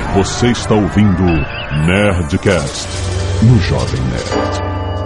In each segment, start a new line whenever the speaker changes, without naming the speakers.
Você está ouvindo Nerdcast no Jovem Nerd.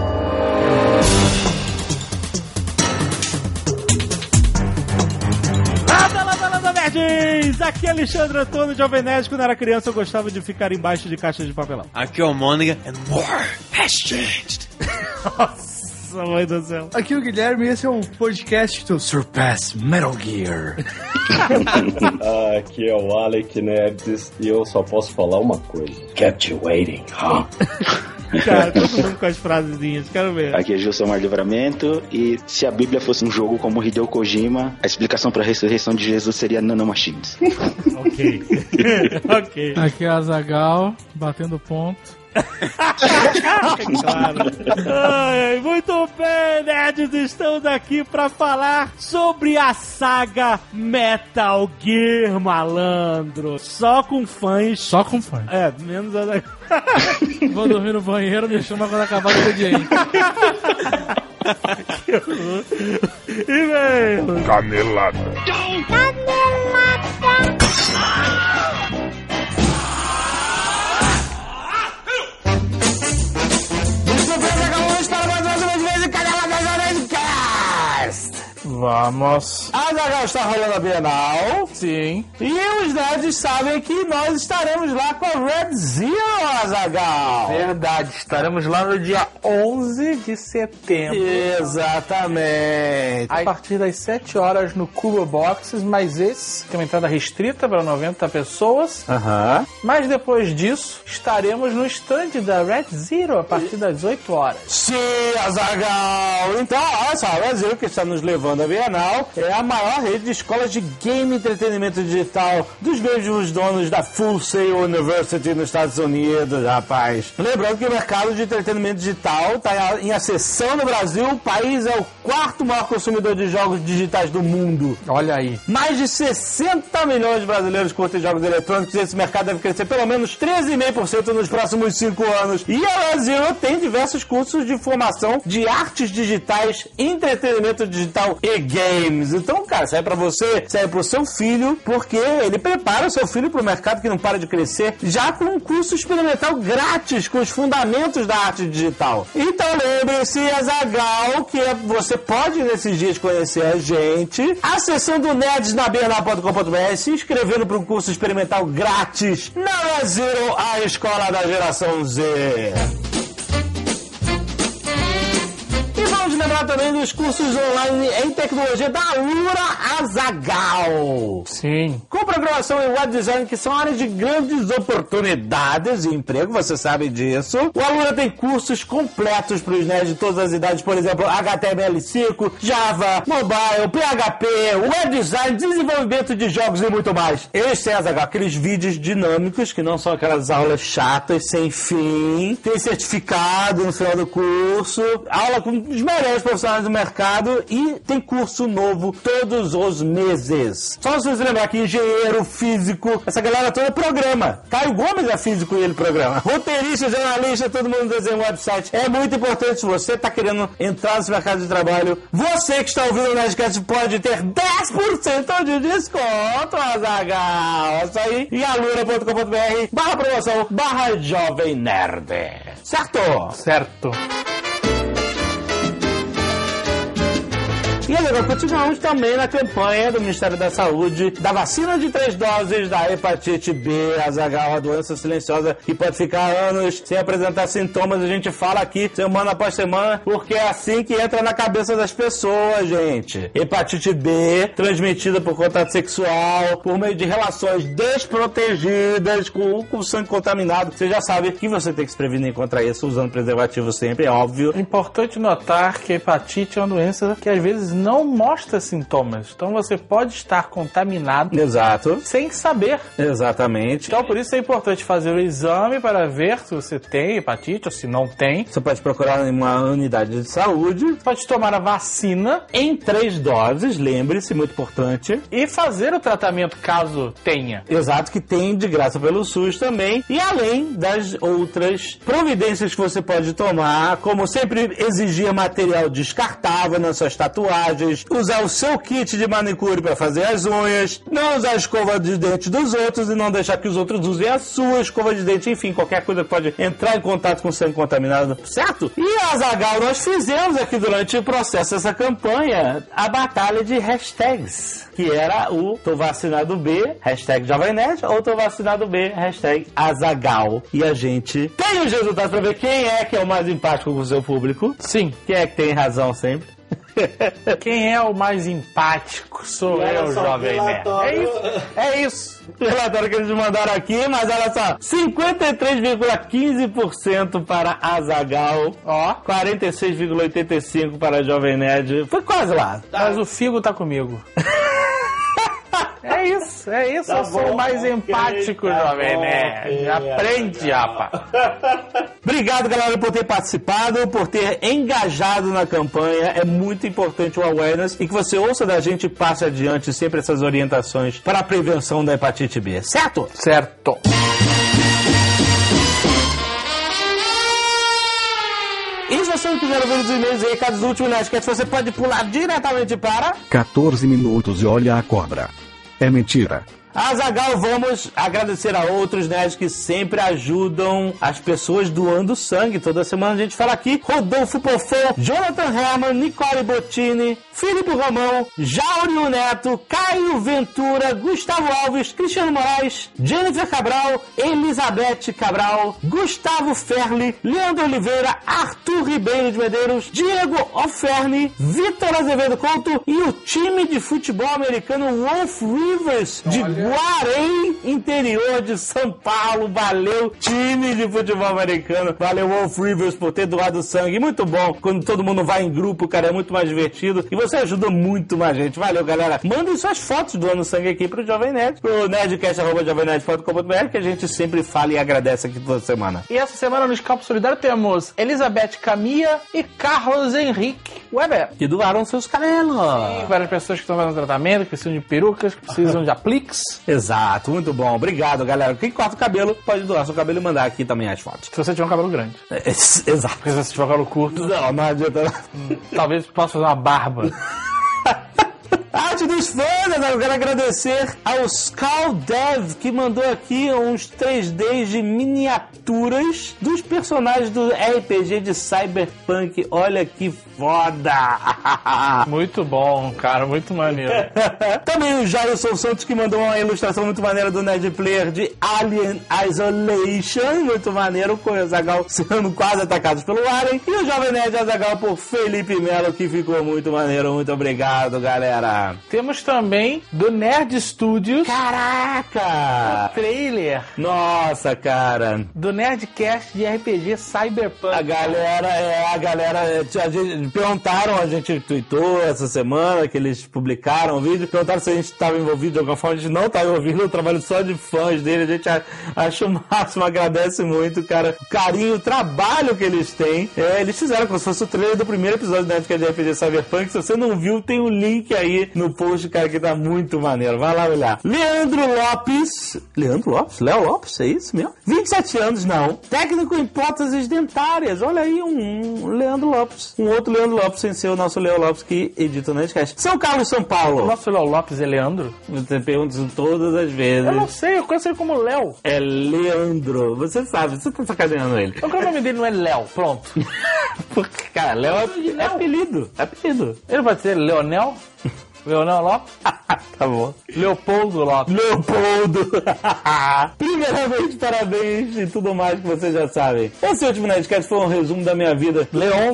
Nerds! Aqui é Alexandre Antônio, Jovem Nerd. Quando era criança eu gostava de ficar embaixo de caixas de papelão.
Aqui é o Mônica. And more has changed.
Nossa, mãe do céu.
Aqui é o Guilherme e esse é um podcast do Surpass Metal Gear.
Aqui é o Alec Nerds e eu só posso falar uma coisa. Kept you waiting, huh?
Cara, todo mundo com as frasezinhas, quero ver.
Aqui é Gilson Mar Livramento e se a Bíblia fosse um jogo como Hideo Kojima, a explicação para a ressurreição de Jesus seria nanomachines.
Ok. Ok.
Aqui é a Azaghal, batendo ponto.
Claro. Ai, muito bem, nerds, estamos aqui pra falar sobre a saga Metal Gear, malandro. Só com fãs.
Só com fãs.
É, menos a...
Vou dormir no banheiro, me chama quando acabar o expediente.
Que horror. E vem...
Canelada.
Vamos.
A Azaghal está rolando a Bienal.
Sim.
E os nerds sabem que nós estaremos lá com a Red Zero, Azaghal.
Verdade, estaremos lá no dia 11 de setembro.
Exatamente.
A partir das 7 horas no Cuba Boxes, mas esse tem uma entrada restrita para 90 pessoas.
Aham.
Mas depois disso, estaremos no stand da Red Zero a partir das 8 horas.
Sim, Azaghal. Então, olha só, a Red Zero que está nos levando a Bienal é a maior rede de escolas de game e entretenimento digital dos mesmos donos da Full Sail University nos Estados Unidos, rapaz. Lembrando que o mercado de entretenimento digital está em ascensão no Brasil. O país é o quarto maior consumidor de jogos digitais do mundo.
Olha aí.
Mais de 60 milhões de brasileiros curtem jogos eletrônicos e esse mercado deve crescer pelo menos 13,5% nos próximos 5 anos. E a Red Zero tem diversos cursos de formação de artes digitais, entretenimento digital e games. Então, cara, sai pra você, sai pro seu filho, porque ele prepara o seu filho pro mercado que não para de crescer, já com um curso experimental grátis com os fundamentos da arte digital. Então, lembre-se, Azaghal, que você pode nesses dias conhecer a gente acessando nerdsnabienal.com.br, se inscrevendo para um curso experimental grátis na Red Zero, a escola da geração Z. Vamos lembrar também dos cursos online em tecnologia da Alura, Azaghal.
Sim.
Com programação e web design, que são áreas de grandes oportunidades de emprego, você sabe disso. O Alura tem cursos completos para os nerds de todas as idades, por exemplo, HTML5, Java, Mobile, PHP, web design, desenvolvimento de jogos e muito mais. Eles têm, Azaghal, aqueles vídeos dinâmicos, que não são aquelas aulas chatas, sem fim. Tem certificado no final do curso. Aula com os melhores profissionais do mercado e tem curso novo todos os meses. Só se você lembrar que engenheiro, físico, essa galera toda programa. Caio Gomes é físico e ele programa. Roteirista, jornalista, todo mundo desenha um website. É muito importante se você está querendo entrar nesse mercado de trabalho. Você que está ouvindo o Nerdcast pode ter 10% de desconto, Azaghal. É isso aí. E alura.com.br/promoção/Jovem Nerd. Certo?
Certo.
E agora continuamos também na campanha do Ministério da Saúde da vacina de 3 doses da hepatite B, Azaghal, a doença silenciosa que pode ficar anos sem apresentar sintomas. A gente fala aqui semana após semana porque é assim que entra na cabeça das pessoas, gente. Hepatite B, transmitida por contato sexual, por meio de relações desprotegidas, com sangue contaminado. Você já sabe que você tem que se prevenir contra isso usando preservativo sempre, é óbvio.
É importante notar que a hepatite é uma doença que às vezes não mostra sintomas. Então você pode estar contaminado.
Exato.
Sem saber.
Exatamente.
Então por isso é importante fazer o exame para ver se você tem hepatite ou se não tem.
Você pode procurar uma unidade de saúde.
Pode tomar a vacina
em 3 doses, lembre-se, muito importante.
E fazer o tratamento caso tenha.
Exato, que tem de graça pelo SUS também. E além das outras providências que você pode tomar, como sempre exigir material descartável nas suas tatuagens, massagens, usar o seu kit de manicure para fazer as unhas, não usar a escova de dente dos outros e não deixar que os outros usem a sua escova de dente, enfim, qualquer coisa que pode entrar em contato com sangue contaminado, certo? E Azaghal, nós fizemos aqui durante o processo dessa campanha a batalha de hashtags, que era o Tô Vacinado B, hashtag Jovem Nerd, ou Tô Vacinado B, hashtag Azaghal. E a gente tem os resultados pra ver quem é que é o mais empático com o seu público.
Sim.
Quem é que tem razão sempre.
Quem é o mais empático? Sou eu, Jovem Nerd. É isso.
O relatório que eles mandaram aqui, mas olha só, 53,15% para Azaghal, ó, 46,85% para Jovem Nerd. Foi quase lá.
Mas o Figo tá comigo. É isso, tá, eu sou o mais empático, Jovem Nerd. Aprende, rapaz.
Obrigado, galera, por ter participado, por ter engajado na campanha. É muito importante o awareness e que você ouça da gente e passe adiante sempre essas orientações para a prevenção da hepatite B, certo?
Certo.
E se você não quiser ouvir os e-mails e recados do último Nerdcast, você pode pular diretamente para
14 minutos e olha a cobra. É mentira.
Azaghal, vamos agradecer a outros nerds que sempre ajudam as pessoas doando sangue. Toda semana a gente fala aqui. Rodolfo Pofon, Jonathan Herman, Nicole Bottini, Filipe Romão, Jaurio Neto, Caio Ventura, Gustavo Alves, Cristiano Moraes, Jennifer Cabral, Elizabeth Cabral, Gustavo Ferli, Leandro Oliveira, Arthur Ribeiro de Medeiros, Diego Offerni, Vitor Azevedo Couto e o time de futebol americano Wolf Rivers de Guarém, interior de São Paulo. Valeu, time de futebol americano. Valeu, Wolf Rivers, por ter doado sangue. Muito bom quando todo mundo vai em grupo, cara, é muito mais divertido. E você ajuda muito mais gente. Valeu, galera. Mandem suas fotos doando sangue aqui pro Jovem Nerd, pro nerdcast@jovemnerd.com.br, que a gente sempre fala e agradece aqui toda semana.
E essa semana no Escalpo Solidário temos Elizabeth Camilla e Carlos Henrique Weber,
que doaram seus cabelos.
Sim, várias pessoas que estão fazendo tratamento, que precisam de perucas, que precisam de apliques.
Exato, muito bom. Obrigado, galera. Quem corta o cabelo pode doar seu cabelo e mandar aqui também as fotos.
Se você tiver um cabelo grande.
Exato.
Porque se você tiver um cabelo curto,
não adianta.
Talvez possa fazer uma barba.
Arte dos fãs, eu quero agradecer ao Scaldev, que mandou aqui uns 3Ds de miniaturas dos personagens do RPG de Cyberpunk. Olha que foda!
Muito bom, cara, muito maneiro.
Também o Jailson Santos, que mandou uma ilustração muito maneira do Nerd Player de Alien Isolation, muito maneiro, com o Azaghal sendo quase atacados pelo Alien. E o Jovem Nerd Azaghal por Felipe Melo, que ficou muito maneiro. Muito obrigado, galera.
Temos também do Nerd Studios.
Caraca!
O trailer.
Nossa, cara.
Do Nerdcast de RPG Cyberpunk.
A galera, a gente perguntaram, a gente tweetou essa semana que eles publicaram o vídeo, perguntaram se a gente estava envolvido de alguma forma. A gente não estava envolvido, é um trabalho só de fãs dele. A gente acha o máximo, agradece muito, cara, o carinho, o trabalho que eles têm. Eles fizeram como se fosse o trailer do primeiro episódio do Nerdcast de RPG Cyberpunk. Se você não viu, tem o link aí no post, cara, que tá muito maneiro. Vai lá olhar. Leandro Lopes, Léo Lopes, é isso mesmo? 27 anos, não. Técnico em próteses dentárias. Olha aí, um Leandro Lopes. Um outro Leandro Lopes, sem ser o nosso Léo Lopes, que edita o Nerdcast. São Carlos, São Paulo.
O nosso Léo Lopes é Leandro?
Você pergunta isso todas as vezes.
Eu não sei, eu conheço ele como Léo.
É Leandro. Você sabe, você tá sacaneando ele.
Então, o nome dele não é Léo, pronto.
Porque, cara, Léo é apelido. É apelido.
Ele pode ser Leonel? Leonel Lopes?
Tá bom.
Leopoldo Lopes.
Leopoldo! Primeiramente, parabéns e tudo mais que vocês já sabem. Esse último Nerdcast foi um resumo da minha vida.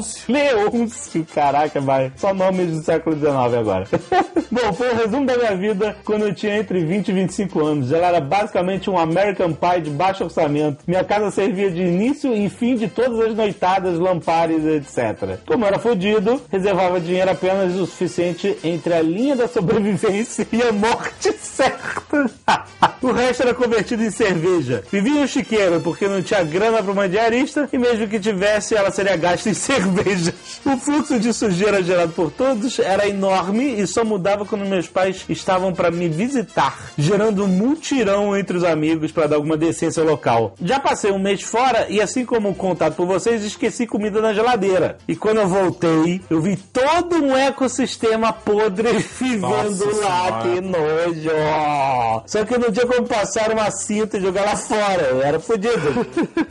Leôncio, caraca, vai. Só nomes do século XIX agora. Bom, foi um resumo da minha vida quando eu tinha entre 20 e 25 anos. Ela era basicamente um American Pie de baixo orçamento. Minha casa servia de início e fim de todas as noitadas, lampares, etc. Como era fodido, reservava dinheiro apenas o suficiente entre a linha da sobrevivência e a morte certa.
O resto era convertido em cerveja. Vivia um chiqueiro, porque não tinha grana para uma diarista, e mesmo que tivesse, ela seria gasta em cervejas. O fluxo de sujeira gerado por todos era enorme e só mudava quando meus pais estavam para me visitar, gerando um mutirão entre os amigos para dar alguma decência local. Já passei um mês fora e, assim como contado por vocês, esqueci comida na geladeira. E quando eu voltei, eu vi todo um ecossistema podre vivendo lá. Que nojo! Só que não tinha como passar uma cinta e jogar lá fora. Eu era fodido.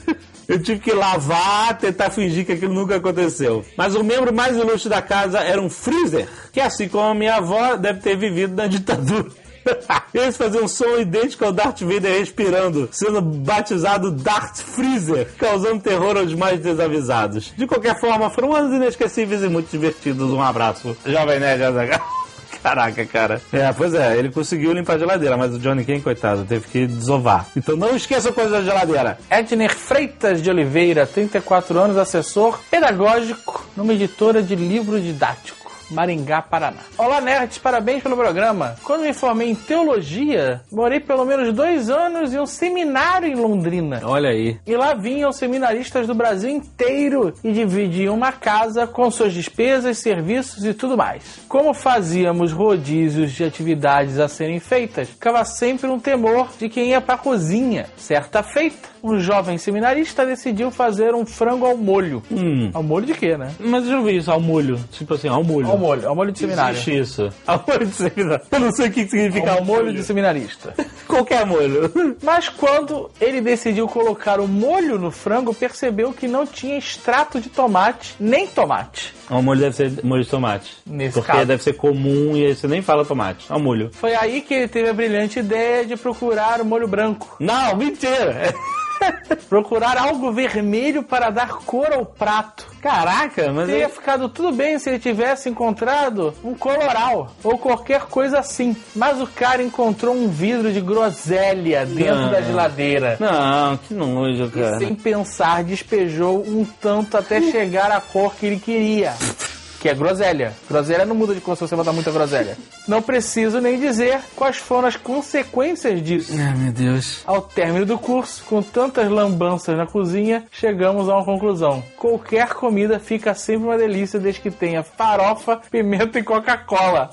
Eu tive que lavar, tentar fingir que aquilo nunca aconteceu. Mas o membro mais ilustre da casa era um freezer, que assim como a minha avó, deve ter vivido na ditadura. Eles faziam um som idêntico ao Darth Vader respirando, sendo batizado Darth Freezer, causando terror aos mais desavisados. De qualquer forma, foram anos inesquecíveis e muito divertidos. Um abraço. Jovem Nerd Azaghal. Caraca, cara. Pois é, ele conseguiu limpar a geladeira, mas o Johnny Ken, coitado, teve que desovar. Então não esqueça coisa da geladeira.
Edner Freitas de Oliveira, 34 anos, assessor pedagógico numa editora de livro didático. Maringá, Paraná. Olá, nerds, parabéns pelo programa. Quando me formei em teologia, morei pelo menos 2 anos em um seminário em Londrina.
Olha aí.
E lá vinham seminaristas do Brasil inteiro e dividiam uma casa com suas despesas, serviços e tudo mais. Como fazíamos rodízios de atividades a serem feitas, ficava sempre um temor de quem ia pra cozinha. Certa feita, um jovem seminarista decidiu fazer um frango ao molho. Ao molho de quê, né?
Mas eu já vi isso, ao molho. Tipo assim, ao molho.
Ao molho de seminário.
Existe isso. Ao molho de seminário. Eu não sei o que significa
ao molho de seminarista.
Qualquer molho.
Mas quando ele decidiu colocar o molho no frango, percebeu que não tinha extrato de tomate, nem tomate.
O molho deve ser molho de tomate.
Nesse
porque
caso.
Deve ser comum e aí você nem fala tomate. Ao molho.
Foi aí que ele teve a brilhante ideia de procurar o molho branco.
Não, mentira!
Procurar algo vermelho para dar cor ao prato.
Caraca, mas...
Teria ficado tudo bem se ele tivesse encontrado um coloral ou qualquer coisa assim. Mas o cara encontrou um vidro de groselha dentro da geladeira.
Não, que nojo, cara.
E sem pensar, despejou um tanto até chegar à cor que ele queria. Que é groselha. Groselha não muda de cor se você botar muita groselha. Não preciso nem dizer quais foram as consequências disso.
Ai, meu Deus.
Ao término do curso, com tantas lambanças na cozinha, chegamos a uma conclusão. Qualquer comida fica sempre uma delícia desde que tenha farofa, pimenta e Coca-Cola.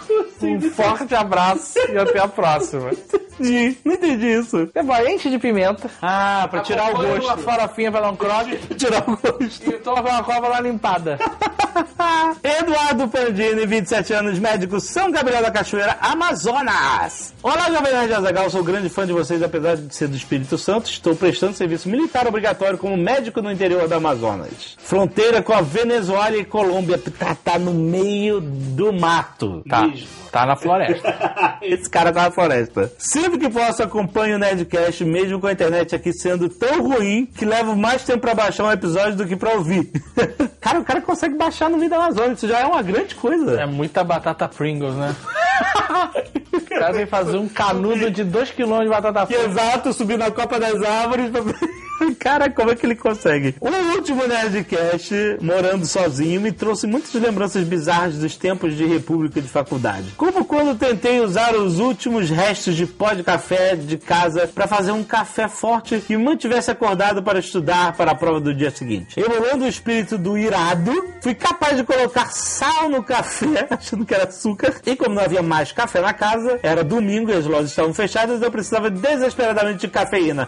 Um forte abraço e até a próxima.
Não entendi isso.
É bom, enche de pimenta.
Ah, pra tirar o gosto.
Uma farofinha pra dar um croque.
Pra tirar o gosto.
E toma uma Coca-Cola pra dar uma limpada.
Eduardo Pandini, 27 anos, médico, São Gabriel da Cachoeira, Amazonas. Olá, Jovem Nerd Azaghal, sou grande fã de vocês, apesar de ser do Espírito Santo, estou prestando serviço militar obrigatório como médico no interior do Amazonas. Fronteira com a Venezuela e Colômbia, tá no meio do mato.
Tá na floresta.
Esse cara tá na floresta. Sempre que posso, acompanho o Nerdcast, mesmo com a internet aqui sendo tão ruim que levo mais tempo pra baixar um episódio do que pra ouvir. Cara, o cara consegue baixar no meio da Amazônia, isso já é uma grande coisa.
É muita batata Pringles, né? O cara vem fazer um canudo de 2 kg de batata Pringles.
Exato, subir na copa das árvores pra... Cara, como é que ele consegue? O último Nerdcast, morando sozinho, me trouxe muitas lembranças bizarras dos tempos de república e de faculdade. Como quando tentei usar os últimos restos de pó de café de casa para fazer um café forte que me mantivesse acordado para estudar para a prova do dia seguinte. Emulando o espírito do irado, fui capaz de colocar sal no café, achando que era açúcar, e como não havia mais café na casa, era domingo e as lojas estavam fechadas, eu precisava desesperadamente de cafeína.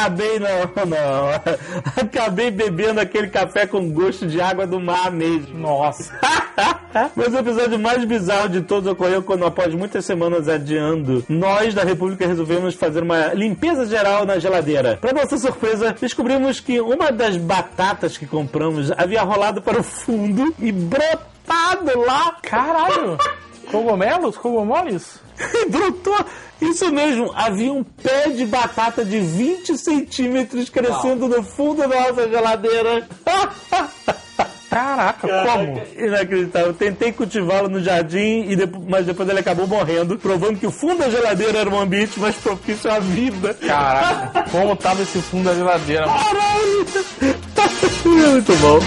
Acabei bebendo aquele café com gosto de água do mar mesmo.
Nossa.
Mas o episódio mais bizarro de todos ocorreu quando, após muitas semanas adiando, nós da República resolvemos fazer uma limpeza geral na geladeira. Para nossa surpresa, descobrimos que uma das batatas que compramos havia rolado para o fundo e brotado lá.
Caralho. Cogumelos? Cogumoles?
Brotou. Isso mesmo, havia um pé de batata de 20 centímetros crescendo no fundo da nossa geladeira.
Caraca, como?
Inacreditável. Tentei cultivá-lo no jardim, mas depois ele acabou morrendo, provando que o fundo da geladeira era um ambiente mais propício à vida.
Caraca, como tava esse fundo da geladeira?
Caralho! Muito bom.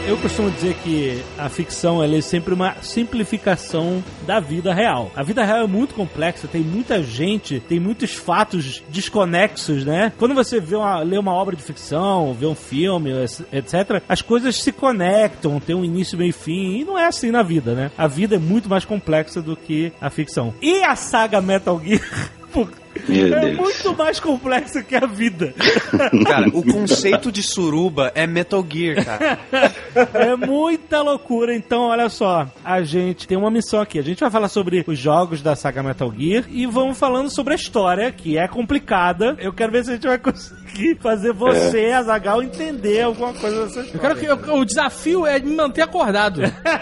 Eu costumo dizer que a ficção ela é sempre uma simplificação da vida real. A vida real é muito complexa, tem muita gente, tem muitos fatos desconexos, né? Quando você lê uma obra de ficção, vê um filme, etc., as coisas se conectam, tem um início, meio e fim, e não é assim na vida, né? A vida é muito mais complexa do que a ficção. E a saga Metal Gear... muito mais complexo que a vida.
Cara, o conceito de suruba é Metal Gear, cara.
É muita loucura. Então, olha só, a gente tem uma missão aqui. A gente vai falar sobre os jogos da saga Metal Gear e vamos falando sobre a história, que é complicada. Eu quero ver se a gente vai conseguir fazer você, Azaghal, entender alguma coisa dessa história.
Eu quero que o desafio é me manter acordado.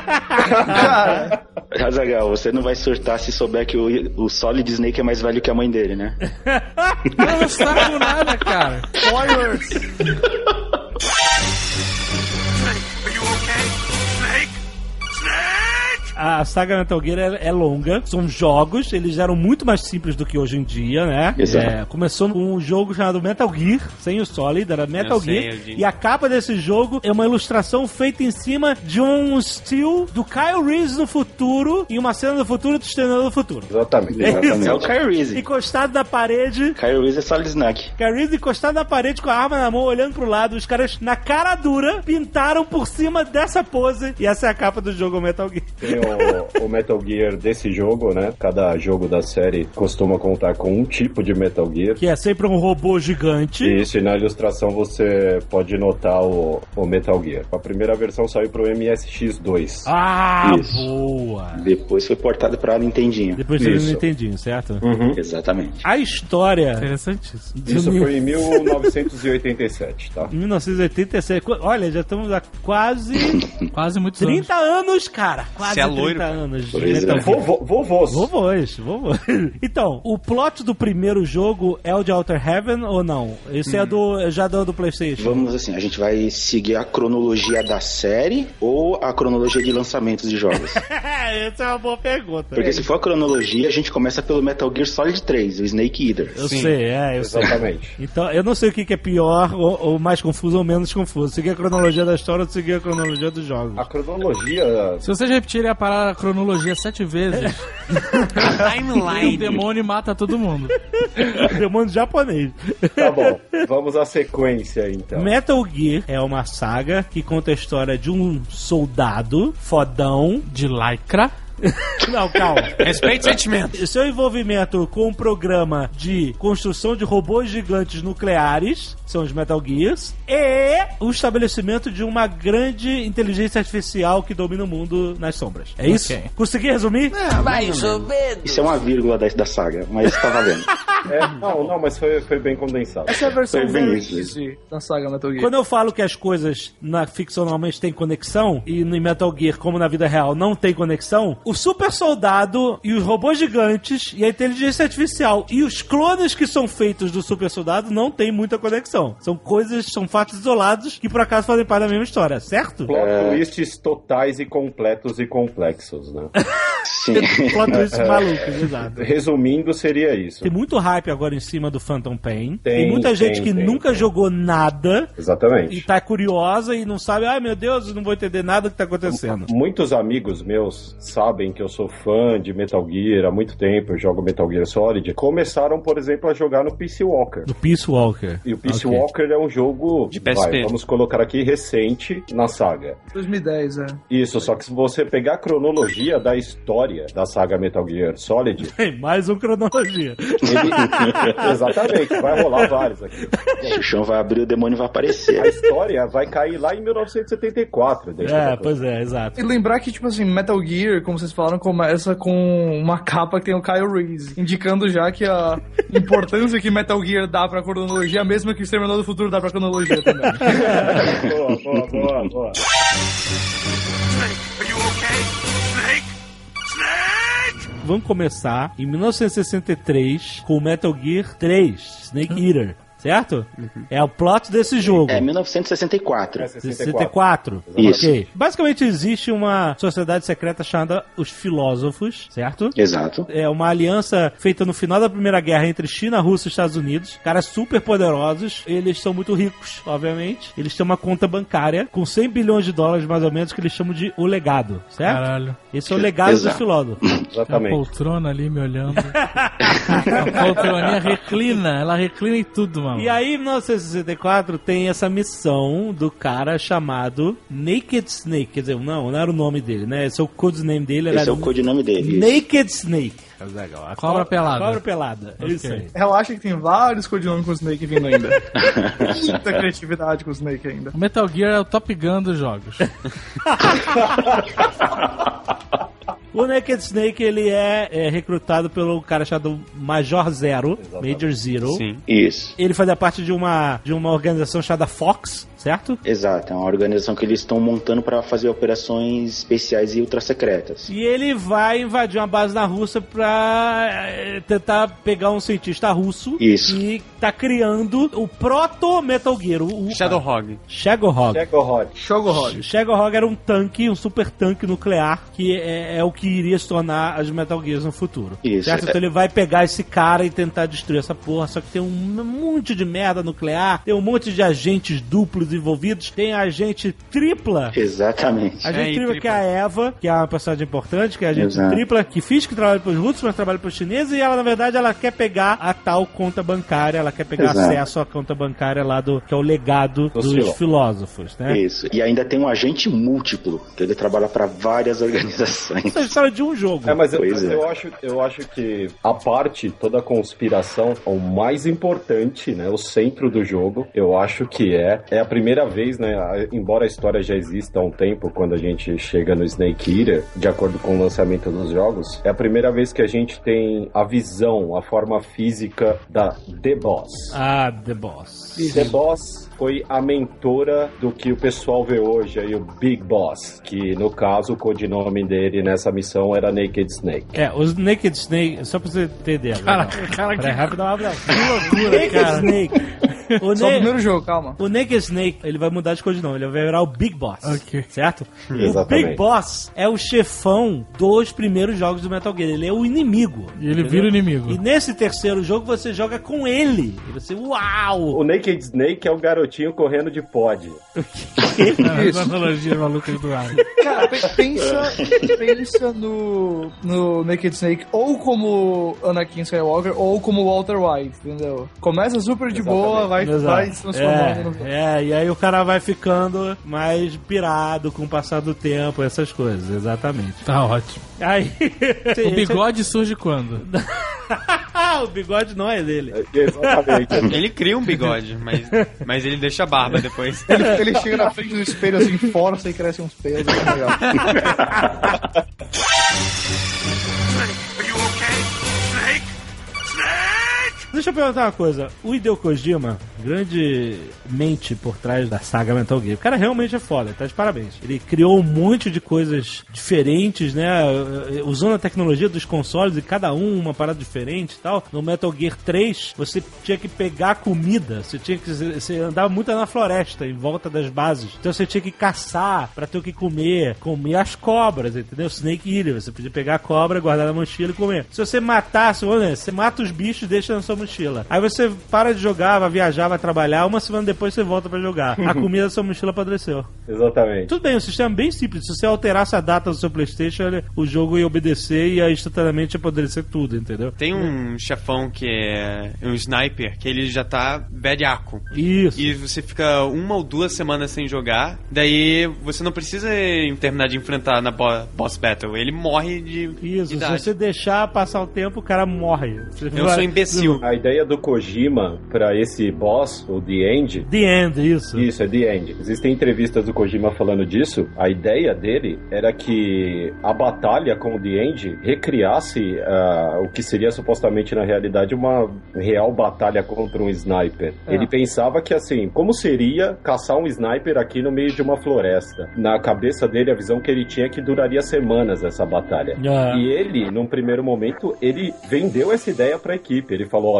Azaghal, você não vai surtar se souber que o Solid Snake é mais velho que a mãe dele, né?
Eu não sabe nada, cara. Spoilers.
A saga Metal Gear é longa, são jogos, eles eram muito mais simples do que hoje em dia, né?
Exato.
Começou com um jogo chamado Metal Gear, sem o Solid, era Metal Gear, e a capa desse jogo é uma ilustração feita em cima de um still do Kyle Reese no futuro, e uma cena do futuro do Exterminador do Futuro.
Exatamente.
É o Kyle Reese.
Encostado na parede.
Kyle Reese é Solid Snake.
Kyle Reese encostado na parede com a arma na mão, olhando pro lado, os caras na cara dura pintaram por cima dessa pose, e essa é a capa do jogo Metal Gear.
Tem o Metal Gear desse jogo, né? Cada jogo da série costuma contar com um tipo de Metal Gear.
Que é sempre um robô gigante.
Isso, e na ilustração você pode notar o Metal Gear. A primeira versão saiu pro MSX2.
Ah,
Isso.
boa!
Depois foi portado pra Nintendinho.
Depois teve o Nintendinho, certo?
Exatamente.
A história...
Interessantíssimo.
Isso foi em 1987, tá?
Em 1987. Olha, já estamos há quase
muitos
30 anos, cara. Quase
Você é loiro,
30 anos.
Pois é.
Vovôs.
Vovôs. Então, o plot do primeiro jogo é o de Outer Heaven ou não? Esse é do PlayStation.
Vamos assim, a gente vai seguir a cronologia da série ou a cronologia de lançamentos de jogos?
Essa é uma boa pergunta.
Porque se for a cronologia, a gente começa pelo Metal Gear Solid 3, o Snake Eater.
Eu sei.
Exatamente.
Então, eu não sei o que é pior, ou mais confuso ou menos confuso. Seguir a cronologia da história ou seguir a cronologia dos jogos.
A cronologia...
Se vocês repetirem a parada a cronologia 7 vezes,
Timeline.
o demônio mata todo mundo.
Demônio japonês.
Tá bom, vamos à sequência então.
Metal Gear é uma saga que conta a história de um soldado fodão
De lycra.
Não, calma.
Respeite sentimento.
Seu envolvimento com um programa de construção de robôs gigantes nucleares, são os Metal Gears, e o estabelecimento de uma grande inteligência artificial que domina o mundo nas sombras. É isso? Consegui resumir?
Mais ou menos.
Isso é uma vírgula da saga, mas tá valendo.
Não, mas foi bem condensado.
Essa é a versão
Foi bem
verde
isso.
da saga Metal Gear.
Quando eu falo que as coisas ficcionalmente têm conexão, e no Metal Gear, como na vida real, não tem conexão, o super soldado e os robôs gigantes e a inteligência artificial e os clones que são feitos do super soldado não tem muita conexão. São fatos isolados que por acaso fazem parte da mesma história, certo?
Plot twists totais e completos e complexos, né?
Sim.
Plot twists malucos, exato.
Resumindo, seria isso.
Tem muito hype agora em cima do Phantom Pain. Tem muita gente que nunca jogou nada.
Exatamente.
E tá curiosa e não sabe, ai meu Deus, eu não vou entender nada do que tá acontecendo.
Muitos amigos meus sabem que eu sou fã de Metal Gear há muito tempo, eu jogo Metal Gear Solid. Começaram, por exemplo, a jogar no Peace Walker.
Do Peace Walker.
E o Peace Walker é um jogo,
de PSP.
vamos colocar aqui, recente na saga.
2010,
Isso, só que se você pegar a cronologia da história da saga Metal Gear Solid...
Tem mais uma cronologia.
Exatamente, vai rolar vários aqui.
O chão vai abrir, o demônio vai aparecer.
A história vai cair lá em 1974.
Pois é, exato.
E lembrar que, tipo assim, Metal Gear, como vocês falaram, começa com uma capa que tem o Kyle Reese, indicando já que a importância que Metal Gear dá pra cronologia é a mesma que o Exterminador do Futuro dá pra cronologia também.
Boa.
Vamos começar em 1963 com o Metal Gear 3, Snake Eater. certo? É o plot desse jogo.
É 1964.
64.
Isso.
Ok. Basicamente existe uma sociedade secreta chamada os Filósofos, certo?
Exato.
É uma aliança feita no final da Primeira Guerra entre China, Rússia e Estados Unidos. Caras super poderosos. Eles são muito ricos, obviamente. Eles têm uma conta bancária com 100 bilhões de dólares, mais ou menos, que eles chamam de o legado, certo?
Caralho.
Esse é o legado dos
Exato.
filósofos.
A
Exatamente.
poltrona ali me olhando. A poltroninha reclina, ela reclina em tudo, mano.
E aí, em 1964, tem essa missão do cara chamado Naked Snake. Quer dizer, não era o nome dele, né? Esse é o codename dele.
Esse é o codinome dele.
Naked Snake. A
Cobra pelada.
Cobra pelada. É isso aí.
Relaxa que tem vários codinomes com o Snake vindo ainda. Muita criatividade com o Snake ainda.
O Metal Gear é o Top Gun dos jogos.
O Naked Snake, ele é recrutado pelo cara chamado Major Zero, Major Zero.
Sim.
Isso.
Ele fazia parte de uma organização chamada Fox, certo?
Exato, é uma organização que eles estão montando para fazer operações especiais e ultra secretas.
E ele vai invadir uma base na Rússia pra tentar pegar um cientista russo.
Isso.
E tá criando o proto-Metal Gear. O
Shadowhog.
Shadowhog.
Shogorod.
O Shadowhog era um tanque, um super tanque nuclear, que é o que iria se tornar as Metal Gears no futuro.
Isso.
Certo? Então ele vai pegar esse cara e tentar destruir essa porra, só que tem um monte de merda nuclear, tem um monte de agentes duplos envolvidos, tem a agente tripla.
Exatamente.
A agente tripla que é a Eva, que é uma personagem importante, que é a agente
Exato.
tripla, que finge que trabalha pros russos, mas trabalha pros chineses, e ela, na verdade, ela quer pegar a tal conta bancária, ela quer pegar
Exato.
acesso à conta bancária lá que é o legado dos filósofos, né?
Isso. E ainda tem um agente múltiplo, que ele trabalha para várias organizações.
Essa é a história de um jogo.
Mas
Pois é.
eu acho que a parte, toda a conspiração, o mais importante, né, o centro do jogo, eu acho que é a primeira vez, né, embora a história já exista há um tempo, quando a gente chega no Snake Eater, de acordo com o lançamento dos jogos, é a primeira vez que a gente tem a visão, a forma física da The Boss.
Ah, The Boss.
The Boss foi a mentora do que o pessoal vê hoje aí, o Big Boss, que no caso o codinome dele nessa missão era Naked Snake.
Os Naked Snake, só pra você entender agora.
Cara,
Peraí, rápido,
que loucura,
Naked
cara.
Snake.
Só o primeiro jogo, calma.
O Naked Snake, ele vai mudar de codinome, ele vai virar o Big Boss.
Ok.
Certo? O
Exatamente.
Big Boss é o chefão dos primeiros jogos do Metal Gear. Ele é o inimigo.
E ele vira o inimigo.
E nesse terceiro jogo você joga com ele. E você, uau!
O Naked Snake é o garotinho correndo de pod.
Essa analogia maluca do ar.
Cara, pensa no Naked Snake ou como Anakin Skywalker ou como Walter White, entendeu? Começa super de boa, vai se transformando no...
e aí o cara vai ficando mais pirado com o passar do tempo, essas coisas, exatamente.
Tá ótimo.
Aí...
O bigode surge quando?
O bigode não é dele.
Exatamente.
Ele cria um bigode, mas ele deixa a barba depois.
Ele chega na frente do espelho assim, força e cresce uns pelos. É legal.
Deixa eu perguntar uma coisa. O Hideo Kojima, grande mente por trás da saga Metal Gear, o cara realmente é foda, tá de parabéns. Ele criou um monte de coisas diferentes, né? Usando a tecnologia dos consoles e cada uma parada diferente e tal. No Metal Gear 3, você tinha que pegar comida, você andava muito na floresta, em volta das bases. Então você tinha que caçar pra ter o que comer as cobras, entendeu? Snake Eater, você podia pegar a cobra, guardar na mochila e comer. Se você matasse, você mata os bichos e deixa na sua mochila. Aí você para de jogar, vai viajar, vai trabalhar, uma semana depois você volta pra jogar. A comida da sua mochila apodreceu.
Exatamente.
Tudo bem, o sistema é bem simples. Se você alterasse a data do seu PlayStation, o jogo ia obedecer e ia instantaneamente apodrecer tudo, entendeu?
Tem um chefão que é um sniper, que ele já tá velhaco.
Isso.
E você fica 1 ou 2 semanas sem jogar, daí você não precisa terminar de enfrentar na boss battle. Ele morre de idade.
Se você deixar passar o tempo, o cara morre.
Eu sou imbecil.
A ideia do Kojima pra esse boss, o The End...
The End, isso.
Isso, é The End. Existem entrevistas do Kojima falando disso. A ideia dele era que a batalha com o The End recriasse o que seria supostamente, na realidade, uma real batalha contra um sniper. Ele pensava que, assim, como seria caçar um sniper aqui no meio de uma floresta? Na cabeça dele, a visão que ele tinha é que duraria semanas essa batalha. E ele, num primeiro momento, ele vendeu essa ideia pra equipe. Ele falou,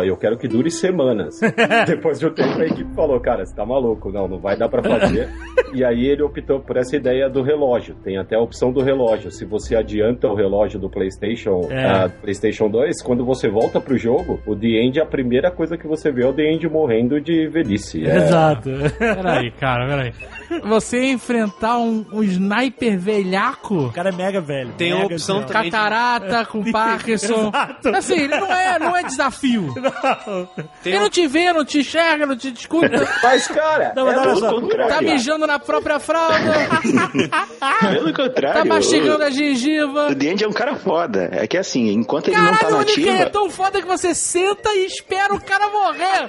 eu quero que dure semanas. Depois de um tempo a equipe falou, cara, você tá maluco, não vai dar pra fazer. E aí ele optou por essa ideia do relógio. Tem até a opção do relógio. Se você adianta o relógio do PlayStation 2, quando você volta pro jogo, o The End, a primeira coisa que você vê é o The End morrendo de velhice.
Exato.
Peraí. Você enfrentar um sniper velhaco...
O cara é mega velho.
Tem a opção também.
Catarata, com Parkinson.
Exato.
Assim, ele não é desafio.
Não.
Ele não te vê, não te enxerga, não te escuta.
Mas, cara,
Tá mijando na própria fralda.
Pelo contrário.
Tá mastigando a gengiva.
O The End é um cara foda. É que assim, enquanto ele não tá na ativa...
Caralho, é tão foda que você senta e espera o cara morrer.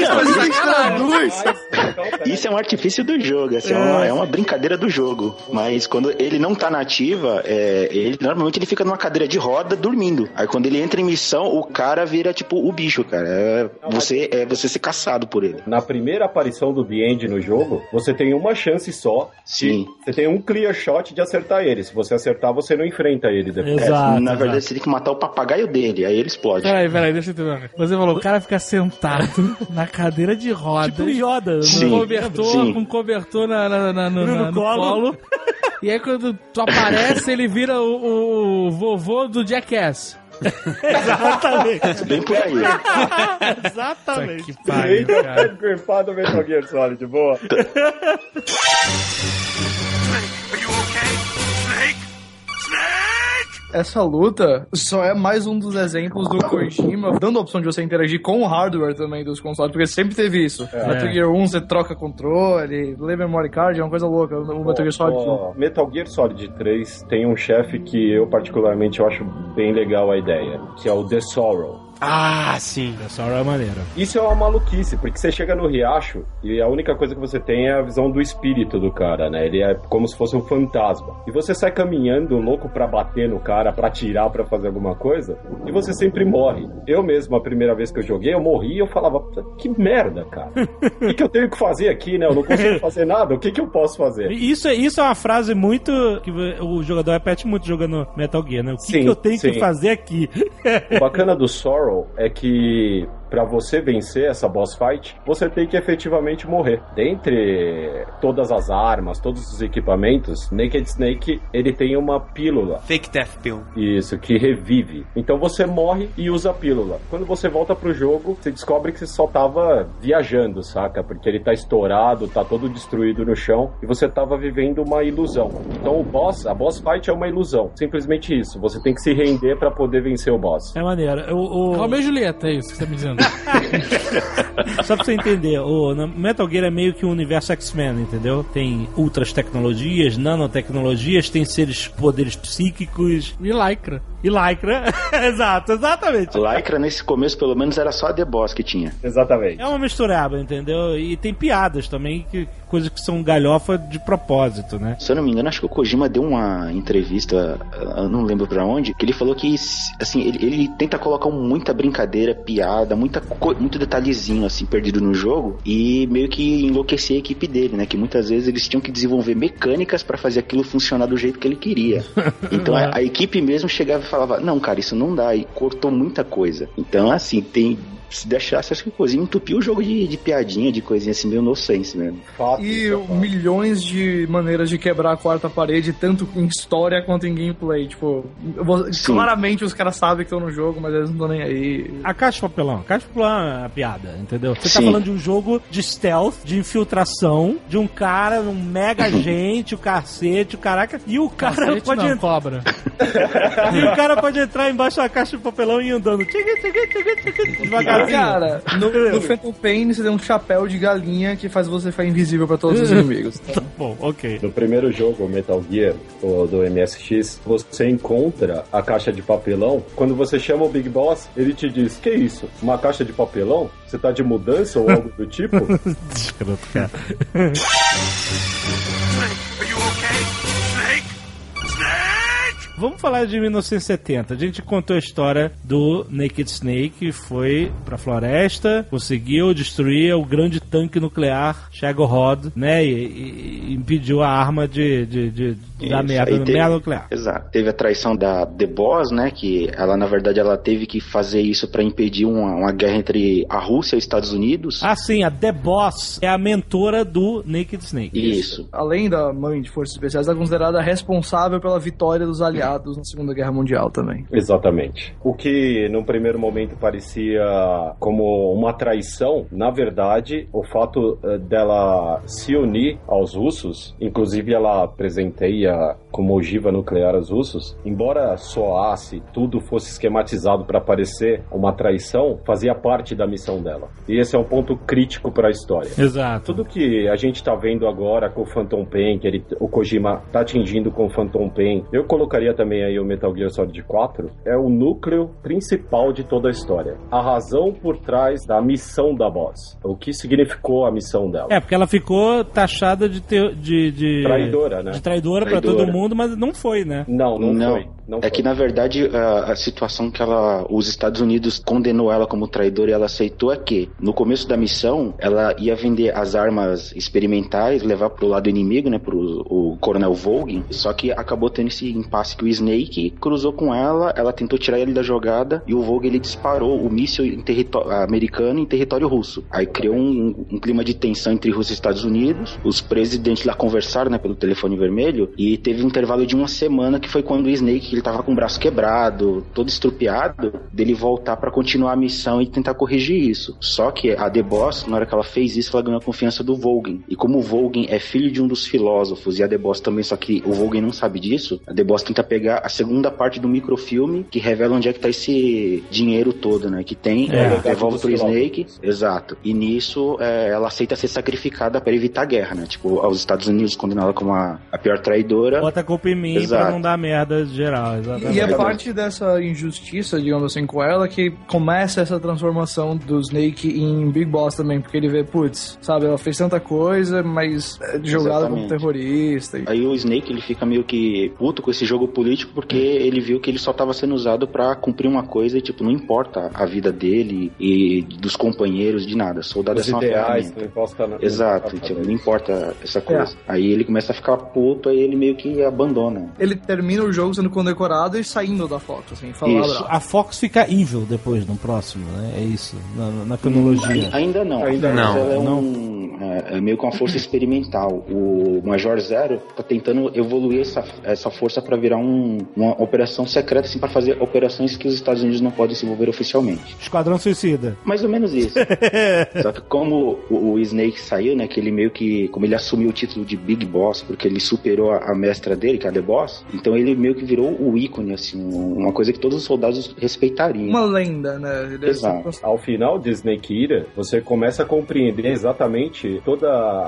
Isso é um artifício do jogo. Assim, é uma brincadeira do jogo. Mas quando ele não tá na ativa, ele normalmente ele fica numa cadeira de roda dormindo. Aí quando ele entra em missão, o cara vira tipo o bicho, cara. Você ser caçado por ele.
Na primeira aparição do The End no jogo, você tem uma chance só.
Sim.
Você tem um clear shot de acertar ele. Se você acertar, você não enfrenta ele depois.
Exato,
na verdade, você tem que matar o papagaio dele. Aí ele explode.
Peraí, deixa eu entender. Você falou, o cara fica sentado na cadeira de roda.
Tipo Yoda.
Com um cobertor no colo. E aí quando tu aparece, ele vira o vovô do Jackass.
Exatamente.
Bem por aí.
Exatamente.
Que pariu, cara.
Grandpa do Metal Gear Solid, boa.
Essa luta só é mais um dos exemplos do Kojima dando a opção de você interagir com o hardware também dos consoles, porque sempre teve isso. Metal Gear 1 você troca controle, lê memory card, é uma coisa louca. O Metal Gear Solid 1.
Metal Gear Solid 3 tem um chefe que eu particularmente eu acho bem legal a ideia, que é o The Sorrow.
Ah, sim.
Essa hora é maneira.
Isso é uma maluquice, porque você chega no riacho e a única coisa que você tem é a visão do espírito do cara, né? Ele é como se fosse um fantasma. E você sai caminhando louco pra bater no cara, pra atirar, pra fazer alguma coisa, e você sempre morre. Eu mesmo, a primeira vez que eu joguei, eu morri e eu falava, que merda, cara. O que eu tenho que fazer aqui, né? Eu não consigo fazer nada, o que eu posso fazer?
Isso é uma frase muito... que o jogador repete muito jogando Metal Gear, né? O que eu tenho que fazer aqui?
O bacana do Sorrow é que pra você vencer essa boss fight, você tem que efetivamente morrer. Dentre todas as armas, todos os equipamentos, Naked Snake, ele tem uma pílula.
Fake Death Pill.
Isso, que revive. Então você morre e usa a pílula. Quando você volta pro jogo, você descobre que você só tava viajando, saca? Porque ele tá estourado, tá todo destruído no chão, e você tava vivendo uma ilusão. Então a boss fight é uma ilusão. Simplesmente isso. Você tem que se render pra poder vencer o boss.
É maneiro.
Romeu e Julieta, é isso que você tá me dizendo.
Só pra você entender, o Metal Gear é meio que um universo X-Men, entendeu? Tem ultras tecnologias, nanotecnologias, tem poderes psíquicos.
E Lycra.
Exatamente.
Lycra, nesse começo, pelo menos, era só a The Boss que tinha.
Exatamente.
É uma mistureba, entendeu? E tem piadas também, coisas que são galhofa de propósito, né?
Se eu não me engano, acho que o Kojima deu uma entrevista, eu não lembro pra onde, que ele falou que, assim, ele tenta colocar muita brincadeira, piada, muito detalhezinho, assim, perdido no jogo, e meio que enlouquecer a equipe dele, né? Que muitas vezes eles tinham que desenvolver mecânicas pra fazer aquilo funcionar do jeito que ele queria. Então a equipe mesmo chegava e falava, não, cara, isso não dá, e cortou muita coisa. Então, assim, se deixasse, acho que Kojima entupiu o jogo de piadinha, de coisinha assim, meio nonsense mesmo.
Milhões de maneiras de quebrar a quarta parede, tanto em história quanto em gameplay. Tipo, claramente os caras sabem que estão no jogo, mas eles não estão nem aí.
A caixa de papelão é a piada, entendeu? Você tá falando de um jogo de stealth, de infiltração, de um cara, um mega agente, o cacete, o caraca, e o cara
cacete
pode
não, cobra.
E o cara pode entrar embaixo da caixa de papelão e ir andando devagar.
Cara, no Phantom Pain você tem um chapéu de galinha que faz você ficar invisível pra todos os inimigos.
Tá bom, ok.
No primeiro jogo, Metal Gear, do MSX, você encontra a caixa de papelão. Quando você chama o Big Boss, ele te diz, que isso? Uma caixa de papelão? Você tá de mudança ou algo do tipo?
Escroto, cara. Vamos falar de 1970. A gente contou a história do Naked Snake, que foi pra floresta, conseguiu destruir o grande tanque nuclear Shagohod, né? E impediu a arma de dar merda nuclear.
Exato. Teve a traição da The Boss, né? Que ela, na verdade, ela teve que fazer isso pra impedir uma guerra entre a Rússia e os Estados Unidos.
Ah, sim, a The Boss é a mentora do Naked Snake.
Isso.
Além da mãe de forças especiais, ela é considerada responsável pela vitória dos aliados na Segunda Guerra Mundial também.
Exatamente. O que, num primeiro momento, parecia como uma traição, na verdade, o fato dela se unir aos russos, inclusive ela presenteia como ogiva nuclear aos russos, embora soasse, tudo fosse esquematizado para parecer uma traição, fazia parte da missão dela. E esse é um ponto crítico para a história.
Exato.
Tudo que a gente tá vendo agora com o Phantom Pain, que o Kojima tá atingindo com o Phantom Pain, eu colocaria também aí o Metal Gear Solid 4, é o núcleo principal de toda a história. A razão por trás da missão da Boss. O que significou a missão dela.
É, porque ela ficou taxada de
traidora, né?
De traidora pra todo mundo, mas não foi, né?
Não foi. Não
é que, na verdade, a situação que os Estados Unidos condenou ela como traidora e ela aceitou é que, no começo da missão, ela ia vender as armas experimentais, levar pro lado inimigo, né, o Coronel Vogel, só que acabou tendo esse impasse que o Snake cruzou com ela tentou tirar ele da jogada e o Vogel, ele disparou o míssil americano em território russo. Aí criou um clima de tensão entre Rússia e Estados Unidos, os presidentes lá conversaram, né, pelo telefone vermelho, e teve um intervalo de uma semana que foi quando o Snake, ele tava com o braço quebrado, todo estrupiado, dele voltar pra continuar a missão e tentar corrigir isso. Só que a The Boss, na hora que ela fez isso, ela ganhou a confiança do Vogel. E como o Vogel é filho de um dos filósofos e a The Boss também, só que o Vogel não sabe disso, a The Boss tenta pegar a segunda parte do microfilme que revela onde é que tá esse dinheiro todo, né? Que tem, devolve pro Snake. Exato. E nisso, ela aceita ser sacrificada pra evitar a guerra, né? Tipo, aos Estados Unidos condenam ela como a pior traidora.
Bota a culpa em mim. Exato. Pra não dar merda geral. Exatamente.
E é parte dessa injustiça, digamos assim, com ela que começa essa transformação do Snake em Big Boss também, porque ele vê, putz, sabe, ela fez tanta coisa, mas é jogada como terrorista.
Aí o Snake, ele fica meio que puto com esse jogo político porque ele viu que ele só tava sendo usado pra cumprir uma coisa e, tipo, não importa a vida dele e dos companheiros, de nada. Soldado é só uma ferramenta. Exato, tipo, não importa essa coisa. Aí ele começa a ficar puto, aí ele meio que abandona.
Ele termina o jogo sendo condecorado e saindo da Fox, assim, falando.
A Fox fica evil depois, no próximo, né? É isso, na cronologia.
Ainda não. Ela é meio com uma força experimental. O Major Zero tá tentando evoluir essa força pra virar uma operação secreta, assim, pra fazer operações que os Estados Unidos não podem se envolver oficialmente.
Esquadrão Suicida.
Mais ou menos isso. Só que como o Snake saiu, né, que ele meio que, como ele assumiu o título de Big Boss, porque ele superou a mestra dele, que é a The Boss, então ele meio que virou o ícone, assim, uma coisa que todos os soldados respeitariam.
Uma lenda, né?
Exato.
Ao final de Snake Eater, você começa a compreender exatamente toda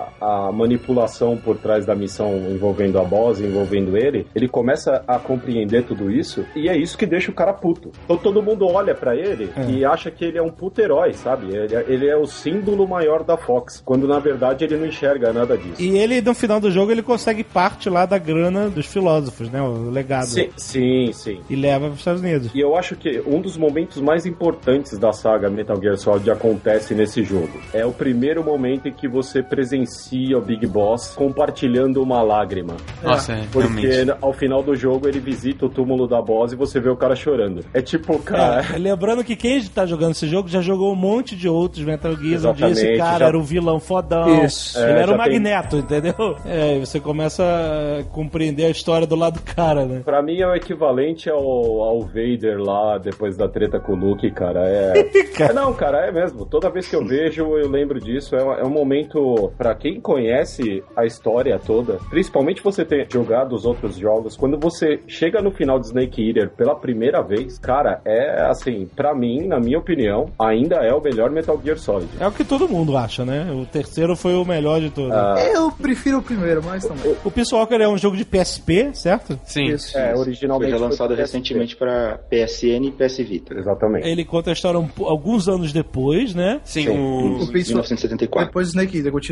a manipulação por trás da missão envolvendo a Boss, envolvendo ele. Ele começa a compreender tudo isso e é isso que deixa o cara puto. Então todo mundo olha pra ele e acha que ele é um puto herói, sabe? Ele é o símbolo maior da Fox, quando na verdade ele não enxerga nada disso.
E ele, no final do jogo, ele consegue parte lá da grana dos filósofos, né? O legado.
Sim.
E leva para os Estados Unidos.
E eu acho que um dos momentos mais importantes da saga Metal Gear Solid acontece nesse jogo. É o primeiro momento em que você presencia o Big Boss compartilhando uma lágrima.
Nossa,
porque ao final do jogo ele visita o túmulo da Boss e você vê o cara chorando. É tipo, cara...
lembrando que quem tá jogando esse jogo já jogou um monte de outros Metal Gear, onde esse cara era o vilão fodão.
Isso.
Ele era o Magneto, entendeu? E você começa a compreender a história do lado do cara, né?
Pra mim é o equivalente ao Vader lá, depois da treta com o Luke, cara. Não, cara, é mesmo. Toda vez que eu vejo, eu lembro disso. É um momento, pra quem conhece a história toda, principalmente você ter jogado os outros jogos, quando você chega no final de Snake Eater pela primeira vez, cara, é assim, pra mim, na minha opinião, ainda é o melhor Metal Gear Solid.
É o que todo mundo acha, né? O terceiro foi o melhor de todos.
Eu prefiro o primeiro, mas também.
O Peace Walker é um jogo de PSP, certo?
Sim.
Isso.
Originalmente
foi lançado recentemente pra PSN e PS Vita.
Exatamente.
Ele conta a história alguns anos depois, né?
Sim,
Em 1974.
Depois do Snake Eater, continua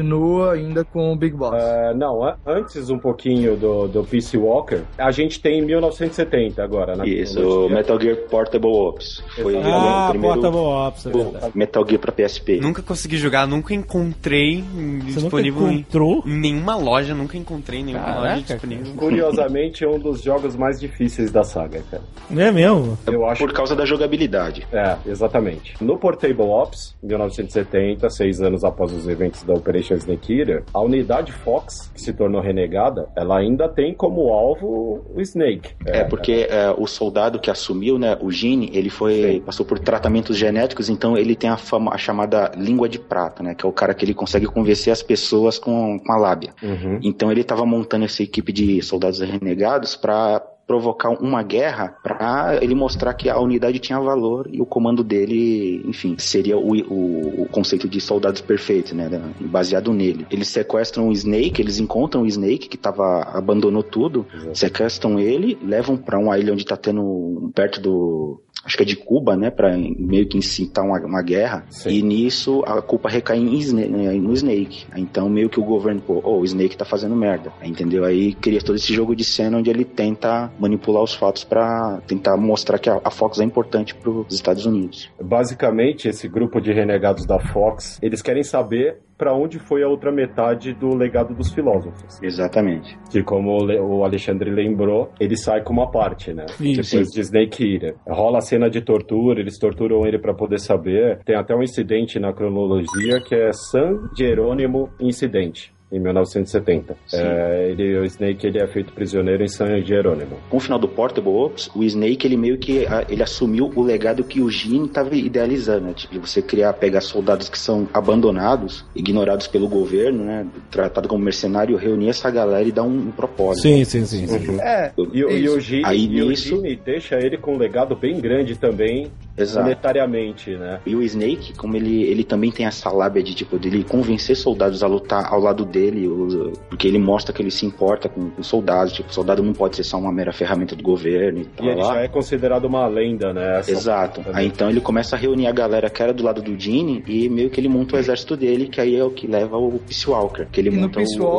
continua ainda com o Big Boss.
Não, antes um pouquinho do Peace Walker, a gente tem 1970 agora, né?
Isso, o Metal Gear Portable Ops. Foi o primeiro
Portable Ops, é verdade.
Metal Gear pra PSP.
Nunca consegui jogar, nunca encontrei disponível
em
nenhuma loja, nunca encontrei em nenhuma loja disponível.
Curiosamente, é um dos jogos mais difíceis da saga, cara.
É mesmo?
Eu acho
por causa da jogabilidade.
Exatamente. No Portable Ops, 1970, 6 anos após os eventos da Operation Snake Eater, a unidade Fox, que se tornou renegada, ela ainda tem como alvo o Snake.
Porque o soldado que assumiu, né, o Gene, ele passou por tratamentos genéticos, então ele tem a chamada língua de prata, né, que é o cara que ele consegue convencer as pessoas com a lábia.
Uhum.
Então ele estava montando essa equipe de soldados renegados para provocar uma guerra, para ele mostrar que a unidade tinha valor e o comando dele, enfim, seria o conceito de soldados perfeitos, né, baseado nele. Eles sequestram o Snake, eles encontram o Snake que abandonou tudo, sequestram ele, levam para uma ilha onde tá tendo perto do, acho que é de Cuba, né, pra meio que incitar uma guerra. Sim. E nisso a culpa recai no Snake. Então meio que o governo, o Snake tá fazendo merda, entendeu? Aí cria todo esse jogo de cena onde ele tenta manipular os fatos pra tentar mostrar que a Fox é importante pros Estados Unidos.
Basicamente, esse grupo de renegados da Fox, eles querem saber para onde foi a outra metade do legado dos filósofos.
Exatamente.
Que, como o Alexandre lembrou, ele sai com uma parte, né? Isso. Depois de Snake Eater. Rola a cena de tortura, eles torturam ele para poder saber. Tem até um incidente na cronologia que é San Jerônimo Incidente. Em 1970. O Snake ele é feito prisioneiro em San Jerônimo.
Com o final do Portable Ops, o Snake ele meio que ele assumiu o legado que o Gene estava idealizando, né? Tipo, você pegar soldados que são abandonados, ignorados pelo governo, né? Tratado como mercenário, reunir essa galera e dar um propósito.
Sim.
Uhum. E o Gene deixa ele com um legado bem grande também, monetariamente, né?
E o Snake, como ele também tem essa lábia de tipo dele convencer soldados a lutar ao lado dele, porque ele mostra que ele se importa com os soldados, tipo, o soldado não pode ser só uma mera ferramenta do governo e tal.
E ele já é considerado uma lenda, né?
Exato. Aí então ele começa a reunir a galera que era do lado do Gene e meio que ele monta o exército dele, que aí é o que leva o Peace Walker, que ele monta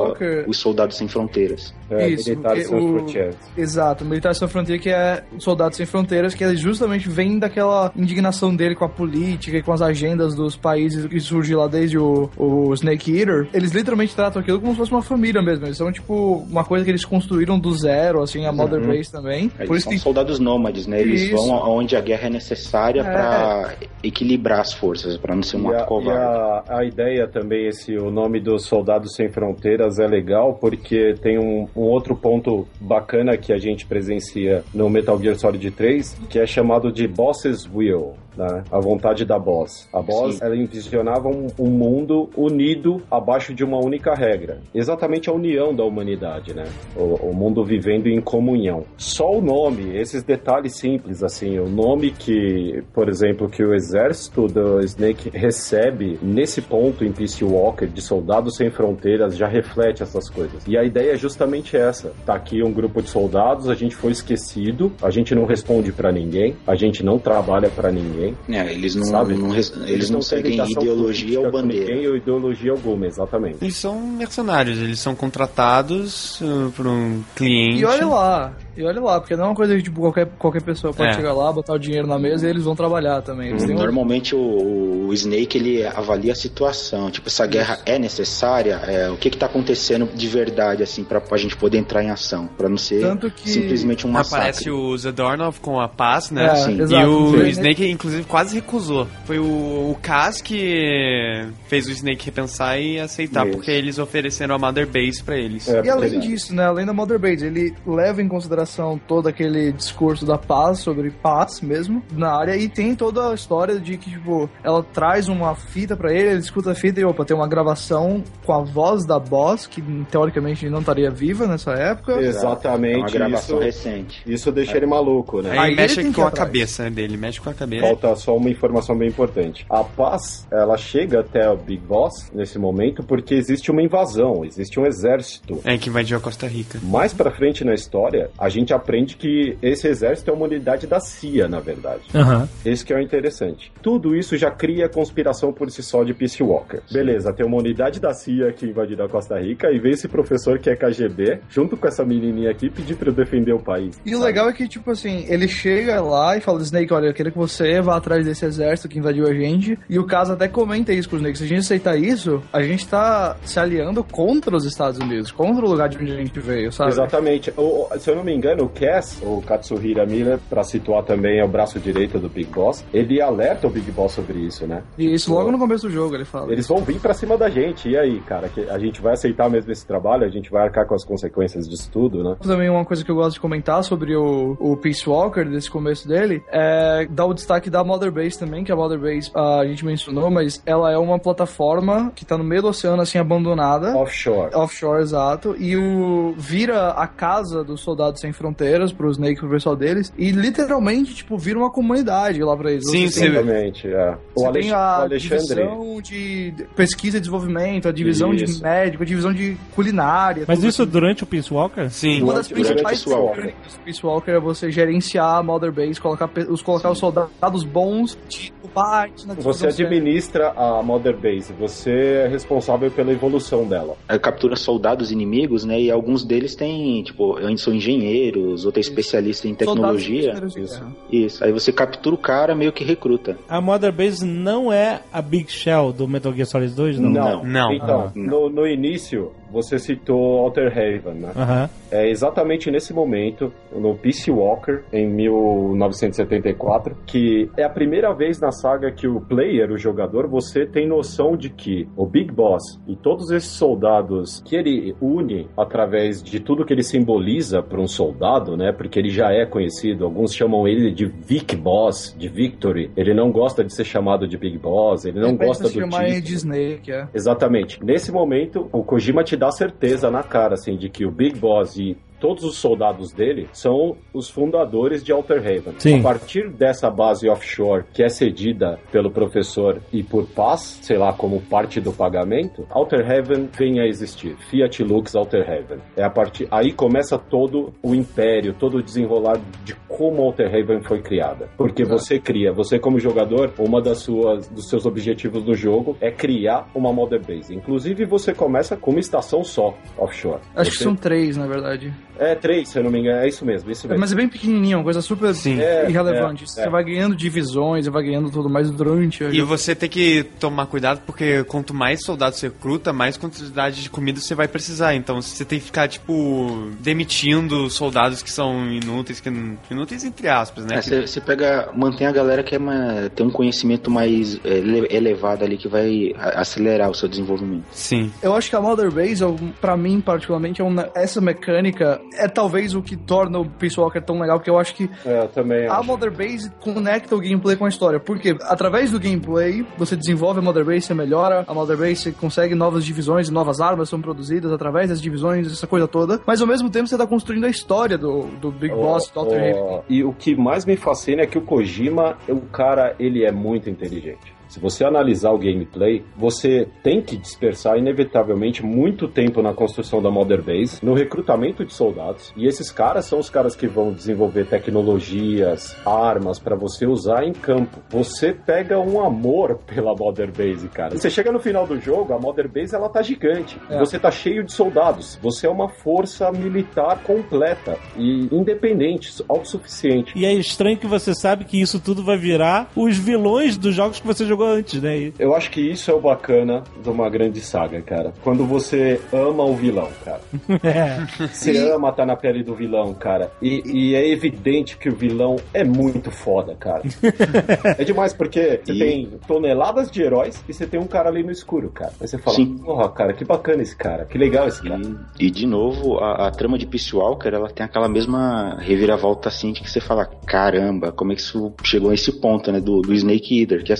os Soldados Sem Fronteiras.
Militares Sem Fronteiras.
Exato, Militares Sem Fronteiras, que é Soldados Sem Fronteiras, que justamente vem daquela indignação dele com a política e com as agendas dos países que surgiu lá desde o Snake Eater. Eles literalmente tratam aquilo como se fosse uma família mesmo. Eles são, tipo, uma coisa que eles construíram do zero, assim, a Mother Base também.
Por isso são soldados nômades, né? Eles vão onde a guerra é necessária pra equilibrar as forças, pra não ser um ato covarde.
A ideia também, o nome dos Soldados Sem Fronteiras é legal, porque tem um outro ponto bacana que a gente presencia no Metal Gear Solid 3, que é chamado de Boss's Will. Né? A vontade da Boss. A Boss, ela envisionava um mundo unido abaixo de uma única regra. Exatamente a união da humanidade, né? O mundo vivendo em comunhão. Só o nome, esses detalhes simples, assim, o nome que, por exemplo, que o exército do Snake recebe nesse ponto em Peace Walker, de Soldados Sem Fronteiras, já reflete essas coisas. E a ideia é justamente essa. Tá aqui um grupo de soldados, a gente foi esquecido, a gente não responde pra ninguém, a gente não trabalha pra ninguém.
Eles não seguem ideologia ou bandeira.
Ninguém ou ideologia alguma, exatamente.
Eles são mercenários, eles são contratados por um cliente.
E olha lá, porque não é uma coisa que tipo, qualquer pessoa pode chegar lá, botar o dinheiro na mesa e eles vão trabalhar também.
Normalmente o Snake ele avalia a situação, tipo, essa guerra é necessária, o que tá acontecendo de verdade, assim, pra gente poder entrar em ação, pra não ser simplesmente um massacre.
Aparece o Zadornov com a paz, né?
Exato.
E o Snake, inclusive, quase recusou. Foi o Kaz que fez o Snake repensar e aceitar, porque eles ofereceram a Mother Base pra eles.
E além disso, né, além da Mother Base, ele leva em consideração todo aquele discurso da paz, sobre paz mesmo, na área, e tem toda a história de que, tipo, ela traz uma fita pra ele escuta a fita e, tem uma gravação com a voz da Boss, que teoricamente não estaria viva nessa época.
Exatamente.
É uma gravação recente.
Isso deixa ele maluco, né?
Aí mexe com a cabeça dele, mexe com a cabeça.
falta só uma informação bem importante. A Paz, ela chega até o Big Boss nesse momento porque existe uma invasão, existe um exército.
Que invadiu a Costa Rica.
Mais pra frente na história, a gente aprende que esse exército é uma unidade da CIA, na verdade. Esse que é o interessante. Tudo isso já cria conspiração por si só de Peace Walker. Beleza, tem uma unidade da CIA que invadiu a Costa Rica e veio esse professor que é KGB, junto com essa menininha aqui, pedir pra eu defender o país.
E o legal é que, tipo assim, ele chega lá e fala, Snake, olha, eu quero que você vá atrás desse exército que invadiu a gente. E o caso até comenta isso com o Snake. Se a gente aceitar isso, a gente tá se aliando contra os Estados Unidos, contra o lugar de onde a gente veio, sabe?
Exatamente. Se eu não me engano, o Cass, o Katsuhira Mira, pra situar também, é o braço direito do Big Boss, ele alerta o Big Boss sobre isso, né?
E isso logo no começo do jogo, ele fala.
Eles vão vir pra cima da gente. E aí, cara, que a gente vai aceitar mesmo esse trabalho? A gente vai arcar com as consequências disso tudo, né?
Também uma coisa que eu gosto de comentar sobre o Peace Walker, desse começo dele, é dar o destaque da Mother Base também, que a Mother Base a gente mencionou, mas ela é uma plataforma que tá no meio do oceano, assim, abandonada. Offshore, exato. E vira a casa dos Soldados Sem Fronteiras pro Snake, pro pessoal deles, e literalmente, tipo, vira uma comunidade lá pra eles.
Sim,
exatamente.
Você tem a divisão de pesquisa e desenvolvimento, a divisão de médico, a divisão de culinária.
Mas isso durante o Peace Walker?
Sim.
Uma das principais mecânicas do Peace Walker é você gerenciar a Mother Base, colocar os soldados bons de combate na
Você administra a Mother Base, você é responsável pela evolução dela.
Captura soldados inimigos, né? E alguns deles têm, tipo, são engenheiros, outro é especialista em tecnologia. Isso. Aí você captura o cara, meio que recruta.
A Mother Base não é a Big Shell do Metal Gear Solid 2, não?
Não.
Então, no início, você citou Alter Haven, né? É exatamente nesse momento, no Peace Walker, em 1974, que é a primeira vez na saga que o player, o jogador, você tem noção de que o Big Boss e todos esses soldados que ele une através de tudo que ele simboliza para um soldado, né? Porque ele já é conhecido, alguns chamam ele de Vic Boss, de Victory. Ele não gosta de ser chamado de Big Boss, ele não gosta do título.
De Snake,
Exatamente. Nesse momento, o Kojima te dá certeza na cara, assim, de que o Big Boss e todos os soldados dele são os fundadores de Alter Haven.
Sim.
A partir dessa base offshore, que é cedida pelo professor e por Paz, sei lá, como parte do pagamento, Alter Haven vem a existir. Fiat Lux Alter Haven. Aí começa todo o império, todo o desenrolar de como Alter Haven foi criada. Porque você como jogador, dos seus objetivos do jogo é criar uma Mother Base. Inclusive, você começa com uma estação só, offshore.
Acho que são 3, na verdade.
3, se eu não me engano, é isso mesmo.
Mas é bem pequenininho, uma coisa super irrelevante. Você vai ganhando divisões, você vai ganhando tudo mais durante...
E você tem que tomar cuidado, porque quanto mais soldados você recruta, mais quantidade de comida você vai precisar. Então você tem que ficar, tipo, demitindo soldados que são inúteis entre aspas, né?
Você mantém a galera que tem um conhecimento mais elevado ali, que vai acelerar o seu desenvolvimento.
Sim.
Eu acho que a Mother Base, pra mim particularmente, essa mecânica é talvez o que torna o Peace Walker tão legal, porque eu acho que a Mother Base conecta o gameplay com a história, porque através do gameplay você desenvolve a Mother Base, você melhora a Mother Base, você consegue novas divisões e novas armas são produzidas através das divisões, essa coisa toda, mas ao mesmo tempo você tá construindo a história do Big Boss, do Alter Haven.
E o que mais me fascina é que o Kojima, ele é muito inteligente. Se você analisar o gameplay, você tem que dispersar inevitavelmente muito tempo na construção da Mother Base, no recrutamento de soldados, e esses caras são os caras que vão desenvolver tecnologias, armas para você usar em campo. Você pega um amor pela Mother Base, cara. Você chega no final do jogo, a Mother Base ela tá gigante, você tá cheio de soldados, você é uma força militar completa e independente, autossuficiente.
E é estranho que você sabe que isso tudo vai virar os vilões dos jogos que você jogou antes, né?
Eu acho que isso é o bacana de uma grande saga, cara. Quando você ama o vilão, cara. Você ama estar na pele do vilão, cara. E é evidente que o vilão é muito foda, cara. É demais, porque você tem toneladas de heróis e você tem um cara ali no escuro, cara. Aí você fala, porra, cara, que bacana esse cara, que legal esse cara.
E de novo, a trama de Peace Walker, ela tem aquela mesma reviravolta, assim, de que você fala, caramba, como é que isso chegou a esse ponto, né, do Snake Eater, que assim,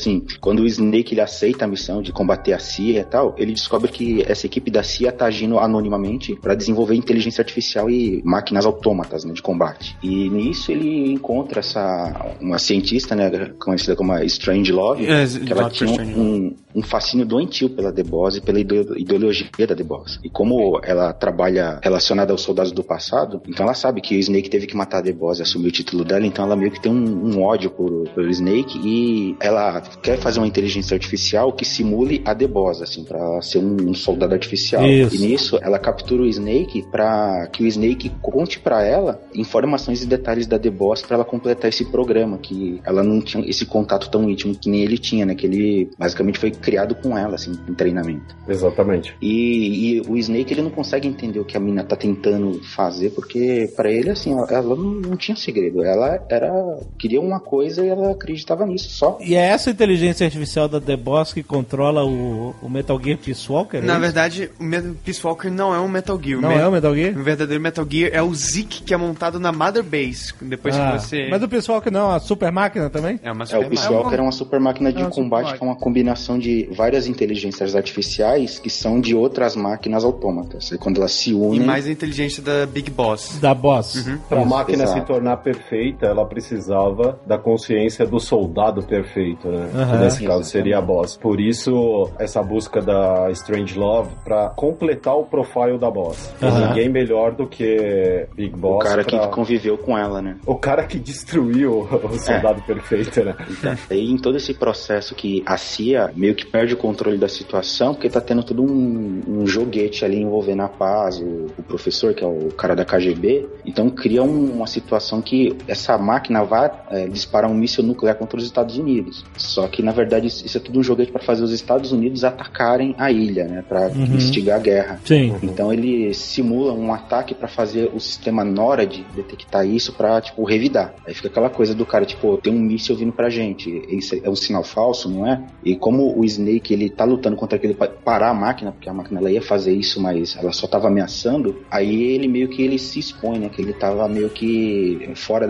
Quando o Snake ele aceita a missão de combater a CIA e tal, ele descobre que essa equipe da CIA tá agindo anonimamente para desenvolver inteligência artificial e máquinas autômatas, né, de combate. E nisso ele encontra uma cientista, né, conhecida como a Strangelove, que ela tinha um fascínio doentio pela The Boss e pela ideologia da The Boss. E como ela trabalha relacionada aos soldados do passado, então ela sabe que o Snake teve que matar a The Boss e assumir o título dela, então ela meio que tem um ódio pelo Snake e ela quer fazer uma inteligência artificial que simule a The Boss, assim, pra ser um soldado artificial. Isso. E nisso ela captura o Snake pra que o Snake conte pra ela informações e detalhes da The Boss pra ela completar esse programa, que ela não tinha esse contato tão íntimo que nem ele tinha, né, que ele basicamente foi criado com ela, assim, em treinamento.
Exatamente.
E o Snake, ele não consegue entender o que a mina tá tentando fazer, porque pra ele, assim, ela não tinha segredo. Ela queria uma coisa e ela acreditava nisso, só.
E é essa inteligência artificial da The Boss que controla o Metal Gear Peace Walker?
Na verdade, o Peace Walker não é um Metal Gear.
Não é um Metal Gear?
O verdadeiro Metal Gear é o Zeke, que é montado na Mother Base. Depois que você...
Mas o Peace Walker não é uma super máquina também?
É uma super máquina. O Peace Walker é uma super máquina de combate, que é uma combinação de várias inteligências artificiais que são de outras máquinas autômatas. E quando elas se unem...
E mais a inteligência da Big Boss.
Da Boss.
Uhum. Para a máquina se tornar perfeita, ela precisava da consciência do soldado perfeito, né? Nesse caso seria a Boss. Por isso, essa busca da Strangelove para completar o profile da Boss. Ninguém melhor do que Big Boss.
O cara que conviveu com ela, né?
O cara que destruiu o soldado perfeito, né?
E em todo esse processo que a CIA meio que perde o controle da situação, porque tá tendo todo um joguete ali envolvendo a Paz, o professor, que é o cara da KGB. Então cria uma situação que essa máquina vai disparar um míssil nuclear contra os Estados Unidos. Só que, na verdade, isso é tudo um joguete para fazer os Estados Unidos atacarem a ilha, né? Para instigar a guerra.
Sim.
Então ele simula um ataque para fazer o sistema NORAD detectar isso para, tipo, revidar. Aí fica aquela coisa do cara, tipo, tem um míssil vindo pra gente. Isso é um sinal falso, não é? E como o Snake, ele tá lutando contra aquele pra parar a máquina, porque a máquina ela ia fazer isso, mas ela só tava ameaçando, aí ele meio que ele se expõe, né? Que ele tava meio que fora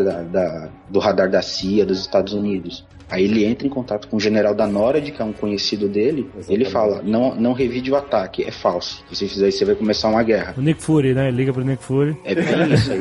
do radar da CIA dos Estados Unidos. Aí ele entra em contato com o general da NORAD, que é um conhecido dele. Exatamente. Ele fala, não revide o ataque, é falso. Se você fizer isso, você vai começar uma guerra.
O Nick Fury, né? Ele liga pro Nick Fury.
É bem isso aí.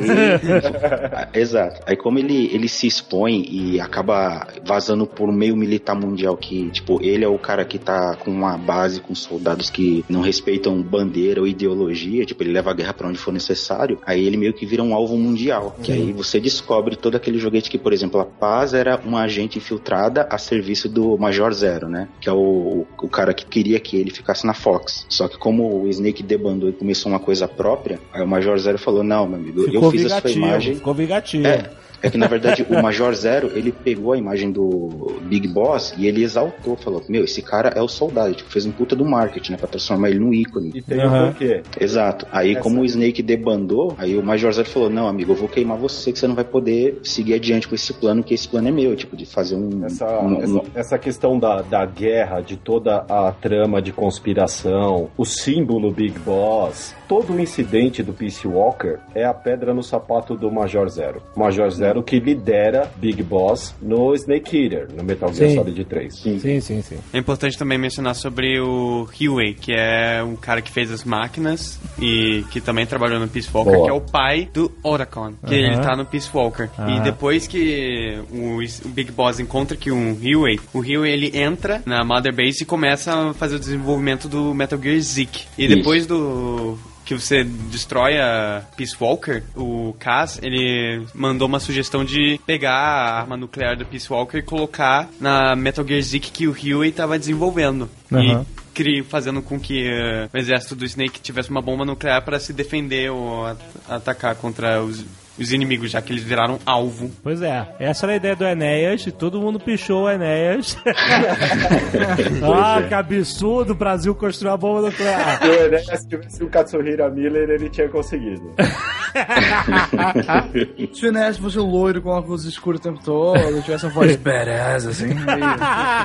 Exato. Aí como ele se expõe e acaba vazando por um meio militar mundial que, tipo, ele é o cara que tá com uma base com soldados que não respeitam bandeira ou ideologia, tipo, ele leva a guerra pra onde for necessário, aí ele meio que vira um alvo mundial. Que aí você descobre todo aquele joguete que, por exemplo, a Paz era uma agente infiltrada a serviço do Major Zero, né? Que é o cara que queria que ele ficasse na Fox. Só que como o Snake debandou e começou uma coisa própria, aí o Major Zero falou, não, meu amigo, eu fiz a sua imagem.
Ficou vingativo.
É que, na verdade, o Major Zero, ele pegou a imagem do Big Boss e ele exaltou, falou, meu, esse cara é o soldado, tipo, fez um puta do marketing, né, pra transformar ele num ícone.
E tem um porquê.
Exato. Aí, como o Snake debandou, aí o Major Zero falou, não, amigo, eu vou queimar você, que você não vai poder seguir adiante com esse plano, que esse plano é meu, tipo, de fazer
Essa questão da guerra, de toda a trama de conspiração, o símbolo Big Boss, todo o incidente do Peace Walker é a pedra no sapato do Major Zero. Major Zero que lidera Big Boss no Snake Eater, no Metal Gear Solid 3.
Sim.
É importante também mencionar sobre o Huey, que é um cara que fez as máquinas e que também trabalhou no Peace Walker, que é o pai do Otacon, que ele tá no Peace Walker. E depois que o Big Boss encontra que o Huey ele entra na Mother Base e começa a fazer o desenvolvimento do Metal Gear Zeke. E depois que você destrói a Peace Walker, o Kaz, ele mandou uma sugestão de pegar a arma nuclear da Peace Walker e colocar na Metal Gear Zeke que o Huey estava desenvolvendo. E fazendo com que o exército do Snake tivesse uma bomba nuclear para se defender ou atacar contra os inimigos, já que eles viraram alvo.
Pois é, essa era a ideia do Enéas e todo mundo pichou o Enéas. Que absurdo, o Brasil construiu a bomba nuclear.
Se o Enéas tivesse um Katsuhira Miller, ele tinha conseguido.
Se o Enéas fosse loiro com óculos escuros o tempo todo, tivesse uma voz badass, assim.
Snake,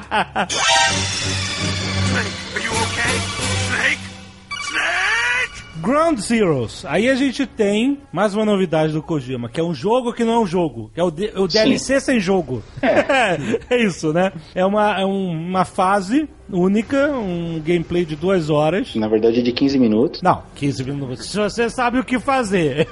are you okay? Snake? Snake!
Ground Zeroes. Aí a gente tem mais uma novidade do Kojima, que é um jogo que não é um jogo. Que é o DLC sem jogo. É isso, né? É uma fase única, um gameplay de 2 horas.
Na verdade, de 15 minutos.
Não, 15 minutos. Se você sabe o que fazer.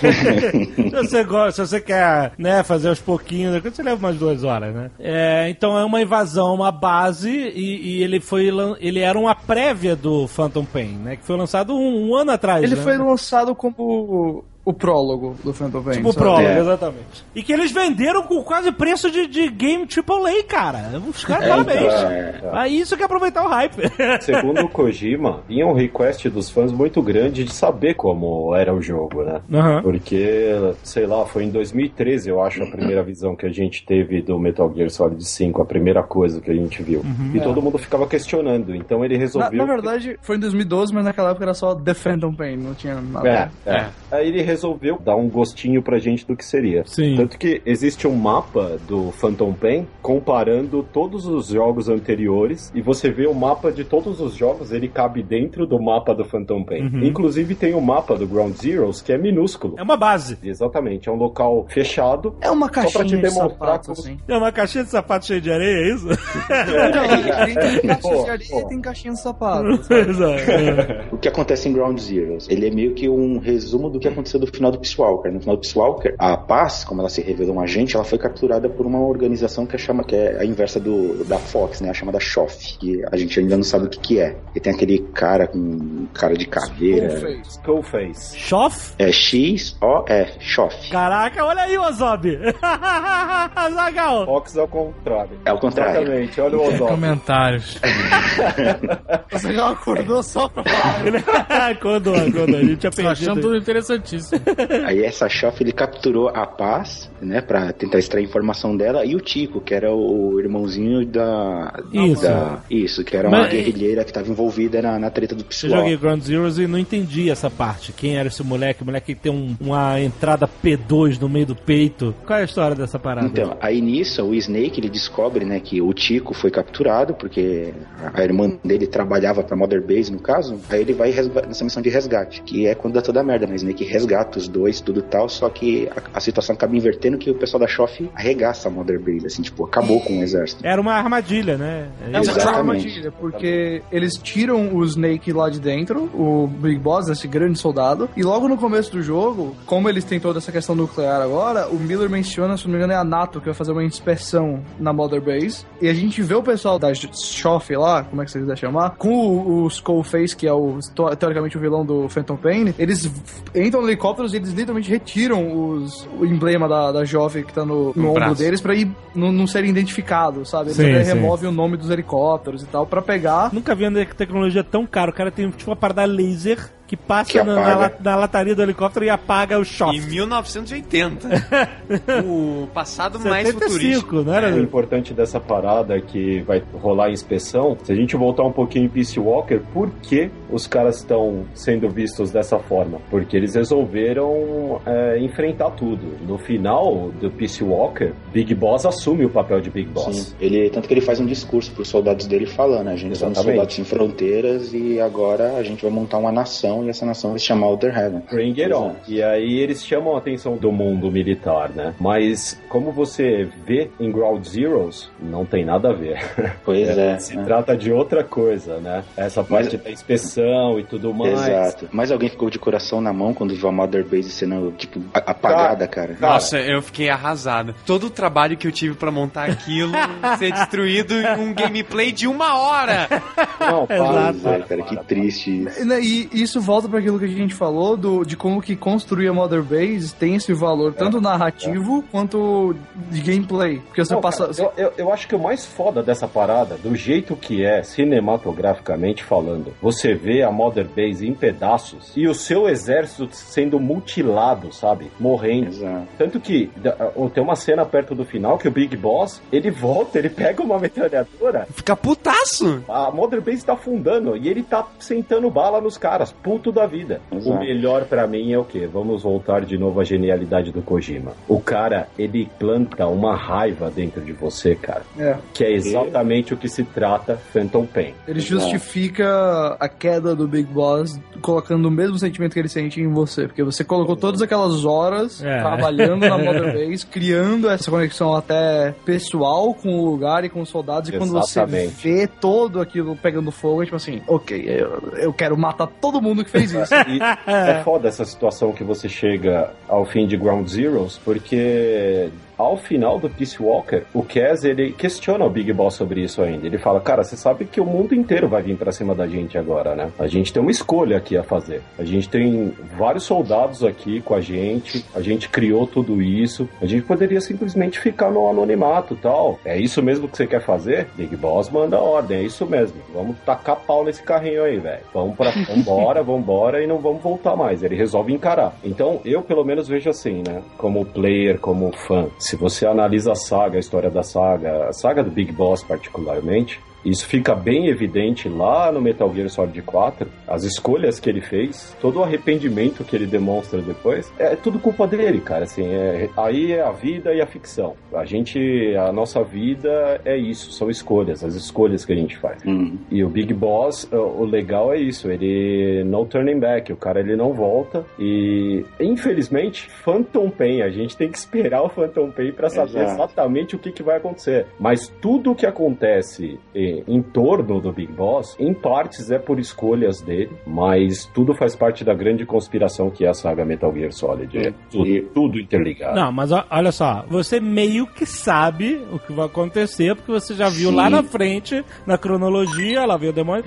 Se você quer, né, fazer aos pouquinhos, você leva umas 2 horas, né? Então é uma invasão, uma base, e ele era uma prévia do Phantom Pain, né? Que foi lançado um ano atrás.
Ele
né?
foi lançado como o prólogo do Phantom Pain.
Tipo o prólogo, exatamente. E que eles venderam com quase preço de game AAA, cara. Os caras, parabéns. Isso que é aproveitar o hype.
Segundo o Kojima, tinha um request dos fãs muito grande de saber como era o jogo, né?
Uhum.
Porque, sei lá, foi em 2013, eu acho, a primeira visão que a gente teve do Metal Gear Solid 5, a primeira coisa que a gente viu. E todo mundo ficava questionando, então ele resolveu...
Na verdade, foi em 2012, mas naquela época era só The Phantom Pain, não tinha nada.
Aí ele resolveu dar um gostinho pra gente do que seria.
Sim.
Tanto que existe um mapa do Phantom Pain comparando todos os jogos anteriores, e você vê o mapa de todos os jogos, ele cabe dentro do mapa do Phantom Pain. Inclusive tem o mapa do Ground Zeroes, que é minúsculo.
É uma base.
Exatamente, é um local fechado.
É uma caixinha
só pra te demonstrar
de sapato,
como...
assim.
É uma caixinha de sapato cheia de areia, é isso?
Tem caixinha de areia e tem caixinha de sapato.
O que acontece em Ground Zeroes? Ele é meio que um resumo do que aconteceu no final do Peace Walker. No final do Peace Walker, a Paz, como ela se revelou um agente, ela foi capturada por uma organização que é a inversa da Fox, né? A chamada SHOF, que a gente ainda não sabe o que é. E tem aquele cara com cara de caveira.
Skullface.
SHOF?
É X-O-F, SHOF.
Caraca, olha aí o Ozob. Zagal.
Fox ao contrário.
É o contrário.
Exatamente, olha o Ozob.
Comentários.
Você já acordou só pra falar.
Acordou. A gente tinha perdido.
Achando tudo interessantíssimo.
Aí essa SHOF, ele capturou a Paz, né, pra tentar extrair informação dela, e o Tico, que era o irmãozinho Isso, que era uma guerrilheira que estava envolvida na treta do Peace Walker.
Eu joguei Ground Zeroes e não entendi essa parte. Quem era esse moleque? O moleque que tem uma entrada P2 no meio do peito. Qual é a história dessa parada?
Então, aí nisso, o Snake, ele descobre, né, que o Tico foi capturado, porque a irmã dele trabalhava pra Mother Base, no caso. Aí ele vai nessa missão de resgate, que é quando dá toda a merda, né? Snake resgata os dois, tudo tal, só que a situação acaba invertendo, que o pessoal da SHOF arregaça a Mother Base, assim, tipo, acabou com o exército.
Era uma armadilha, né?
É uma armadilha, porque eles tiram o Snake lá de dentro, o Big Boss, esse grande soldado, e logo no começo do jogo, como eles têm toda essa questão nuclear agora, o Miller menciona, se não me engano, é a NATO, que vai fazer uma inspeção na Mother Base, e a gente vê o pessoal da SHOF lá, como é que vocês quiserem chamar, com o Skullface, que é teoricamente o vilão do Phantom Pain, eles entram no helicóptero e eles literalmente retiram o emblema da jovem que tá no ombro deles pra ir não serem identificados, sabe? Eles removem o nome dos helicópteros e tal pra pegar.
Nunca vi uma tecnologia tão cara. O cara tem tipo uma parada laser que passa na lataria do helicóptero e apaga o choque.
Em 1980. O passado 75, mais futurístico.
Não era?
O importante dessa parada é que vai rolar a inspeção. Se a gente voltar um pouquinho em Peace Walker, por que os caras estão sendo vistos dessa forma? Porque eles resolveram enfrentar tudo. No final do Peace Walker, Big Boss assume o papel de Big Boss.
Sim. Tanto que ele faz um discurso pros soldados dele falando: a gente somos soldados sem fronteiras e agora a gente vai montar uma nação, e essa nação vai se chamar Outer Heaven.
Bring it on. E aí eles chamam a atenção do mundo militar, né? Mas como você vê em Ground Zeroes, não tem nada a ver.
Pois
Se trata de outra coisa, né? Essa parte da inspeção e tudo mais.
Exato. Mas alguém ficou de coração na mão quando viu a Mother Base sendo, tipo, apagada, cara?
Nossa, eu fiquei arrasado. Todo o trabalho que eu tive pra montar aquilo ser destruído em um gameplay de 1 hora.
Não,
cara, que triste isso.
E isso volta para aquilo que a gente falou de como que construir a Mother Base tem esse valor tanto narrativo quanto de gameplay. Porque você passa...
Cara, eu acho que o mais foda dessa parada, do jeito que é, cinematograficamente falando, você vê a Mother Base em pedaços e o seu exército sendo mutilado, sabe? Morrendo.
Exato.
Tanto que tem uma cena perto do final que o Big Boss, ele volta, ele pega uma metralhadora,
fica putaço.
A Mother Base tá afundando e ele tá sentando bala nos caras, puto. puto da vida.
Exato.
O melhor pra mim é o quê? Vamos voltar de novo à genialidade do Kojima. O cara, ele planta uma raiva dentro de você, cara. Que é exatamente o que se trata Phantom Pain.
Ele justifica a queda do Big Boss colocando o mesmo sentimento que ele sente em você, porque você colocou todas aquelas horas trabalhando na Mother Base, criando essa conexão até pessoal com o lugar e com os soldados, e quando você vê todo aquilo pegando fogo, é tipo assim, ok, eu quero matar todo mundo que fez isso.
E é foda essa situação que você chega ao fim de Ground Zeroes, porque ao final do Peace Walker, o Kaz, ele questiona o Big Boss sobre isso ainda. Ele fala, cara, você sabe que o mundo inteiro vai vir pra cima da gente agora, né? A gente tem uma escolha aqui a fazer. A gente tem vários soldados aqui com a gente criou tudo isso, a gente poderia simplesmente ficar no anonimato e tal. É isso mesmo que você quer fazer? Big Boss manda a ordem, é isso mesmo. Vamos tacar pau nesse carrinho aí, velho. Vambora e não vamos voltar mais. Ele resolve encarar. Então, eu pelo menos vejo assim, né? Como player, como fã. Se você analisa a saga, a história da saga, a saga do Big Boss particularmente, isso fica bem evidente lá no Metal Gear Solid 4, as escolhas que ele fez, todo o arrependimento que ele demonstra depois, é tudo culpa dele, cara, assim, aí é a vida e a ficção. A nossa vida é isso, são escolhas, as escolhas que a gente faz. E o Big Boss, o legal é isso, ele no turning back, o cara ele não volta, e infelizmente, Phantom Pain, a gente tem que esperar o Phantom Pain pra saber exatamente o que vai acontecer. Mas tudo o que acontece em torno do Big Boss, em partes é por escolhas dele, mas tudo faz parte da grande conspiração que é a saga Metal Gear Solid. Tudo interligado.
Não, mas olha só, você meio que sabe o que vai acontecer, porque você já viu lá na frente, na cronologia, lá veio o demônio.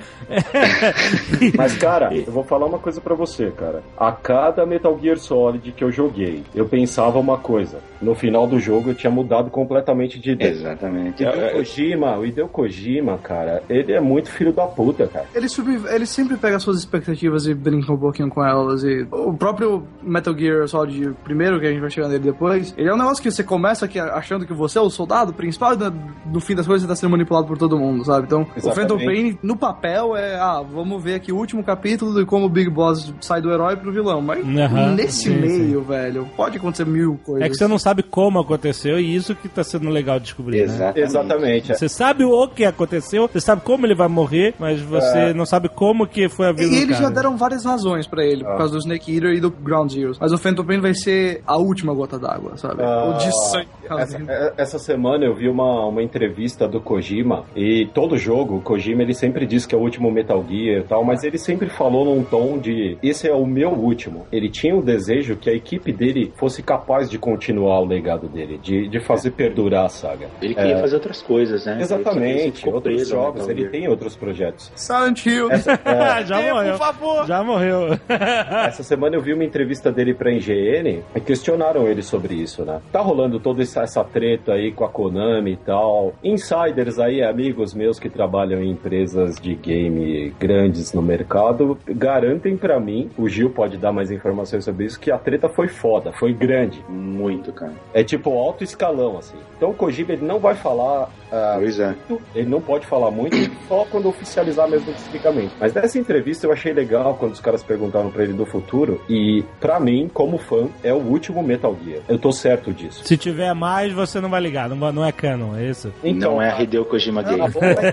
Mas, cara, eu vou falar uma coisa pra você, cara. A cada Metal Gear Solid que eu joguei, eu pensava uma coisa. No final do jogo eu tinha mudado completamente de ideia.
Exatamente.
O Hideo Kojima, cara, ele é muito filho da puta, cara.
Ele sempre pega as suas expectativas e brinca um pouquinho com elas. E o próprio Metal Gear Solid, primeiro, que a gente vai chegar nele depois, ele é um negócio que você começa aqui achando que você é o soldado principal, e no fim das coisas você tá sendo manipulado por todo mundo, sabe? Então, exatamente. O Phantom Pain, no papel, vamos ver aqui o último capítulo de como o Big Boss sai do herói pro vilão. Mas nesse meio, velho, pode acontecer mil coisas.
É que você não sabe como aconteceu, e isso que tá sendo legal de descobrir, né?
Exatamente.
Você sabe o que aconteceu, você sabe como ele vai morrer, mas você não sabe como que foi a vida do cara.
E eles já deram várias razões pra ele, por causa do Snake Eater e do Ground Zeroes. Mas o Phantom Pain vai ser a última gota d'água, sabe? O de sangue.
Essa semana eu vi uma entrevista do Kojima, e todo jogo, o Kojima, ele sempre diz que é o último Metal Gear e tal, mas ele sempre falou num tom de, esse é o meu último. Ele tinha o desejo que a equipe dele fosse capaz de continuar o legado dele, de fazer perdurar a saga.
Ele queria fazer outras coisas, né?
Exatamente, outros jogos, ele tem outros projetos.
Silent Hill.
Já morreu. Por favor. Já morreu.
Essa semana eu vi uma entrevista dele pra IGN e questionaram ele sobre isso, né? Tá rolando toda essa treta aí com a Konami e tal. Insiders aí, amigos meus que trabalham em empresas de game grandes no mercado, garantem pra mim, o Gil pode dar mais informações sobre isso, que a treta foi foda, foi grande.
Muito, cara.
É tipo alto escalão, assim. Então o Kojima, ele não vai falar muito, ele não pode falar muito, só quando oficializar mesmo especificamente. Mas nessa entrevista eu achei legal quando os caras perguntaram pra ele do futuro, e pra mim, como fã, é o último Metal Gear. Eu tô certo disso.
Se tiver mais, você não vai ligar, não é canon, é isso?
Então, não é a Hideo Kojima Game.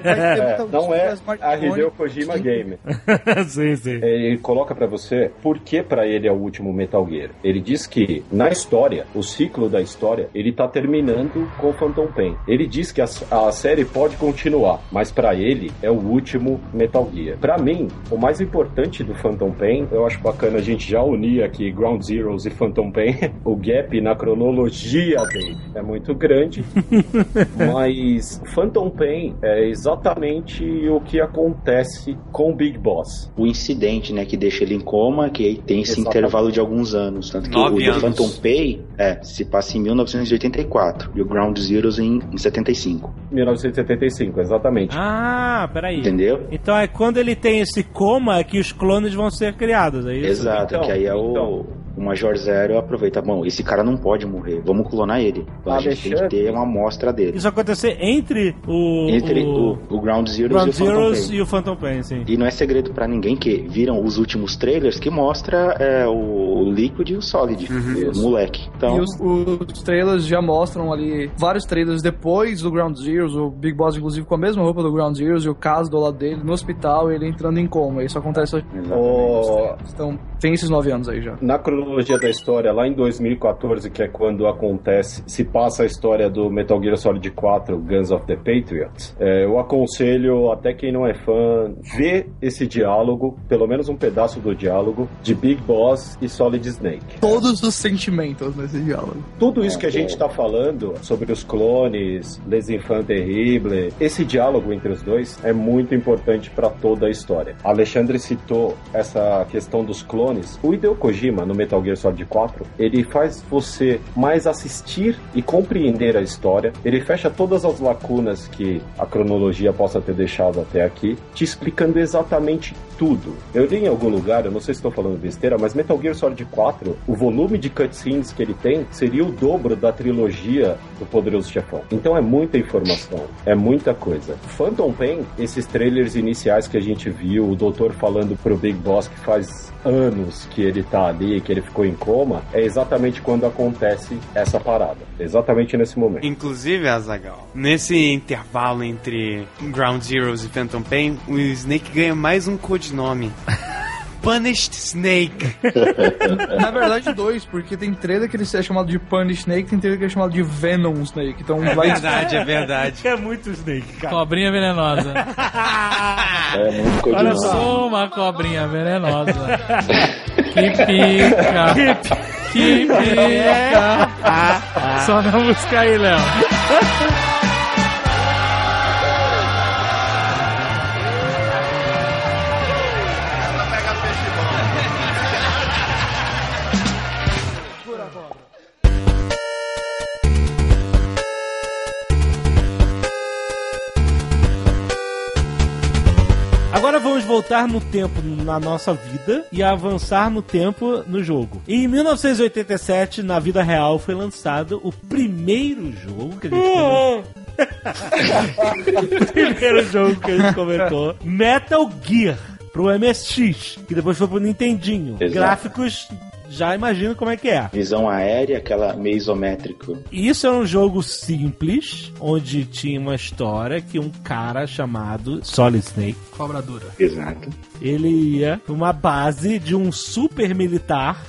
Não é a Hideo Kojima Game.
Sim.
Ele coloca pra você por que pra ele é o último Metal Gear. Ele diz que, na história, o ciclo da história, ele tá terminando com Phantom Pain. Ele diz que a série pode continuar, mas pra ele é o último Metal Gear. Pra mim, o mais importante do Phantom Pain, eu acho bacana a gente já unir aqui Ground Zeroes e Phantom Pain, o gap na cronologia dele é muito grande, mas Phantom Pain é exatamente o que acontece com o Big Boss.
O incidente, né, que deixa ele em coma, que aí tem esse intervalo de alguns anos, tanto que o Phantom Pain se passa em 1984 e o Ground Zeroes em 75.
1975, exatamente.
Ah, peraí.
Entendeu?
Então é quando ele tem esse coma que os clones vão ser criados, é isso?
Exato, que aí é o Major Zero aproveita, bom, esse cara não pode morrer, vamos clonar ele. Então a gente tem que ter uma amostra dele.
Isso acontecer entre
o Ground Zeroes
e o Phantom Pain, sim.
E não é segredo pra ninguém que viram os últimos trailers que mostra o Liquid e o Solid, o moleque. Então,
e os trailers já mostram ali vários trailers depois do Ground Zeroes, o Big Boss inclusive com a mesma roupa do Ground Zeroes e o caso do lado dele no hospital, ele entrando em coma. Isso acontece hoje. Então tem esses 9 anos aí já.
Na cronologia da história, lá em 2014, que é quando se passa a história do Metal Gear Solid 4, Guns of the Patriots, eu aconselho até quem não é fã, ver esse diálogo, pelo menos um pedaço do diálogo, de Big Boss e Solid Snake.
Todos os sentimentos nesse diálogo.
Tudo isso que a gente tá falando sobre os clones, Les Enfants Terribles, esse diálogo entre os dois é muito importante para toda a história. Alexandre citou essa questão dos clones. O Hideo Kojima, no Metal Gear Solid 4, ele faz você mais assistir e compreender a história. Ele fecha todas as lacunas que a cronologia possa ter deixado até aqui, te explicando exatamente tudo. Eu li em algum lugar, eu não sei se estou falando besteira, mas Metal Gear Solid 4, o volume de cutscenes que ele tem seria o dobro da trilogia do Poderoso Chefão. Então é muita informação, é muita coisa. Phantom Pain, esses trailers iniciais que a gente viu, o doutor falando pro Big Boss que faz anos que ele tá ali, que ele ficou em coma, é exatamente quando acontece essa parada. Exatamente nesse momento.
Inclusive, Azaghal, nesse intervalo entre Ground Zeroes e Phantom Pain, o Snake ganha mais um codinome. Punished Snake.
Na verdade, 2, porque tem trailer que ele é chamado de Punished Snake, tem trailer que é chamado de Venom Snake. Então
é verdade.
É muito Snake, cara.
Cobrinha venenosa.
é muito codinome.
Olha só, uma cobrinha venenosa. Que pica. Que pica. Só na música aí, Léo.
Agora vamos voltar no tempo na nossa vida e avançar no tempo no jogo. Em 1987, na vida real, foi lançado o primeiro jogo que a gente comentou. O primeiro jogo que a gente comentou, Metal Gear, pro MSX, que depois foi pro Nintendinho.
Exato.
Gráficos... Já imagino como é que é.
Visão aérea, aquela meio isométrico.
Isso é um jogo simples, onde tinha uma história que um cara chamado Solid Snake,
cobra dura.
Exato.
Ele ia pra uma base de um super militar,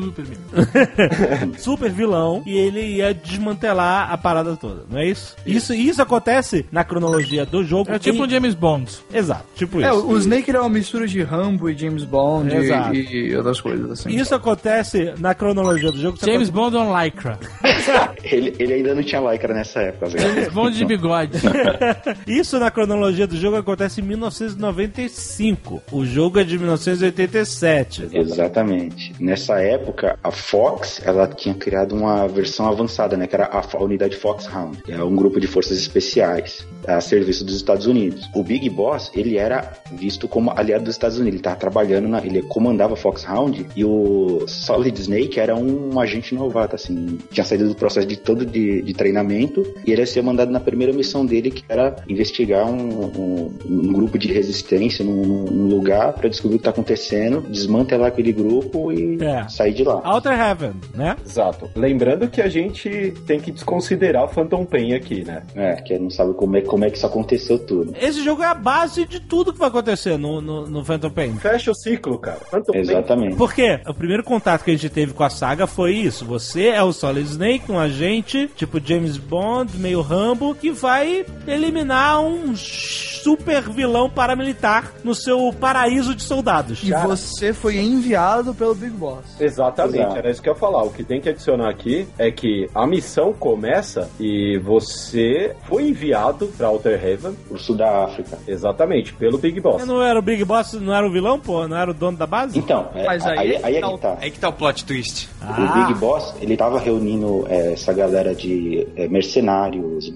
super vilão, e ele ia desmantelar a parada toda, não é isso? Isso acontece na cronologia do jogo.
É tipo um James Bond.
Exato, tipo isso.
O Snake é uma mistura de Rambo e James Bond e outras coisas assim.
Isso acontece na cronologia do jogo.
James Bond on Lycra.
ele ainda não tinha Lycra nessa época.
James Bond de bigode.
Isso na cronologia do jogo acontece em 1995. O jogo é de 1987.
Exatamente. Nessa época, a Fox, ela tinha criado uma versão avançada, né? Que era a unidade Foxhound. Que é um grupo de forças especiais a serviço dos Estados Unidos. O Big Boss, ele era visto como aliado dos Estados Unidos. Ele estava trabalhando, ele comandava a Foxhound, e o Solid Snake era um agente novato, assim. Tinha saído do processo de treinamento, e ele ia ser mandado na primeira missão dele, que era investigar um grupo de resistência num lugar para descobrir o que tá acontecendo, desmantelar aquele grupo e sair de lá.
Outer Heaven, né?
Exato. Lembrando que a gente tem que desconsiderar Phantom Pain aqui, né?
Que não sabe como é que isso aconteceu tudo.
Esse jogo é a base de tudo que vai acontecer no Phantom Pain.
Fecha o ciclo, cara. Phantom
Exatamente.
Pain. Por quê? O primeiro contato que a gente teve com a saga foi isso. Você é o Solid Snake, um agente tipo James Bond, meio Rambo, que vai eliminar um super vilão paramilitar no seu paraíso de soldados.
E você foi enviado pelo Big Boss.
Exatamente, era isso que eu ia falar. O que tem que adicionar aqui é que a missão começa e você foi enviado pra Outer Heaven,
pro sul da África.
Exatamente, pelo Big Boss.
Não era o Big Boss, não era o vilão, pô? Não era o dono da base?
Então,
mas
aí é que tá.
Aí que tá o plot twist.
O Big Boss, ele tava reunindo essa galera de mercenários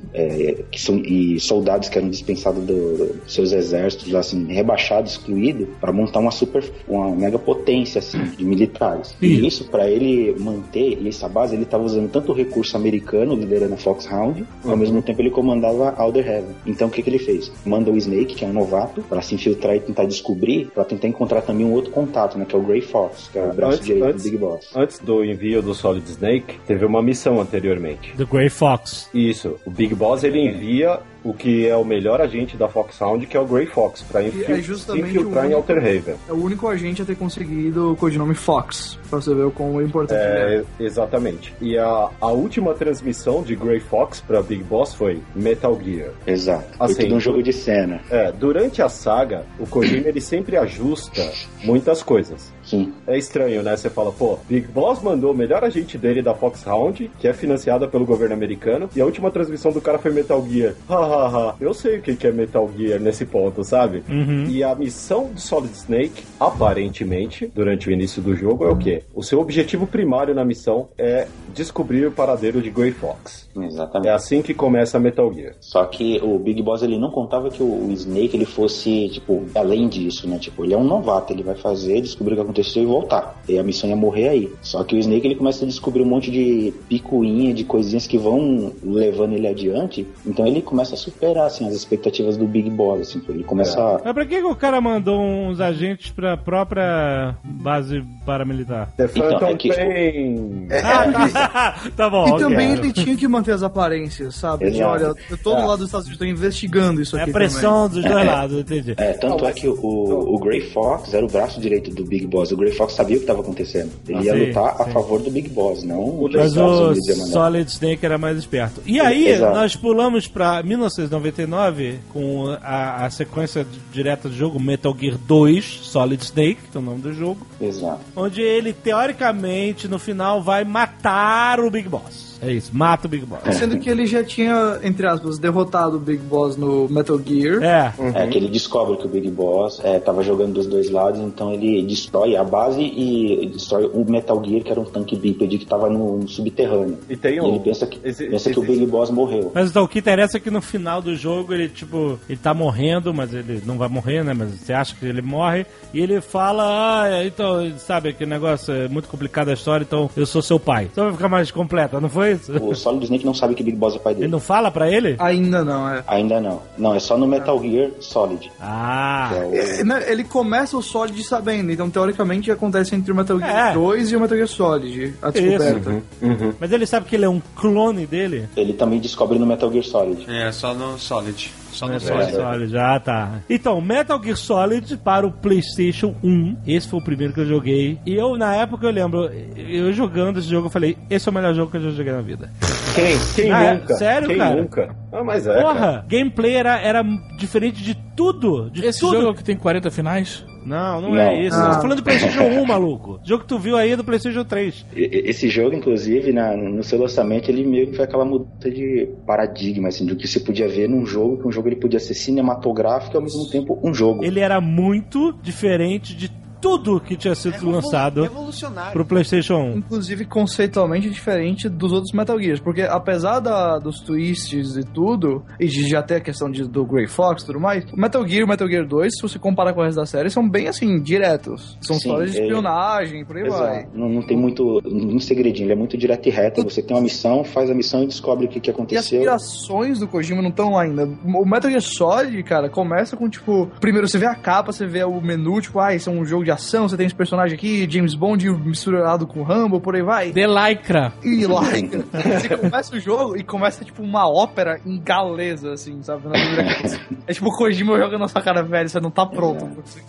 e soldados que eram dispensados dos seus exércitos, assim, rebaixado, excluído, para montar uma mega potência assim, de militares. E isso, para ele manter essa base, ele estava usando tanto o recurso americano, liderando a Foxhound, ao mesmo tempo ele comandava Alderheaven. Então o que ele fez? Manda o Snake, que é um novato, para se infiltrar e tentar descobrir, para tentar encontrar também um outro contato, né, que é o Grey Fox, que é o braço direito do Big Boss.
Antes do envio do Solid Snake, teve uma missão anteriormente.
Do Grey Fox.
Isso. O Big Boss, ele envia o que é o melhor agente da Foxhound, que é o Grey Fox, pra infiltrar em Alderhaven.
É o único agente a ter conseguido o codinome Fox, pra você ver o quão importante é.
Exatamente. E a última transmissão de Grey Fox pra Big Boss foi Metal Gear.
Exato.
Assim,
foi tudo um jogo de cena.
Durante a saga, o Kojima, ele sempre ajusta muitas coisas.
Sim.
É estranho, né? Você fala, Big Boss mandou o melhor agente dele da Foxhound, que é financiada pelo governo americano, e a última transmissão do cara foi Metal Gear. Eu sei o que é Metal Gear nesse ponto, sabe?
Uhum.
E a missão do Solid Snake, aparentemente, durante o início do jogo, é o quê? O seu objetivo primário na missão é descobrir o paradeiro de Grey Fox.
Exatamente.
É assim que começa a Metal Gear.
Só que o Big Boss, ele não contava que o Snake, ele fosse, tipo, além disso, né? Tipo, ele é um novato, ele vai fazer, descobrir o que aconteceu e voltar. E a missão ia morrer aí. Só que o Snake, ele começa a descobrir um monte de picuinha, de coisinhas que vão levando ele adiante. Então ele começa a superar, assim, as expectativas do Big Boss, assim. Ele começa a...
Mas pra que o cara mandou uns agentes pra própria base paramilitar?
The Phantom
Pain.
Tá bom.
E também ele tinha que manter as aparências, sabe?
Exato.
E olha, eu tô do lado dos Estados Unidos, tô investigando isso aqui.
É a pressão dos dois lados, entendi.
Tanto é que o Grey Fox era o braço direito do Big Boss. O Grey Fox sabia o que estava acontecendo. Ele ia lutar a favor do Big Boss, não o
Mas o Solid Snake era mais esperto. E aí, nós pulamos pra 1999 com a sequência direta do jogo Metal Gear 2, Solid Snake, que é o nome do jogo.
Exato.
Onde ele, teoricamente, no final, vai matar o Big Boss. É isso, mata o Big Boss.
Sendo que ele já tinha, entre aspas, derrotado o Big Boss no Metal Gear.
Que ele descobre que o Big Boss tava jogando dos dois lados, então ele destrói a base e destrói o Metal Gear, que era um tanque bípede que tava no subterrâneo.
E
ele pensa que o Big Boss morreu.
Mas então, o que interessa é que no final do jogo ele tá morrendo, mas ele não vai morrer, né? Mas você acha que ele morre, e ele fala, então, sabe, aquele negócio é muito complicado a história, então eu sou seu pai. Só vai ficar mais completa, não foi?
O Solid Snake não sabe que Big Boss é pai dele.
Ele não fala pra ele?
Ainda não,
Ainda não. Não, é só no Metal Gear Solid.
Ele começa o Solid sabendo, então teoricamente acontece entre o Metal Gear 2 e o Metal Gear Solid, a descoberta.
Mas ele sabe que ele é um clone dele?
Ele também descobre no Metal Gear Solid.
Só no Solid. Só no
Solid, já tá. Então, Metal Gear Solid para o PlayStation 1. Esse foi o primeiro que eu joguei. E na época, eu lembro, eu jogando esse jogo, eu falei, esse é o melhor jogo que eu já joguei na vida.
Quem nunca?
Sério,
Quem
cara?
Nunca? Mas
Porra, gameplay era diferente de tudo.
Esse jogo que tem 40 finais?
Não é isso. Tô falando do PlayStation 1, maluco. O jogo que tu viu aí é do PlayStation 3.
Esse jogo, inclusive, no seu lançamento, ele meio que foi aquela mudança de paradigma, assim, do que você podia ver num jogo, que um jogo ele podia ser cinematográfico e ao mesmo tempo um jogo.
Ele era muito diferente de tudo que tinha sido lançado pro PlayStation 1.
Inclusive conceitualmente diferente dos outros Metal Gears, porque apesar dos twists e tudo, e de já ter a questão do Grey Fox e tudo mais, o Metal Gear e o Metal Gear 2, se você comparar com o resto da série, são bem assim, diretos. São histórias de espionagem, por aí vai.
Não tem muito segredinho, ele é muito direto e reto. Você tem uma missão, faz a missão e descobre o que aconteceu.
E as aspirações do Kojima não estão lá ainda. O Metal Gear Solid, cara, começa com, tipo, primeiro você vê a capa, você vê o menu, tipo, isso é um jogo de ação, você tem esse personagem aqui, James Bond misturado com Rambo, por aí vai.
The Lycra.
E Lycra. Você começa o jogo e começa, tipo, uma ópera em galesa, assim, sabe? É tipo o Kojima joga na sua cara, velho, você não tá pronto.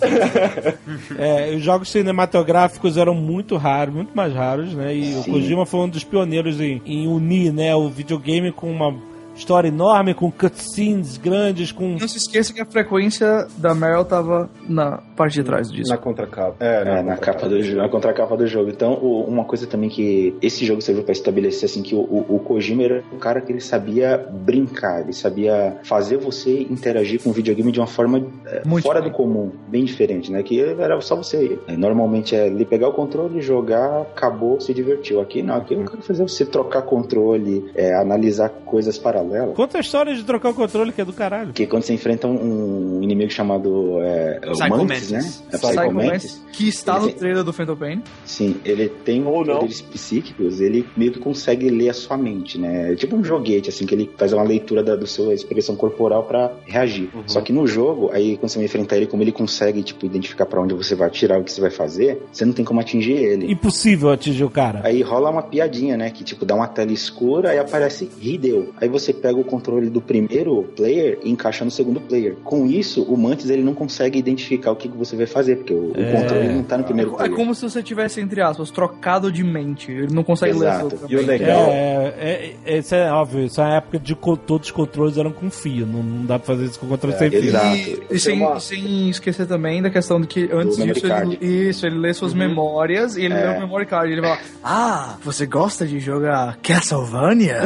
Os jogos cinematográficos eram muito raros, muito mais raros, né? E o Kojima foi um dos pioneiros em unir, né, o videogame com uma história enorme, com cutscenes grandes, com...
Não se esqueça que a frequência da Meryl tava na parte de trás disso.
Na contracapa.
Na capa do jogo, na contracapa do jogo. Então, uma coisa também que esse jogo serviu pra estabelecer, assim, que o Kojima era um cara que ele sabia brincar, ele sabia fazer você interagir com o videogame de uma forma fora do comum, bem diferente, né? Que era só você. Normalmente ele pegar o controle, jogar, acabou, se divertiu. Aqui não, aqui eu quero fazer você trocar controle, analisar coisas paralelas.
Conta a história de trocar o controle, que é do caralho.
Porque quando você enfrenta um inimigo chamado Mantis, né?
Psycho Mantis, que está no trailer do Phantom Pain.
Sim, ele tem poderes psíquicos, ele meio que consegue ler a sua mente, né? É tipo um joguete, assim, que ele faz uma leitura da sua expressão corporal pra reagir. Só que no jogo, aí quando você vai enfrentar ele, como ele consegue, tipo, identificar pra onde você vai atirar, o que você vai fazer, você não tem como atingir ele.
Impossível atingir o cara.
Aí rola uma piadinha, né? Que tipo, dá uma tela escura, aí aparece Hideo. Aí você pega o controle do primeiro player e encaixa no segundo player. Com isso, o Mantis, ele não consegue identificar o que você vai fazer, porque o controle não tá no primeiro player.
É como se você tivesse, entre aspas, trocado de mente. Ele não consegue ler.
E o legal...
Isso é óbvio. Isso é a época de todos os controles eram com fio. Não dá pra fazer isso com controle sem fio.
Exato.
E sem esquecer também da questão de que antes disso, ele lê suas memórias e ele lê o memory card. E ele fala, você gosta de jogar Castlevania?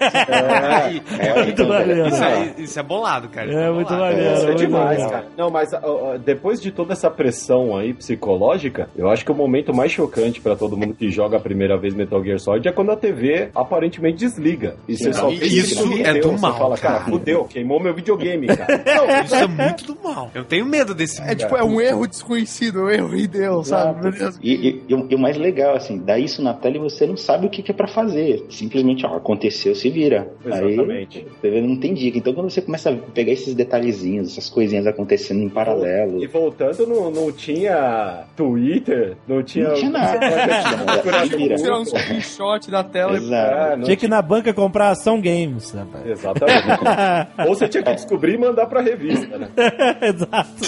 Muito maneiro.
Isso é bolado, cara.
É muito maneiro.
Isso é demais, cara. Não, mas depois de toda essa pressão aí psicológica, eu acho que o momento mais chocante pra todo mundo que joga a primeira vez Metal Gear Solid é quando a TV aparentemente desliga. E você só vê
isso é do mal.
Você fala, cara, fudeu, queimou meu videogame, cara.
Não, isso é muito do mal. Eu tenho medo desse...
É um erro desconhecido, um erro de Deus, sabe?
E o mais legal, assim, dá isso na tela e você não sabe o que é pra fazer. Simplesmente, aconteceu, se vira.
Exatamente.
Aí, não tem dica. Então, quando você começa a pegar esses detalhezinhos, essas coisinhas acontecendo em paralelo...
E voltando, não tinha Twitter, não tinha
nada.
Tirar um screenshot da tela.
Tinha que ir na banca comprar Ação Games, rapaz.
Exatamente. Ou você tinha que descobrir e mandar pra revista, né?
Exato.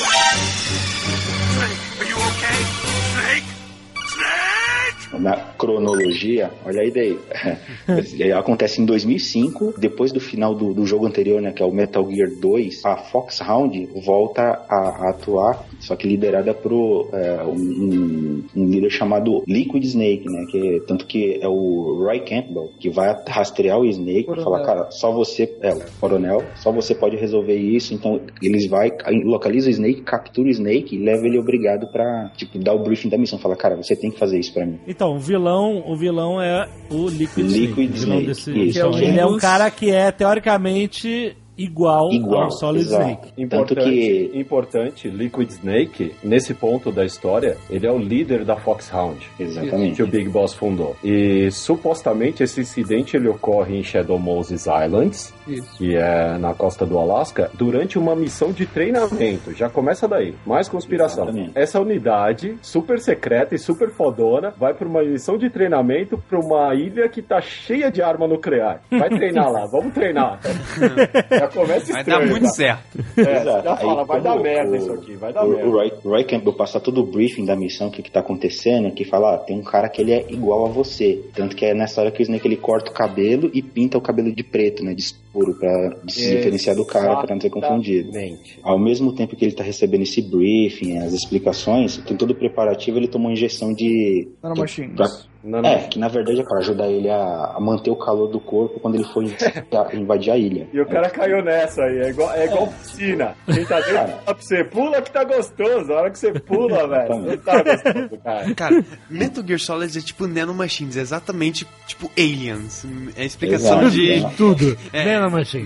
Na cronologia, olha aí daí. Acontece em 2005, depois do final do jogo anterior, né, que é o Metal Gear 2, a Foxhound volta a atuar, só que liderada por um líder chamado Liquid Snake, né, tanto que é o Roy Campbell que vai rastrear o Snake e falar, cara, só você, o coronel, só você pode resolver isso. Então eles localizam o Snake, captura o Snake e leva ele obrigado pra, tipo, dar o briefing da missão, fala, cara, você tem que fazer isso pra mim.
Então, o vilão é o Liquid
Snake.
Então, ele é um cara que é, teoricamente, igual ao Solid Snake.
Importante, Liquid Snake, nesse ponto da história, ele é o líder da Foxhound.
Exatamente.
Que o Big Boss fundou. E, supostamente, esse incidente ele ocorre em Shadow Moses Islands, que é na costa do Alasca, durante uma missão de treinamento. Já começa daí. Mais conspiração.
Exatamente.
Essa unidade, super secreta e super fodona, vai pra uma missão de treinamento pra uma ilha que tá cheia de arma nuclear. Vai treinar lá, vamos treinar. Já começa
vai
estranho,
dar muito certo.
Já fala, vai dar merda isso aqui, vai dar merda.
O Roy Campbell passa todo o briefing da missão, o que tá acontecendo, que fala, tem um cara que ele é igual a você. Tanto que é nessa hora que o Snake ele corta o cabelo e pinta o cabelo de preto, né, de escuro, pra se diferenciar do cara, pra não ser confundido. Ao mesmo tempo que ele tá recebendo esse briefing, as explicações, tem todo o preparativo, ele tomou uma injeção de...
Nanomachines.
Que na verdade é pra ajudar ele a manter o calor do corpo quando ele for invadir a ilha.
E o cara caiu nessa aí, é igual piscina. Quem tá dentro fala pra você, pula que tá gostoso. A hora que você pula, velho, não tá gostoso, cara.
Cara, Metal Gear Solid é tipo Nanomachines, é exatamente tipo Aliens. É a explicação de...
Tudo. Nanomachines.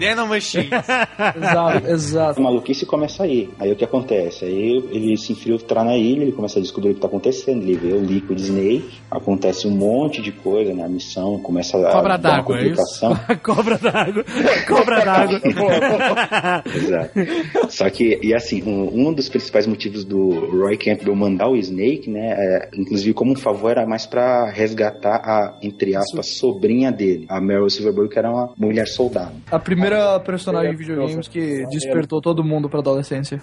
Exato.
A maluquice começa aí. Aí o que acontece? Aí ele se infiltra na ilha, ele começa a descobrir o que tá acontecendo, ele vê o Liquid Snake, acontece um monte de coisa na missão, começa a
cobra
dar uma
d'água,
complicação.
Cobra d'água.
Exato. Só que, e assim, um dos principais motivos do Roy Campbell mandar o Snake, né, inclusive como um favor, era mais pra resgatar a, entre aspas, sobrinha dele, a Meryl Silverberg, que era uma mulher soldado.
A primeira personagem de videogames que despertou todo mundo pra adolescência.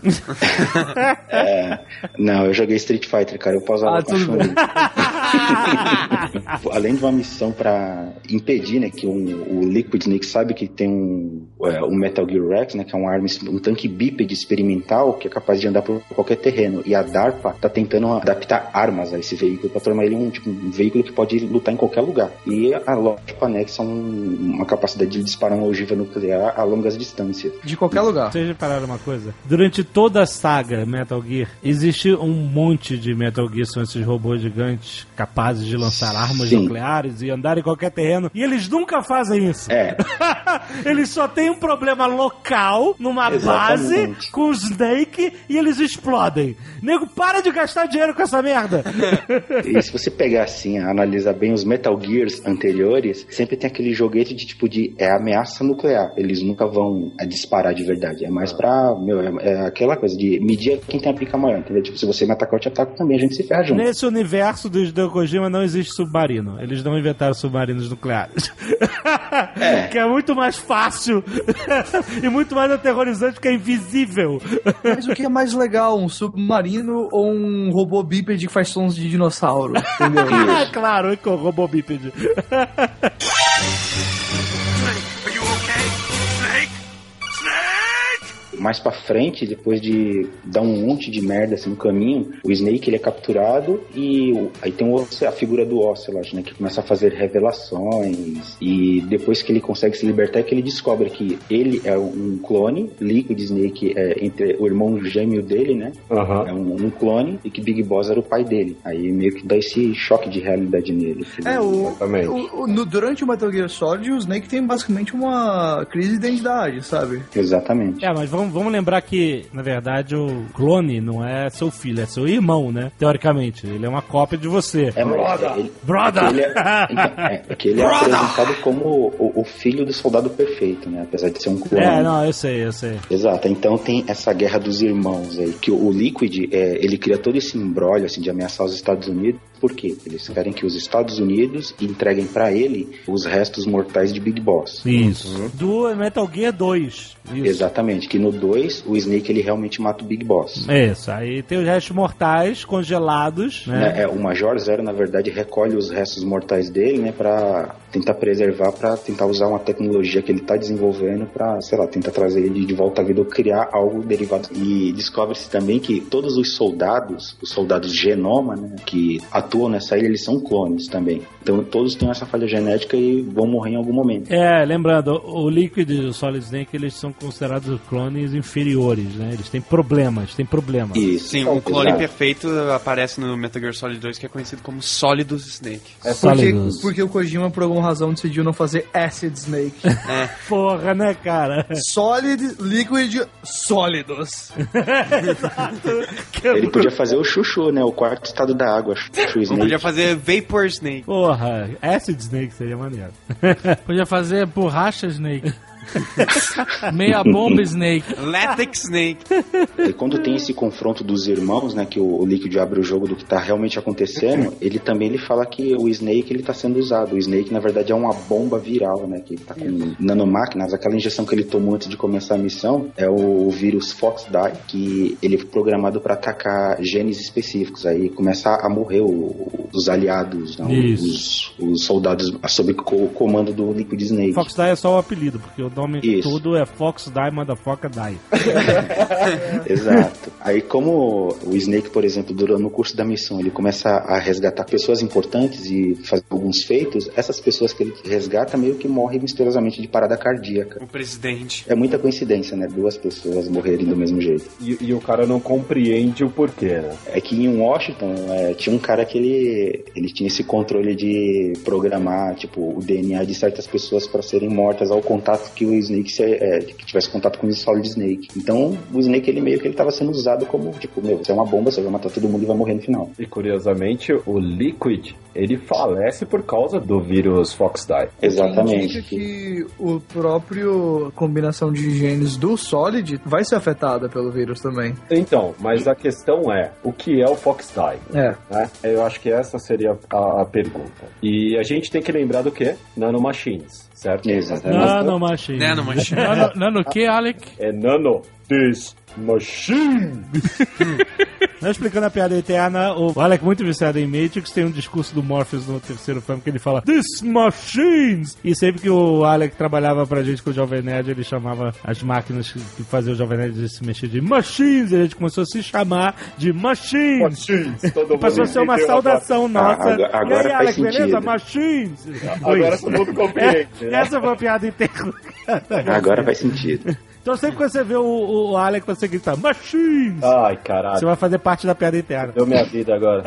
Não, eu joguei Street Fighter, cara, eu pausava com a Chun-Li. além de uma missão pra impedir, né, que o Liquid Snake sabe que tem um Metal Gear Rex, né, que é um tanque bípede experimental que é capaz de andar por qualquer terreno, e a DARPA tá tentando adaptar armas a esse veículo pra tornar ele um veículo que pode lutar em qualquer lugar. E a lógica anexa uma capacidade de disparar uma ogiva nuclear a longas distâncias.
De qualquer lugar.
Vocês repararam uma coisa? Durante toda a saga Metal Gear, existe um monte de Metal Gear, são esses robôs gigantes capazes de lançar armas nucleares e andar em qualquer terreno, e eles nunca fazem isso. Eles só têm um problema local, numa base, com o Snake, e eles explodem. Nego, para de gastar dinheiro com essa merda.
E se você pegar assim, analisar bem os Metal Gears anteriores, sempre tem aquele joguete de ameaça nuclear. Eles nunca vão disparar de verdade. É mais pra, aquela coisa de medir quem tem a pica maior, entendeu? Tipo, se você me atacar, eu te ataco também, a gente se ferra junto.
Nesse universo do Hideo Kojima não existe submarino. Eles não inventaram submarinos nucleares. Que é muito mais fácil e muito mais aterrorizante, porque é invisível.
Mas o que é mais legal, um submarino ou um robô bípede que faz sons de dinossauro? Entendeu?
Claro, com o robô bípede.
Mais pra frente, depois de dar um monte de merda assim no caminho, o Snake ele é capturado e aí tem a figura do Ocelot, né, que começa a fazer revelações, e depois que ele consegue se libertar é que ele descobre que ele é um clone, Liquid Snake é entre o irmão gêmeo dele, né, é um clone, e que Big Boss era o pai dele. Aí meio que dá esse choque de realidade nele.
Durante o Metal Gear Solid, o Snake tem basicamente uma crise de identidade, sabe?
Exatamente.
Mas vamos lembrar que, na verdade, o clone não é seu filho, é seu irmão, né? Teoricamente. Ele é uma cópia de você.
Brother! Ele é apresentado como o filho do soldado perfeito, né? Apesar de ser um clone.
Eu sei.
Exato. Então tem essa guerra dos irmãos aí, que o Liquid, ele cria todo esse imbróglio, assim, de ameaçar os Estados Unidos. Por quê? Eles querem que os Estados Unidos entreguem pra ele os restos mortais de Big Boss.
Isso. Do Metal Gear 2. Isso.
Exatamente, que no 2 o Snake ele realmente mata o Big Boss.
Isso, aí tem os restos mortais congelados, né?
O Major Zero, na verdade, recolhe os restos mortais dele, né, pra tentar preservar, pra tentar usar uma tecnologia que ele tá desenvolvendo pra, sei lá, tentar trazer ele de volta à vida ou criar algo derivado. E descobre-se também que todos os soldados genoma, né, que atuam nessa ilha, eles são clones também. Então todos têm essa falha genética e vão morrer em algum momento.
Lembrando, o Liquid e o Solid Snake, eles são considerados clones inferiores, né? Eles têm problemas.
Isso.
Sim, um clone perfeito aparece no Metal Gear Solid 2, que é conhecido como Solidus Snake.
Porque o Kojima, por alguma razão, decidiu não fazer Acid Snake.
Porra, né, cara?
Solid, Liquid, Sólidos.
Ele podia fazer o Chuchu, né? O quarto estado da água. Chuchu Snake.
Podia fazer Vapor Snake.
Porra, Acid Snake seria maneiro.
Podia fazer borracha Snake. Meia bomba Snake.
Latex Snake.
E quando tem esse confronto dos irmãos, né, que o Liquid abre o jogo do que tá realmente acontecendo, ele fala que o Snake ele tá sendo usado. O Snake, na verdade, é uma bomba viral, né, que tá com nanomáquinas. Aquela injeção que ele tomou antes de começar a missão é o vírus FoxDie, que ele foi programado para atacar genes específicos. Aí começa a morrer os aliados, né, os soldados sob o comando do Liquid Snake.
FoxDie é só o apelido, porque o nome tudo é Fox Die, Motherfucker Die.
Exato. Aí como o Snake, por exemplo, durante o curso da missão, ele começa a resgatar pessoas importantes e fazer alguns feitos, essas pessoas que ele resgata meio que morrem misteriosamente de parada cardíaca.
O presidente.
É muita coincidência, né? 2 pessoas morrerem do mesmo jeito.
E o cara não compreende o porquê, né?
É que em Washington tinha um cara que ele tinha esse controle de programar, tipo, o DNA de certas pessoas para serem mortas ao contato que o Snake que tivesse contato com o Solid Snake. Então o Snake ele tava sendo usado como tipo, você é uma bomba, você vai matar todo mundo e vai morrer no final.
E curiosamente o Liquid ele falece por causa do vírus FoxDie.
Exatamente.
Que o próprio combinação de genes do Solid vai ser afetada pelo vírus também.
Então, mas a questão é, o que é o FoxDie? Né? Eu acho que essa seria a pergunta. E a gente tem que lembrar do que? Nanomachines. Certo?
Exatamente.
Nanomachine.
Nano o que, Alec?
É Nano This Machine.
Não explicando a piada eterna, o Alec, muito viciado em Matrix, tem um discurso do Morpheus no terceiro filme que ele fala This machines! E sempre que o Alec trabalhava pra gente com o Jovem Nerd, ele chamava as máquinas que faziam o Jovem Nerd se mexer de machines, e a gente começou a se chamar de machines. Passou a ser uma saudação nossa.
Agora
e aí,
faz
Alec,
sentido.
beleza? Machines!
Agora todo mundo compreende.
Essa foi a piada interna.
Agora faz sentido.
Então sempre que você vê o Alec, você grita Machines!
Ai, caralho.
Você vai fazer parte da piada interna.
Deu minha vida agora.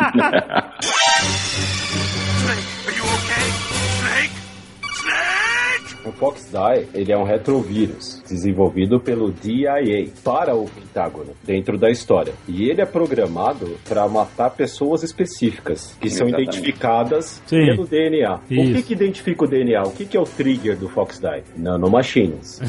O FoxDie, ele é um retrovírus desenvolvido pelo DIA para o Pentágono, dentro da história. E ele é programado para matar pessoas específicas, que são identificadas pelo DNA.
Isso.
O que identifica o DNA? O que é o trigger do FoxDie? Nanomachines.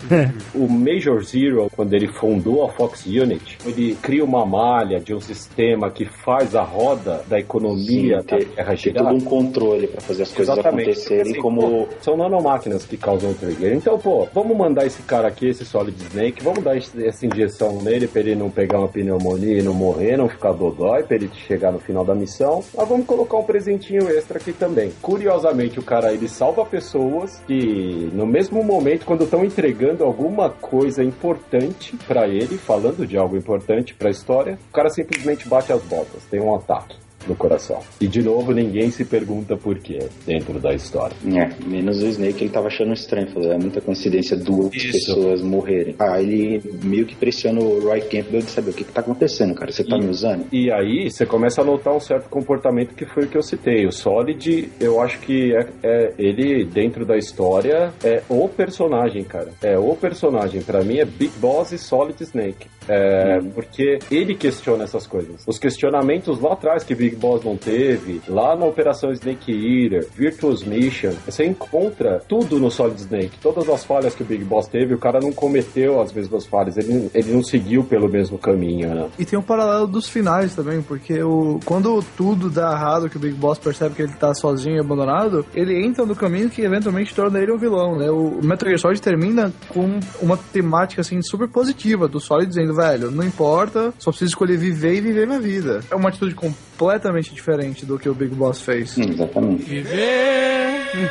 O Major Zero, quando ele fundou a Fox Unit, ele cria uma malha de um sistema que faz a roda da economia da Terra girar.
Tem todo um controle para fazer as coisas acontecerem,
assim,
como...
São nanomáquinas que causam o trigger. Então, vamos mandar esse cara aqui, esse Solid Snake, vamos dar essa injeção nele pra ele não pegar uma pneumonia e não morrer, não ficar dodói, pra ele chegar no final da missão. Mas vamos colocar um presentinho extra aqui também. Curiosamente, o cara, ele salva pessoas que, no mesmo momento, quando estão entregando alguma coisa importante pra ele, falando de algo importante pra história, o cara simplesmente bate as botas, tem um ataque no coração. E de novo, ninguém se pergunta por quê dentro da história.
Menos o Snake, ele tava achando estranho. Falou, é muita coincidência duas pessoas morrerem. Ele meio que pressiona o Roy Campbell de saber o que tá acontecendo, cara. Você tá me usando?
E aí, você começa a notar um certo comportamento que foi o que eu citei. O Solid, eu acho que ele, dentro da história, é o personagem, cara. É o personagem. Pra mim, é Big Boss e Solid Snake. Porque ele questiona essas coisas. Os questionamentos lá atrás que Big Boss não teve, lá na Operação Snake Eater, Virtuous Mission, você encontra tudo no Solid Snake. Todas as falhas que o Big Boss teve, o cara não cometeu as mesmas falhas, ele não seguiu pelo mesmo caminho, né?
E tem um paralelo dos finais também, porque quando tudo dá errado, que o Big Boss percebe que ele tá sozinho e abandonado, ele entra no caminho que eventualmente torna ele um vilão, né? O Metal Gear Solid termina com uma temática, assim, super positiva do Solid dizendo, velho, não importa, só preciso escolher viver e viver minha vida. É uma atitude completamente diferente do que o Big Boss fez.
Exatamente.
Viver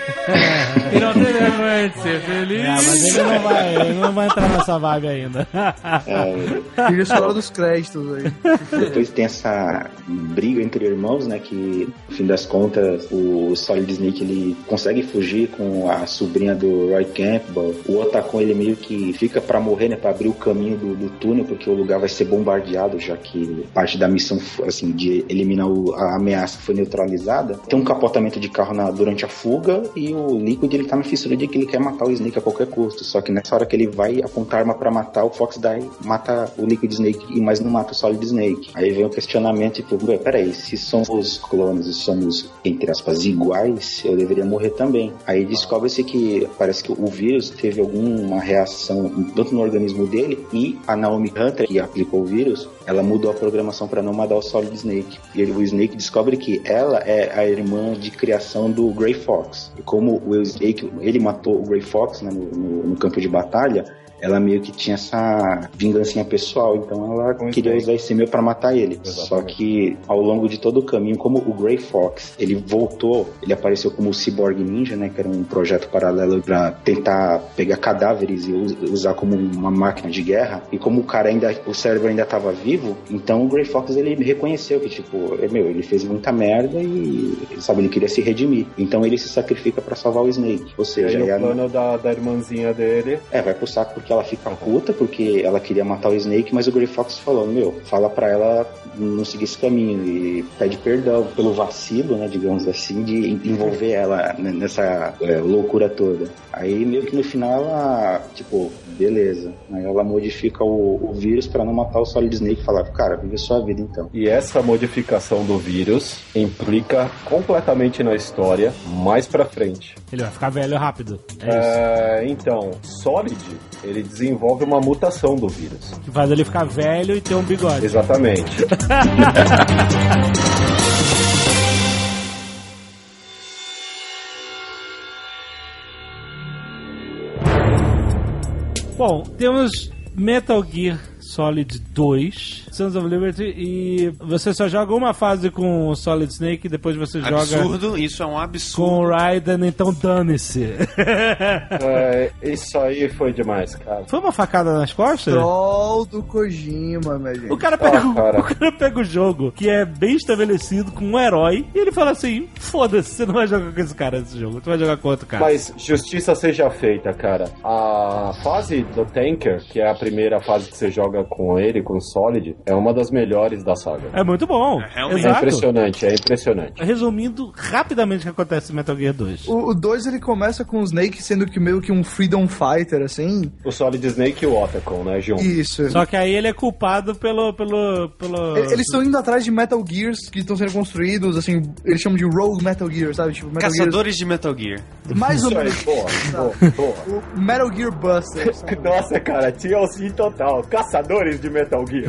e não ter vergonha de ser feliz.
Mas ele não vai entrar nessa vibe ainda.
Queria falar dos créditos aí.
Depois tem essa briga entre irmãos, né, que no fim das contas o Solid Snake ele consegue fugir com a sobrinha do Roy Campbell. O Otacon ele meio que fica pra morrer, né, pra abrir o caminho do túnel, porque o lugar vai ser bombardeado, já que parte da missão, assim, de eliminar a ameaça foi neutralizada. Tem um capotamento de carro durante a fuga e o Liquid ele tá na fissura de que ele quer matar o Snake a qualquer custo. Só que nessa hora que ele vai apontar a arma pra matar, o FoxDie mata o Liquid Snake, mas não mata o Solid Snake. Aí vem o questionamento, tipo, peraí, se somos clones e somos, entre aspas, iguais, eu deveria morrer também. Aí descobre-se que parece que o vírus teve alguma reação tanto no organismo dele, e a Naomi Hunter, que aplicou o vírus, ela mudou a programação para não matar o Solid Snake. E o Snake descobre que ela é a irmã de criação do Grey Fox. E como o Snake, ele matou o Grey Fox, né, no campo de batalha, ela meio que tinha essa vingancinha pessoal, então ela queria usar esse meio pra matar ele. Exatamente. Só que ao longo de todo o caminho, como o Grey Fox, ele voltou, ele apareceu como o Cyborg Ninja, né, que era um projeto paralelo pra tentar pegar cadáveres e usar como uma máquina de guerra, e como o cérebro ainda tava vivo, então o Grey Fox ele reconheceu que, tipo, ele fez muita merda e, sabe, ele queria se redimir. Então ele se sacrifica pra salvar o Snake. Ou seja,
o plano da irmãzinha dele
vai pro saco porque ela fica puta, porque ela queria matar o Snake, mas o Grey Fox falou, fala pra ela não seguir esse caminho, e pede perdão pelo vacilo, né, digamos assim, de envolver ela nessa loucura toda. Aí meio que no final ela, tipo, beleza, aí ela modifica o vírus pra não matar o Solid Snake e falar, cara, vive a sua vida então.
E essa modificação do vírus implica completamente na história mais pra frente.
Ele vai ficar velho rápido. É isso.
Então, Solid, ele desenvolve uma mutação do vírus.
Que faz ele ficar velho e ter um bigode.
Exatamente.
Bom, temos Metal Gear Solid 2, Sons of Liberty, e você só joga uma fase com o Solid Snake e depois você joga...
Absurdo, isso é um absurdo.
Com o Raiden, então dane-se.
Isso aí foi demais, cara.
Foi uma facada nas costas?
Troll do Kojima, minha gente.
O cara pega o jogo, que é bem estabelecido, com um herói, e ele fala assim, foda-se, você não vai jogar com esse cara nesse jogo, tu vai jogar com outro cara.
Mas justiça seja feita, cara. A fase do Tanker, que é a primeira fase que você joga com ele, com o Solid, é uma das melhores da saga.
É muito bom.
Realmente.
É impressionante, é impressionante.
Resumindo rapidamente o que acontece em Metal Gear 2.
O 2 ele começa com o Snake sendo que meio que um freedom fighter, assim.
O Solid Snake e o Otacon, né, João?
Isso.
Só que aí ele é culpado pelo...
Eles estão indo atrás de Metal Gears que estão sendo construídos, assim, eles chamam de Rogue Metal Gear, sabe? Tipo, Metal
Caçadores de Metal Gear.
Mais ou
Isso aí,
menos.
boa.
O Metal Gear Buster. Sabe?
Nossa, cara, TLC total. Caçadores de Metal Gear.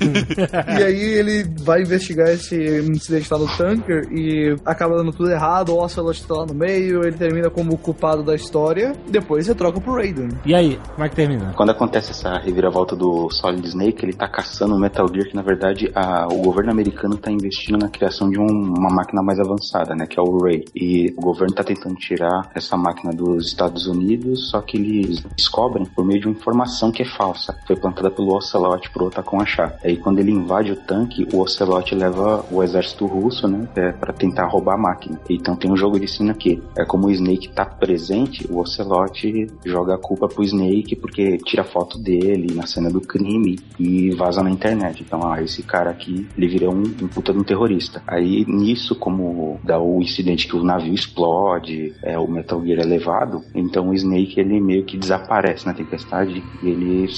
E aí ele vai investigar esse incidente lá no Tanker e acaba dando tudo errado, o Ocelot tá lá no meio, ele termina como o culpado da história, depois você troca pro Raiden.
E aí, como é que termina?
Quando acontece essa reviravolta do Solid Snake, ele tá caçando o Metal Gear, que na verdade o governo americano tá investindo na criação de uma máquina mais avançada, né, que é o Ray. E o governo tá tentando tirar essa máquina dos Estados Unidos, só que eles descobrem por meio de uma informação que é falsa. Foi plantada pelo Ocelot pro Otacon achar. Aí quando ele invade o tanque, o Ocelot leva o exército russo, né, pra tentar roubar a máquina. Então tem um jogo de cena aqui. É como o Snake tá presente, o Ocelot joga a culpa pro Snake porque tira foto dele na cena do crime e vaza na internet. Então, esse cara aqui, ele vira um puta de um terrorista. Aí nisso, como dá o incidente que o navio explode, o Metal Gear é levado, então o Snake, ele meio que desaparece na tempestade e ele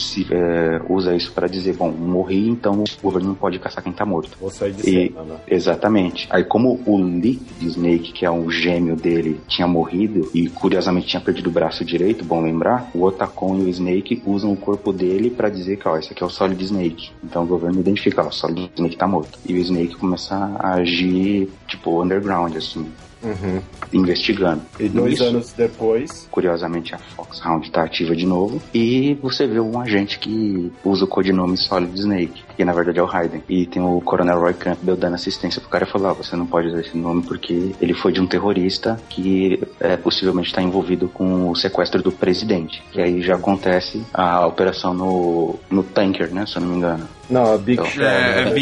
usa isso pra dizer, bom, morri, então o governo não pode caçar quem tá morto.
Vou sair de cena, né?
Exatamente. Aí como o Lee de Snake, que é um gêmeo dele, tinha morrido e curiosamente tinha perdido o braço direito, bom lembrar, o Otacon e o Snake usam o corpo dele pra dizer que, esse aqui é o Solid Snake. Então o governo identifica, o Solid Snake tá morto. E o Snake começa a agir, tipo, underground, assim. Investigando.
E 2 anos depois,
curiosamente, a Foxhound tá ativa de novo e você vê um agente que usa o codinome Solid Snake, que na verdade é o Raiden, e tem o Coronel Roy Campbell dando assistência pro cara e falou, você não pode usar esse nome porque ele foi de um terrorista que possivelmente está envolvido com o sequestro do presidente. E aí já acontece a operação no Tanker, né, se eu não me engano.
Não, a Big Shell.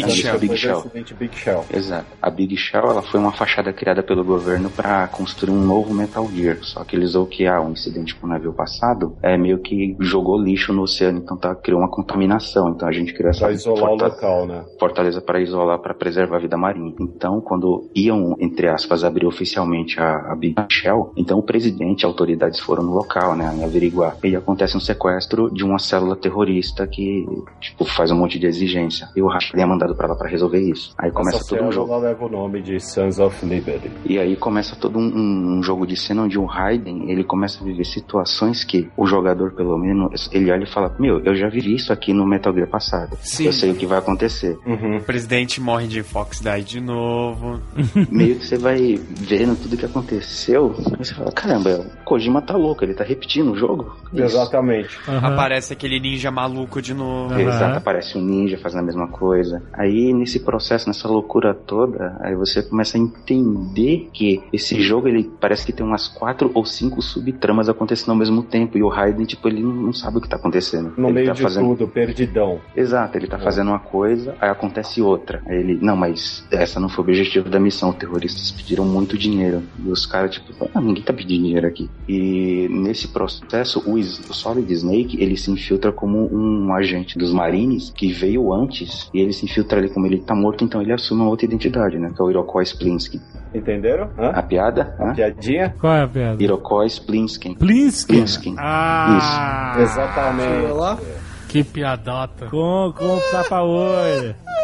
Big Shell.
Big Shell.
Exato. A Big Shell, ela foi uma fachada criada pelo governo para construir um novo Metal Gear. Só que eles um incidente com o navio passado, meio que jogou lixo no oceano, então criou uma contaminação. Então a gente criou essa...
Pra isolar o local, né?
Fortaleza para isolar, para preservar a vida marinha. Então, quando iam, entre aspas, abrir oficialmente a Big Shell, então o presidente e autoridades foram no local, né, averiguar. E acontece um sequestro de uma célula terrorista que, tipo, faz um monte de exigência. E o Raiden é mandado pra lá pra resolver isso. Aí começa todo um jogo.
Ela leva o nome de Sons of Liberty.
E aí começa todo um jogo de cena onde o Raiden, ele começa a viver situações que o jogador, pelo menos, ele olha e fala, eu já vivi isso aqui no Metal Gear passado.
Sim.
Eu sei o que vai acontecer.
O presidente morre de Fox Die de novo.
Meio que você vai vendo tudo que aconteceu, aí você fala, caramba, o Kojima tá louco, ele tá repetindo o jogo?
Exatamente.
Aparece aquele ninja maluco de novo.
Exato, aparece um ninja fazendo a mesma coisa. Aí nesse processo, nessa loucura toda, aí você começa a entender que esse jogo, ele parece que tem umas 4 ou 5 subtramas acontecendo ao mesmo tempo, e o Raiden, tipo, ele não sabe o que tá acontecendo.
No
ele
meio
tá
de
fazendo...
tudo, perdidão.
Exato, ele tá fazendo uma coisa, aí acontece outra. Aí ele, não, mas essa não foi o objetivo da missão, os terroristas pediram muito dinheiro. E os caras, tipo, ninguém tá pedindo dinheiro aqui. E nesse processo, o Solid Snake, ele se infiltra como um agente dos Marines, que veio antes, e ele se infiltra ali como ele tá morto, então ele assume uma outra identidade, né, que é o Iroquois Splinsky.
Entenderam?
A piada?
A piadinha?
Qual é a piada?
Iroquois Splinsky.
Plinsky?
Isso. Exatamente.
Que piadota. Com tapa-olho.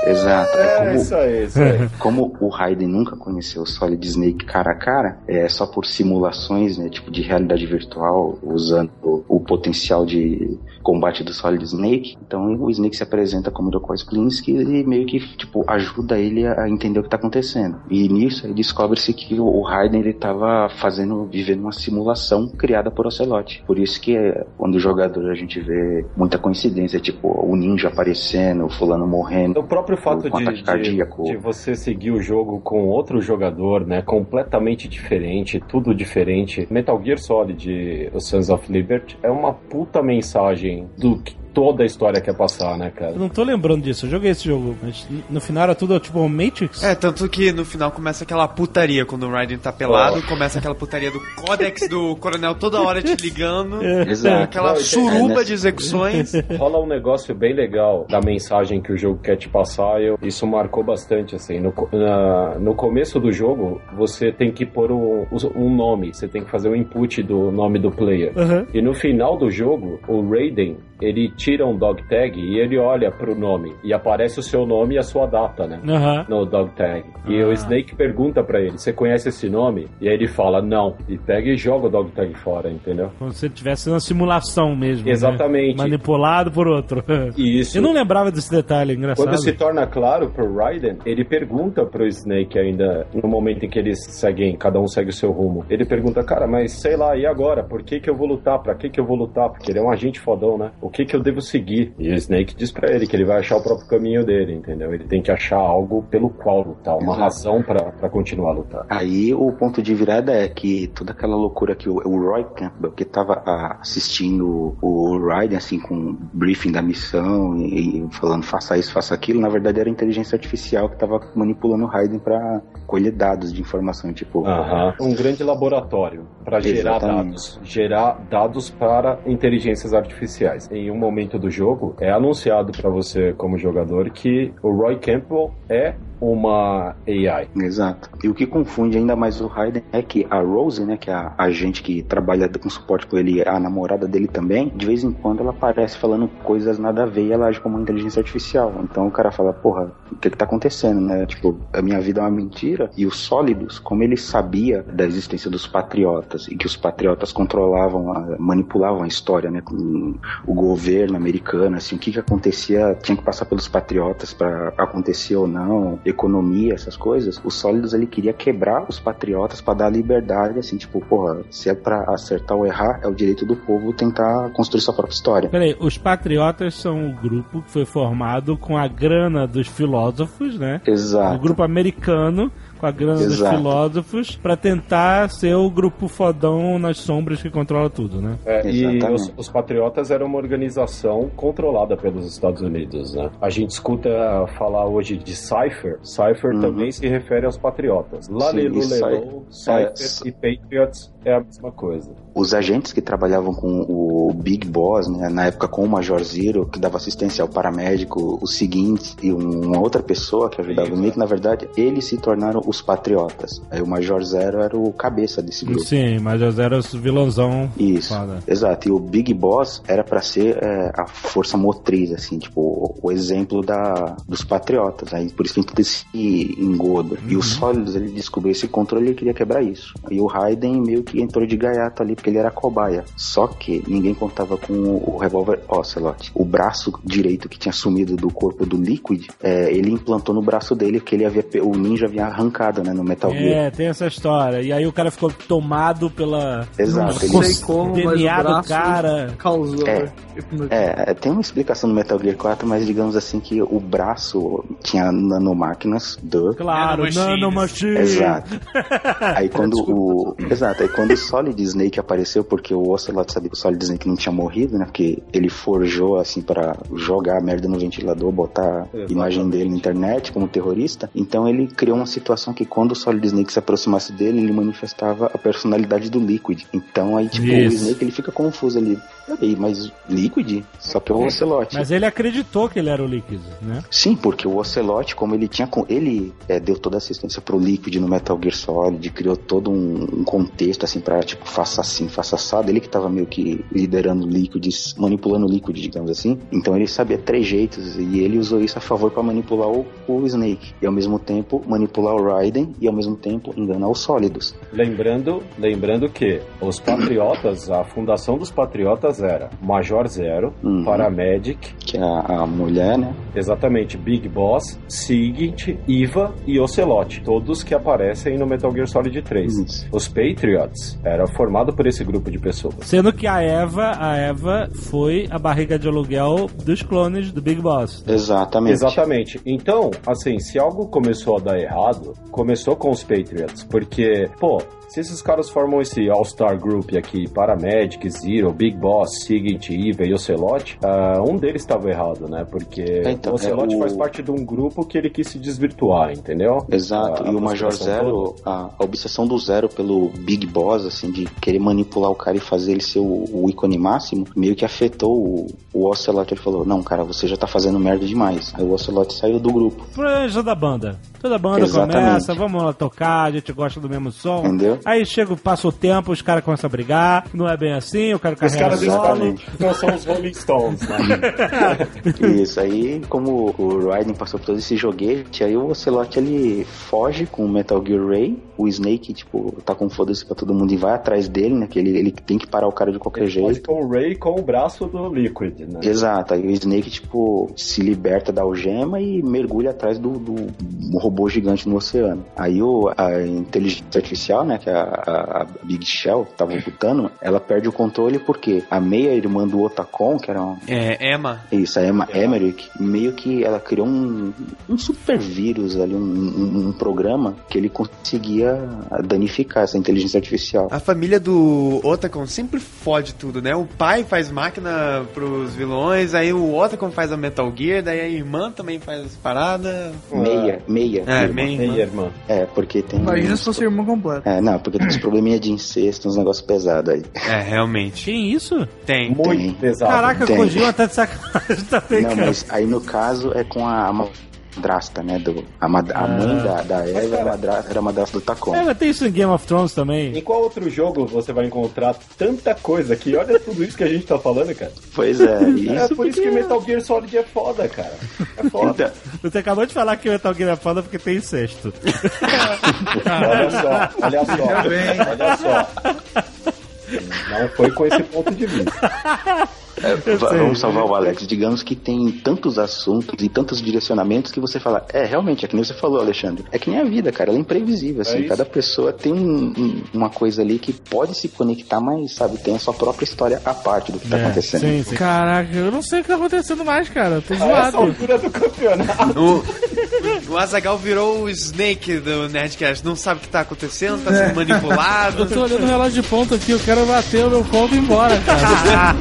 Exato.
Isso aí.
Como o Raiden nunca conheceu o Solid Snake cara a cara, é só por simulações, né, tipo de realidade virtual, usando o potencial de combate do Solid Snake. Então o Snake se apresenta como Dr. Splinski e meio que tipo ajuda ele a entender o que tá acontecendo. E nisso aí descobre-se que o Raiden ele tava vivendo uma simulação criada por Ocelot. Por isso que quando o jogador a gente vê muita coincidência, tipo o ninja aparecendo, o fulano morrendo.
O próprio fato de você seguir o jogo com outro jogador, né, completamente diferente, tudo diferente. Metal Gear Solid, o Sons of Liberty, é uma puta mensagem do que toda a história quer passar, né, cara?
Eu não tô lembrando disso, eu joguei esse jogo, mas no final era tudo tipo Matrix.
Tanto que no final começa aquela putaria, quando o Raiden tá pelado, começa aquela putaria do códex do coronel toda hora te ligando, aquela suruba de execuções.
Rola um negócio bem legal da mensagem que o jogo quer te passar, isso marcou bastante, assim, no começo do jogo, você tem que pôr um nome, você tem que fazer o input do nome do player. E no final do jogo, o Raiden, ele tira um dog tag e ele olha pro nome e aparece o seu nome e a sua data, né? No dog tag. E o Snake pergunta pra ele, você conhece esse nome? E aí ele fala, não. E pega e joga o dog tag fora, entendeu?
Como se ele tivesse uma simulação mesmo.
Exatamente.
Né? Manipulado por outro.
Isso.
Eu não lembrava desse detalhe, engraçado.
Quando se torna claro pro Raiden, ele pergunta pro Snake ainda, no momento em que eles seguem, cada um segue o seu rumo. Ele pergunta, cara, mas sei lá, e agora? Por que eu vou lutar? Pra que eu vou lutar? Porque ele é um agente fodão, né? O que eu devo seguir? E o Snake diz pra ele que ele vai achar o próprio caminho dele, entendeu? Ele tem que achar algo pelo qual lutar, uma razão pra continuar a lutar.
Aí o ponto de virada é que toda aquela loucura que o Roy Campbell, que tava assistindo o Raiden, assim, com o briefing da missão e falando faça isso, faça aquilo, na verdade era a inteligência artificial que tava manipulando o Raiden pra colher dados de informação, tipo...
Um grande laboratório pra gerar dados para inteligências artificiais. Em um momento do jogo, é anunciado pra você como jogador que o Roy Campbell é uma AI.
Exato. E o que confunde ainda mais o Raiden é que a Rose, né, que é a agente que trabalha com suporte com ele, a namorada dele também, de vez em quando ela aparece falando coisas nada a ver e ela age como uma inteligência artificial. Então o cara fala, porra, o que tá acontecendo, né? Tipo, a minha vida é uma mentira. E os Sólidos, como ele sabia da existência dos Patriotas e que os Patriotas manipulavam a história, né, com o governo americano, assim, o que acontecia, tinha que passar pelos Patriotas pra acontecer ou não, economia, essas coisas, os Sólidos ele queria quebrar os Patriotas pra dar liberdade, assim, tipo, porra, se é pra acertar ou errar, é o direito do povo tentar construir sua própria história.
Peraí, os Patriotas são o grupo que foi formado com a grana dos filósofos, né?
Exato.
O grupo americano com a grana dos filósofos pra tentar ser o grupo fodão nas sombras que controla tudo, né?
E os Patriotas eram uma organização controlada pelos Estados Unidos, né? A gente escuta falar hoje de Cypher. Cypher também se refere aos Patriotas. Lalelu, Cypher e Patriots é a mesma coisa.
Os agentes que trabalhavam com o Big Boss, né, na época com o Major Zero, que dava assistência ao paramédico, o seguinte, e uma outra pessoa que ajudava o Nick, na verdade, eles se tornaram os Patriotas. Aí o Major Zero era o cabeça desse grupo.
Sim, Major Zero é o vilãozão.
Isso, exato. E o Big Boss era pra ser a força motriz, assim, tipo, o exemplo dos Patriotas. Aí por isso tem todo esse engodo. E os Sólidos, ele descobriu esse controle e ele queria quebrar isso. E o Raiden meio que entrou de gaiato ali, porque ele era cobaia. Só que ninguém contava com o revólver Ocelot. O braço direito que tinha sumido do corpo do Liquid, ele implantou no braço dele, que o ninja havia arrancado, né, no Metal Gear.
Tem essa história. E aí o cara ficou tomado pela...
Exato.
Não sei como,
DNA
mas o
do cara
causou.
Tem uma explicação no Metal Gear 4, mas digamos assim que o braço tinha nanomáquinas.
Claro, nanomachine.
Exato. Aí quando o Solid Snake apareceu, porque o Ocelot sabia que o Solid Snake não tinha morrido, né? Porque ele forjou, assim, pra jogar a merda no ventilador, botar a imagem dele na internet como terrorista. Então ele criou uma situação situação que quando o Solid Snake se aproximasse dele, ele manifestava a personalidade do Liquid. Então aí, tipo, o Snake ele fica confuso ali. Peraí, mas Liquid? Só que é o Ocelot.
Mas ele acreditou que ele era o Liquid, né?
Sim, porque o Ocelot, como ele tinha... Ele deu toda a assistência pro Liquid no Metal Gear Solid, criou todo um contexto, assim, pra, tipo, faça assim, faça assado. Ele que tava meio que liderando o Liquid, manipulando o Liquid, digamos assim. Então ele sabia trejeitos e ele usou isso a favor pra manipular o Snake. E ao mesmo tempo manipular o Raiden e ao mesmo tempo enganar os Sólidos.
Lembrando que os Patriotas, a fundação dos Patriotas era Major Zero, Paramedic,
que é a mulher, né?
Exatamente, Big Boss, Sigint, Eva e Ocelot, todos que aparecem no Metal Gear Solid 3. Isso. Os Patriots era formado por esse grupo de pessoas.
Sendo que a Eva foi a barriga de aluguel dos clones do Big Boss.
Exatamente.
Então, assim, se algo começou a dar errado, começou com os Patriots, porque, se esses caras formam esse All-Star Group aqui, Paramedic, Zero, Big Boss, Sigint, Eva e Ocelot, um deles estava errado, né? Porque o Ocelot faz parte de um grupo que ele quis se desvirtuar, entendeu?
Exato, e o Major Zero, a obsessão do Zero pelo Big Boss, assim, de querer manipular o cara e fazer ele ser o ícone máximo, meio que afetou o Ocelot. Ele falou, não, cara, você já tá fazendo merda demais. Aí o Ocelot saiu do grupo.
Toda a banda começa, vamos lá tocar, a gente gosta do mesmo som.
Entendeu?
Aí passa o tempo, os caras começam a brigar, não é bem assim, o cara carrega solo.
Não são os Rolling Stones, né?
Isso, aí como o Raiden passou por todo esse joguete, aí o Ocelot ele foge com o Metal Gear Ray, o Snake, tipo, tá com foda-se pra todo mundo e vai atrás dele, né? Que ele tem que parar o cara de qualquer jeito.
Foge com o Ray com o braço do Liquid, né?
Exato, aí o Snake, tipo, se liberta da algema e mergulha atrás do robô gigante no oceano. Aí a inteligência artificial, né, que é a Big Shell, que tava lutando, ela perde o controle porque a meia-irmã do Otacon, que era
Emma.
Isso, a Emma Emmerich, meio que ela criou um super vírus ali, um programa que ele conseguia danificar essa inteligência artificial.
A família do Otacon sempre fode tudo, né? O pai faz máquina pros vilões, aí o Otacon faz a Metal Gear, daí a irmã também faz as paradas.
Meia irmã. Porque tem...
Imagina se fosse irmã completa.
Não, porque tem uns probleminha de incesto, uns negócios pesados aí.
Realmente.
Tem isso?
Tem.
Muito pesado.
Caraca, Kojima tá de sacanagem também,
Não,
cara.
mas aí no caso é com a madrasta, né? A mãe da Eva era a madrasta do Tacon.
Mas tem isso em Game of Thrones também.
Em qual outro jogo você vai encontrar tanta coisa que olha tudo isso que a gente tá falando, cara?
Pois é.
É por isso que Metal Gear Solid é foda, cara. É foda.
Você acabou de falar que Metal Gear é foda porque tem incesto.
Olha só. Não foi com esse ponto de vista.
Vamos salvar o Alex. Digamos que tem tantos assuntos e tantos direcionamentos que você fala, realmente, é que nem você falou, Alexandre. É que nem a vida, cara, ela é imprevisível, assim. Cada pessoa tem uma coisa ali que pode se conectar, mas, sabe, tem a sua própria história à parte do que tá acontecendo.
Sim.
Caraca, eu não sei o que tá acontecendo mais, cara. Eu tô zoado.
Essa altura do campeonato.
O Azaghal virou o Snake do Nerdcast. Não sabe o que tá acontecendo, tá sendo manipulado.
Eu tô olhando o relógio de ponto aqui, eu quero bater o meu ponto e ir embora, cara.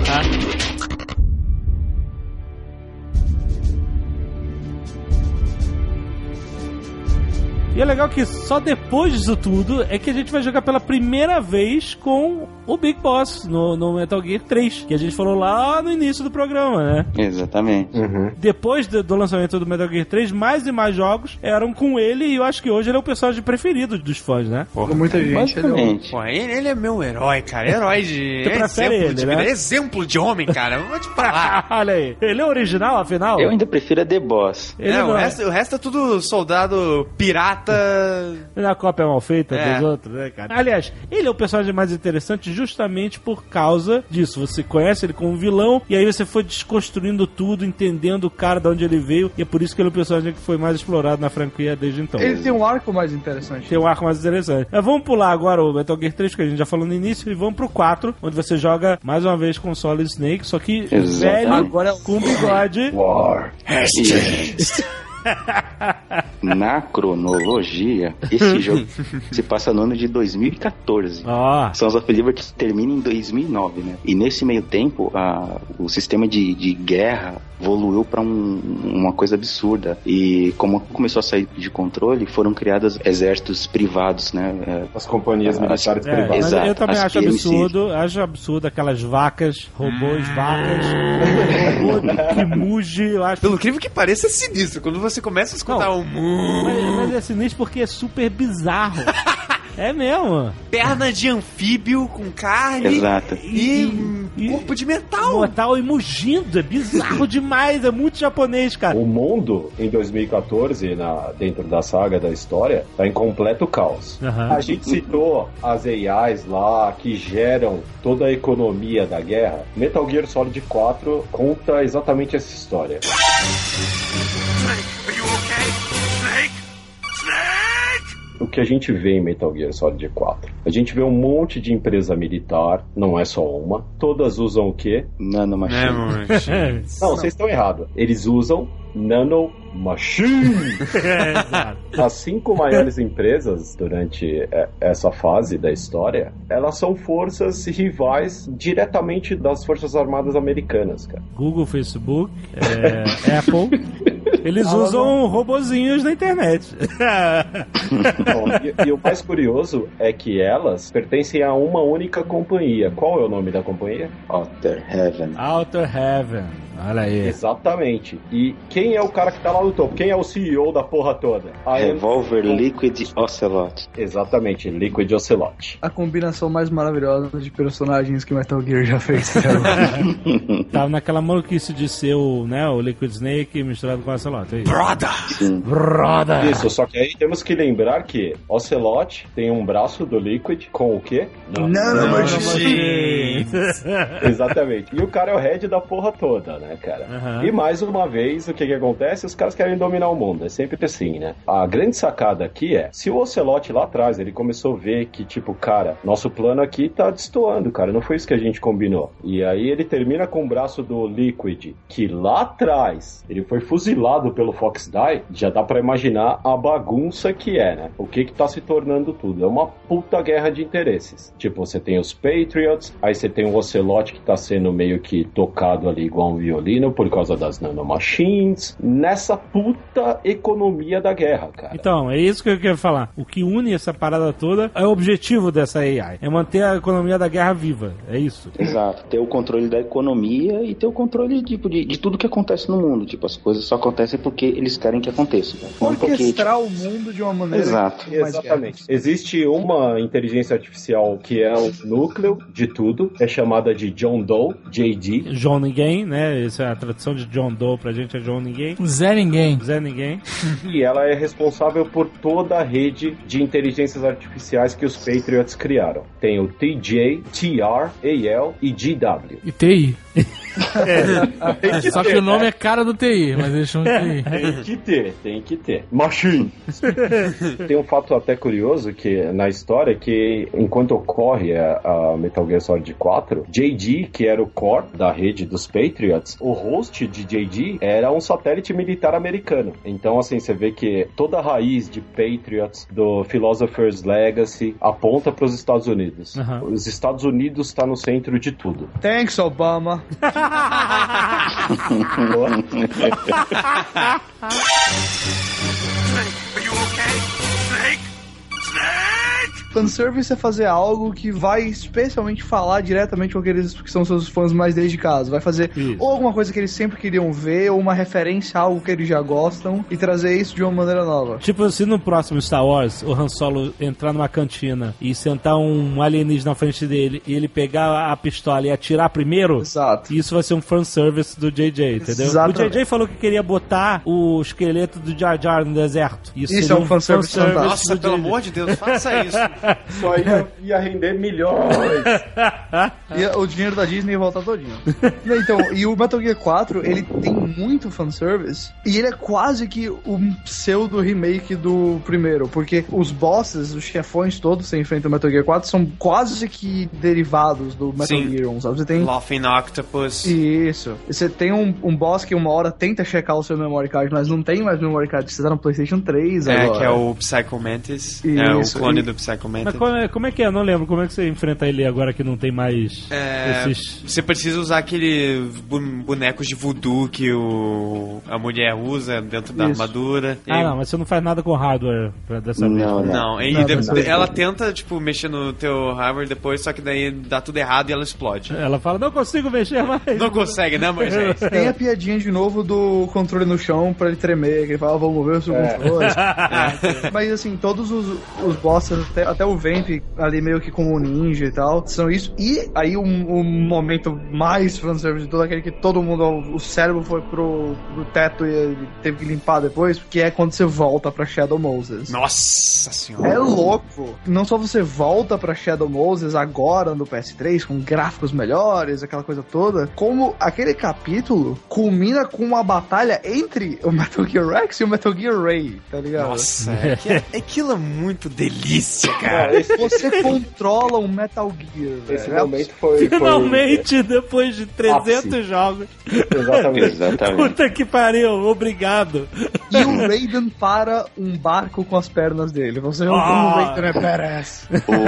E é legal que só depois disso tudo é que a gente vai jogar pela primeira vez com o Big Boss no Metal Gear 3, que a gente falou lá no início do programa, né?
Exatamente.
Depois do lançamento do Metal Gear 3, mais e mais jogos eram com ele, e eu acho que hoje ele é o personagem preferido dos fãs, né?
Porra, muita gente.
Pô, ele é meu herói, cara. Herói de...
Você prefere ele, né?
Exemplo de homem, cara. Vou te falar.
Olha aí. Ele é original, afinal?
Eu ainda prefiro a The Boss.
O resto é tudo soldado pirata.
A cópia mal feita dos outros, né, cara? Aliás, ele é o personagem mais interessante justamente por causa disso. Você conhece ele como vilão e aí você foi desconstruindo tudo, entendendo o cara de onde ele veio, e é por isso que ele é o personagem que foi mais explorado na franquia desde então.
Ele tem um arco mais interessante.
Tem um arco mais interessante. Mas vamos pular agora o Metal Gear 3, que a gente já falou no início, e vamos pro 4, onde você joga mais uma vez com o Solid Snake, só que velho,
agora
com bigode.
War. na cronologia, esse jogo se passa no ano de 2014. Sons of Liberty termina em 2009, né? E nesse meio tempo, o sistema de guerra evoluiu para uma coisa absurda. E como começou a sair de controle, foram criados exércitos privados, né?
As companhias militares privadas.
Exato,
eu também acho absurdo aquelas vacas, robôs, vacas, robô que muge, eu acho.
Pelo incrível que pareça, é sinistro. Quando você começa a escutar
mas é sinistro porque é super bizarro. É mesmo.
Perna de anfíbio com carne.
Exato.
E corpo de metal.
Metal e mugindo. É bizarro demais. É muito japonês, cara.
O mundo, em 2014, dentro da saga da história, tá em completo caos. A gente citou as AIs lá, que geram toda a economia da guerra. Metal Gear Solid 4 conta exatamente essa história.
Snake, are you okay? Snake?
O que a gente vê em Metal Gear Solid 4? A gente vê um monte de empresa militar, não é só uma. Todas usam o quê?
Nanomachine.
Não, vocês estão errados. Eles usam Nanomachine. As 5 maiores empresas durante essa fase da história, elas são forças rivais diretamente das Forças Armadas Americanas, cara.
Google, Facebook, Apple. Eles usam robozinhos na internet.
Bom, e o mais curioso é que elas pertencem a uma única companhia. Qual é o nome da companhia?
Outer Heaven.
Outer Heaven. Olha aí.
Exatamente. E quem é o cara que tá lá no topo? Quem é o CEO da porra toda?
Revolver Liquid Ocelot.
Exatamente, Liquid Ocelot.
A combinação mais maravilhosa de personagens que Metal Gear já fez.
Tava naquela maluquice de ser o Liquid Snake misturado com o Ocelot. É
Brother! Isso, só que aí temos que lembrar que Ocelot tem um braço do Liquid com o quê?
Nanomachine!
Exatamente. E o cara é o head da porra toda, né, cara? E mais uma vez, o que acontece? Os caras querem dominar o mundo. É sempre assim, né? A grande sacada aqui é, se o Ocelot lá atrás, ele começou a ver que, tipo, cara, nosso plano aqui tá destoando, cara. Não foi isso que a gente combinou. E aí ele termina com o braço do Liquid, que lá atrás, ele foi fuzilado pelo Fox Die. Já dá pra imaginar a bagunça que é, né? O que tá se tornando tudo. É uma puta guerra de interesses. Tipo, você tem os Patriots, aí você tem o Ocelot que tá sendo meio que tocado ali igual um violino por causa das nanomachines, nessa puta economia da guerra, cara.
Então, é isso que eu quero falar. O que une essa parada toda é o objetivo dessa AI. É manter a economia da guerra viva. É isso.
Exato. Ter o controle da economia e ter o controle tipo, de tudo que acontece no mundo. Tipo, as coisas só acontecem porque eles querem que aconteça.
Orquestrar o mundo de uma maneira...
Exato.
Exatamente. Existe uma inteligência artificial que é o núcleo de tudo. É chamada de John Doe, JD.
John Ninguém, né? Essa é a tradução de John Doe pra gente, é John Ninguém.
Zé Ninguém.
Zé Ninguém.
E ela é responsável por toda a rede de inteligências artificiais que os Patriots criaram. Tem o TJ, TR, AL e GW.
E TI. Só que o nome é cara do TI, mas eles chamam de TI.
Tem que ter. Machine! Tem um fato até curioso que na história que enquanto ocorre a Metal Gear Solid 4, JD, que era o core da rede dos Patriots, o host de JD era um satélite militar americano. Então, assim, você vê que toda a raiz de Patriots do Philosopher's Legacy aponta para os Estados Unidos. Os Estados Unidos está no centro de tudo.
Thanks, Obama.
Snake, are you okay? Snake? Snake!
Fanservice é fazer algo que vai especialmente falar diretamente com aqueles que são seus fãs mais dedicados. Vai fazer ou alguma coisa que eles sempre queriam ver, ou uma referência a algo que eles já gostam, e trazer isso de uma maneira nova.
Tipo, se no próximo Star Wars o Han Solo entrar numa cantina e sentar um alienígena na frente dele e ele pegar a pistola e atirar primeiro,
exato,
isso vai ser um fanservice do JJ, entendeu? Exatamente. O JJ falou que queria botar o esqueleto do Jar Jar no deserto.
Isso é um fanservice fantástico.
Nossa, pelo amor de Deus, faça isso.
Só ia render milhões.
E o dinheiro da Disney ia voltar todinho. Então, e o Metal Gear 4, ele tem muito fanservice, e ele é quase que um pseudo remake do primeiro, porque os bosses, os chefões todos que você enfrenta no Metal Gear 4 são quase que derivados do Metal Gear 1, sabe? Você tem...
Laughing Octopus.
Isso. Você tem um boss que uma hora tenta checar o seu memory card, mas não tem mais memory card, você tá no PlayStation 3 agora.
Que é o Psycho Mantis.
Isso,
é o clone do Psycho Mantis.
Mas como é que é? Eu não lembro. Como é que você enfrenta ele agora que não tem mais esses...
Você precisa usar aquele bonecos de voodoo que a mulher usa dentro da armadura.
Não, mas você não faz nada com hardware dessa vez.
Não. Ela tenta, tipo, mexer no teu hardware depois, só que daí dá tudo errado e ela explode.
Ela fala, não consigo mexer mais.
Não consegue, né, Moisés?
Tem a piadinha de novo do controle no chão pra ele tremer, que ele fala, vamos mover o seu controle. Mas assim, todos os bosses, até o Vamp ali meio que como um ninja e tal, são isso. E aí um momento mais fanservice de todo, aquele que todo mundo, o cérebro foi pro teto e ele teve que limpar depois, que é quando você volta pra Shadow Moses.
Nossa senhora.
É louco. Não só você volta pra Shadow Moses agora no PS3, com gráficos melhores, aquela coisa toda, como aquele capítulo culmina com uma batalha entre o Metal Gear Rex e o Metal Gear Ray, tá ligado?
Nossa, aquilo é muito delícia, cara.
Você controla um Metal Gear.
Esse momento foi...
Finalmente, depois de 300 jogos.
Exatamente.
Puta que pariu, obrigado.
E o Raiden para um barco com as pernas dele. Você não o Raiden é badass.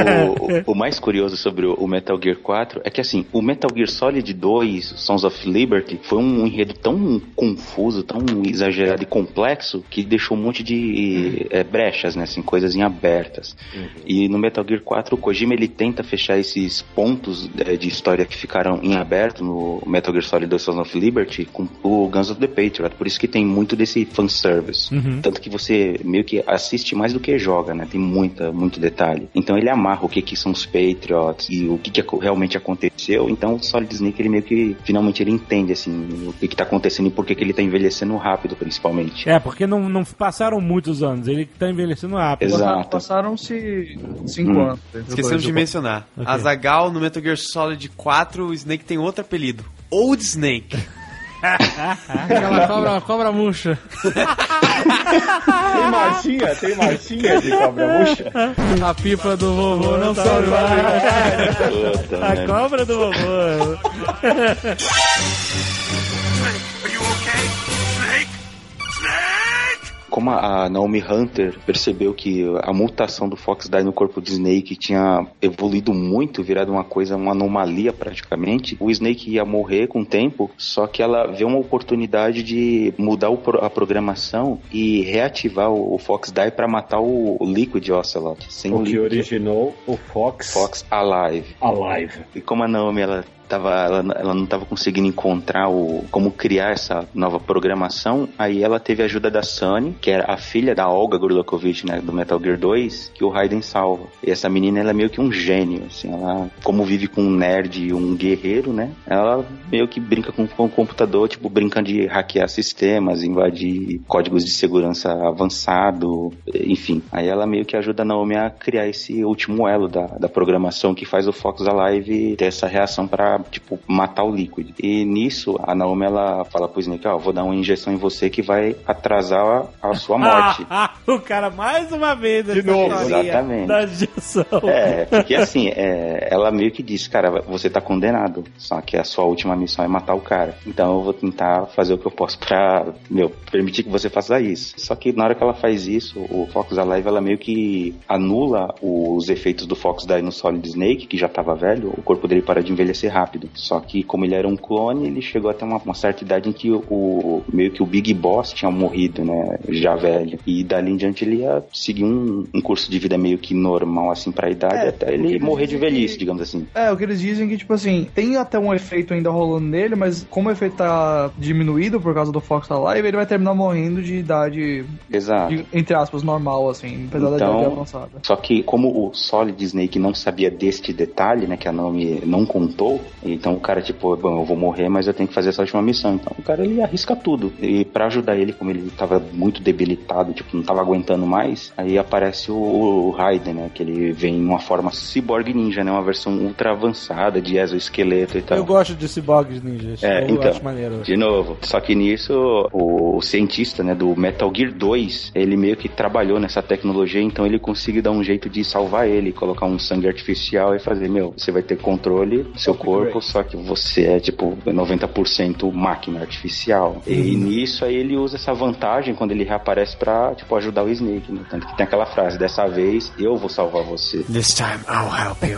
O mais curioso sobre o Metal Gear 4 é que, assim, o Metal Gear Solid 2, Sons of Liberty, foi um enredo tão confuso, tão exagerado e complexo, que deixou um monte de brechas, né, assim, coisas em abertas. E no Metal Gear 4, o Kojima, ele tenta fechar esses pontos de história que ficaram em aberto no Metal Gear Solid 2, Sons of Liberty, com o Guns of the Patriot. Por isso que tem muito desse fanservice. Tanto que você meio que assiste mais do que joga, né? Tem muito detalhe. Então ele amarra o que são os Patriots e o que realmente aconteceu. Então o Solid Snake, ele meio que finalmente ele entende, assim, o que tá acontecendo e por que ele tá envelhecendo rápido, principalmente.
Porque não passaram muitos anos. Ele tá envelhecendo rápido.
Exato.
Passaram-se 5 anos.
Esquecemos de mencionar. Okay. Azaghal, no Metal Gear Solid 4, o Snake tem outro apelido. Old Snake.
Aquela cobra murcha.
Tem marchinha de cobra murcha.
A pipa do vovô não sobe mais.
A cobra do vovô.
Are you okay? Snake? Snake!
Como a Naomi Hunter percebeu que a mutação do Fox Die no corpo de Snake tinha evoluído muito, virado uma anomalia praticamente, o Snake ia morrer com o tempo, só que ela vê uma oportunidade de mudar a programação e reativar o Fox Die para matar o Liquid Ocelot.
O que originou o Fox
Alive. E como a Naomi, ela não estava conseguindo encontrar como criar essa nova programação, aí ela teve a ajuda da Sunny, que era a filha da Olga Gurlukovich, né, do Metal Gear 2, que o Raiden salva. E essa menina, ela é meio que um gênio, assim, ela, como vive com um nerd e um guerreiro, né, ela meio que brinca com o computador, tipo, brincando de hackear sistemas, invadir códigos de segurança avançado, enfim. Aí ela meio que ajuda a Naomi a criar esse último elo da programação que faz o Fox Alive ter essa reação para, tipo, matar o Liquid. E nisso, a Naomi, ela fala pro Snake, vou dar uma injeção em você que vai atrasar a sua morte.
O cara, mais uma vez,
de novo,
exatamente.
Da injeção.
Porque assim, ela meio que diz, cara, você tá condenado, só que a sua última missão é matar o cara. Então eu vou tentar fazer o que eu posso pra, permitir que você faça isso. Só que na hora que ela faz isso, o Fox Alive, ela meio que anula os efeitos do Fox Die no Solid Snake, que já tava velho, o corpo dele para de envelhecer rápido. Só que como ele era um clone, ele chegou até uma certa idade em que meio que o Big Boss tinha morrido, né, já velho. E dali em diante ele ia seguir um curso de vida meio que normal, assim, pra idade, até ele morrer de velhice, digamos assim.
O que eles dizem que, tipo assim, tem até um efeito ainda rolando nele, mas como o efeito tá diminuído por causa do Fox Alive, ele vai terminar morrendo de idade, entre aspas, normal, assim, apesar da idade avançada.
Só que como o Solid Snake não sabia deste detalhe, né, que a Naomi não contou, Então o cara, tipo, bom, eu vou morrer, mas eu tenho que fazer essa última missão. Então o cara, ele arrisca tudo. E pra ajudar ele, como ele tava muito debilitado, tipo, não tava aguentando mais, aí aparece o Raiden, né? Que ele vem em uma forma cyborg ninja, né? Uma versão ultra avançada de exoesqueleto e tal.
Eu gosto de cyborgs ninjas. Eu
então,
acho maneiro.
De novo, só que nisso o cientista, né, do Metal Gear 2, ele meio que trabalhou nessa tecnologia, então ele consegue dar um jeito de salvar ele, colocar um sangue artificial e fazer, você vai ter controle do seu corpo, só que você é tipo 90% máquina artificial. E nisso aí ele usa essa vantagem quando ele reaparece pra, tipo, ajudar o Snake, né? Tanto que tem aquela frase, dessa vez eu vou salvar você.
This time I'll help you.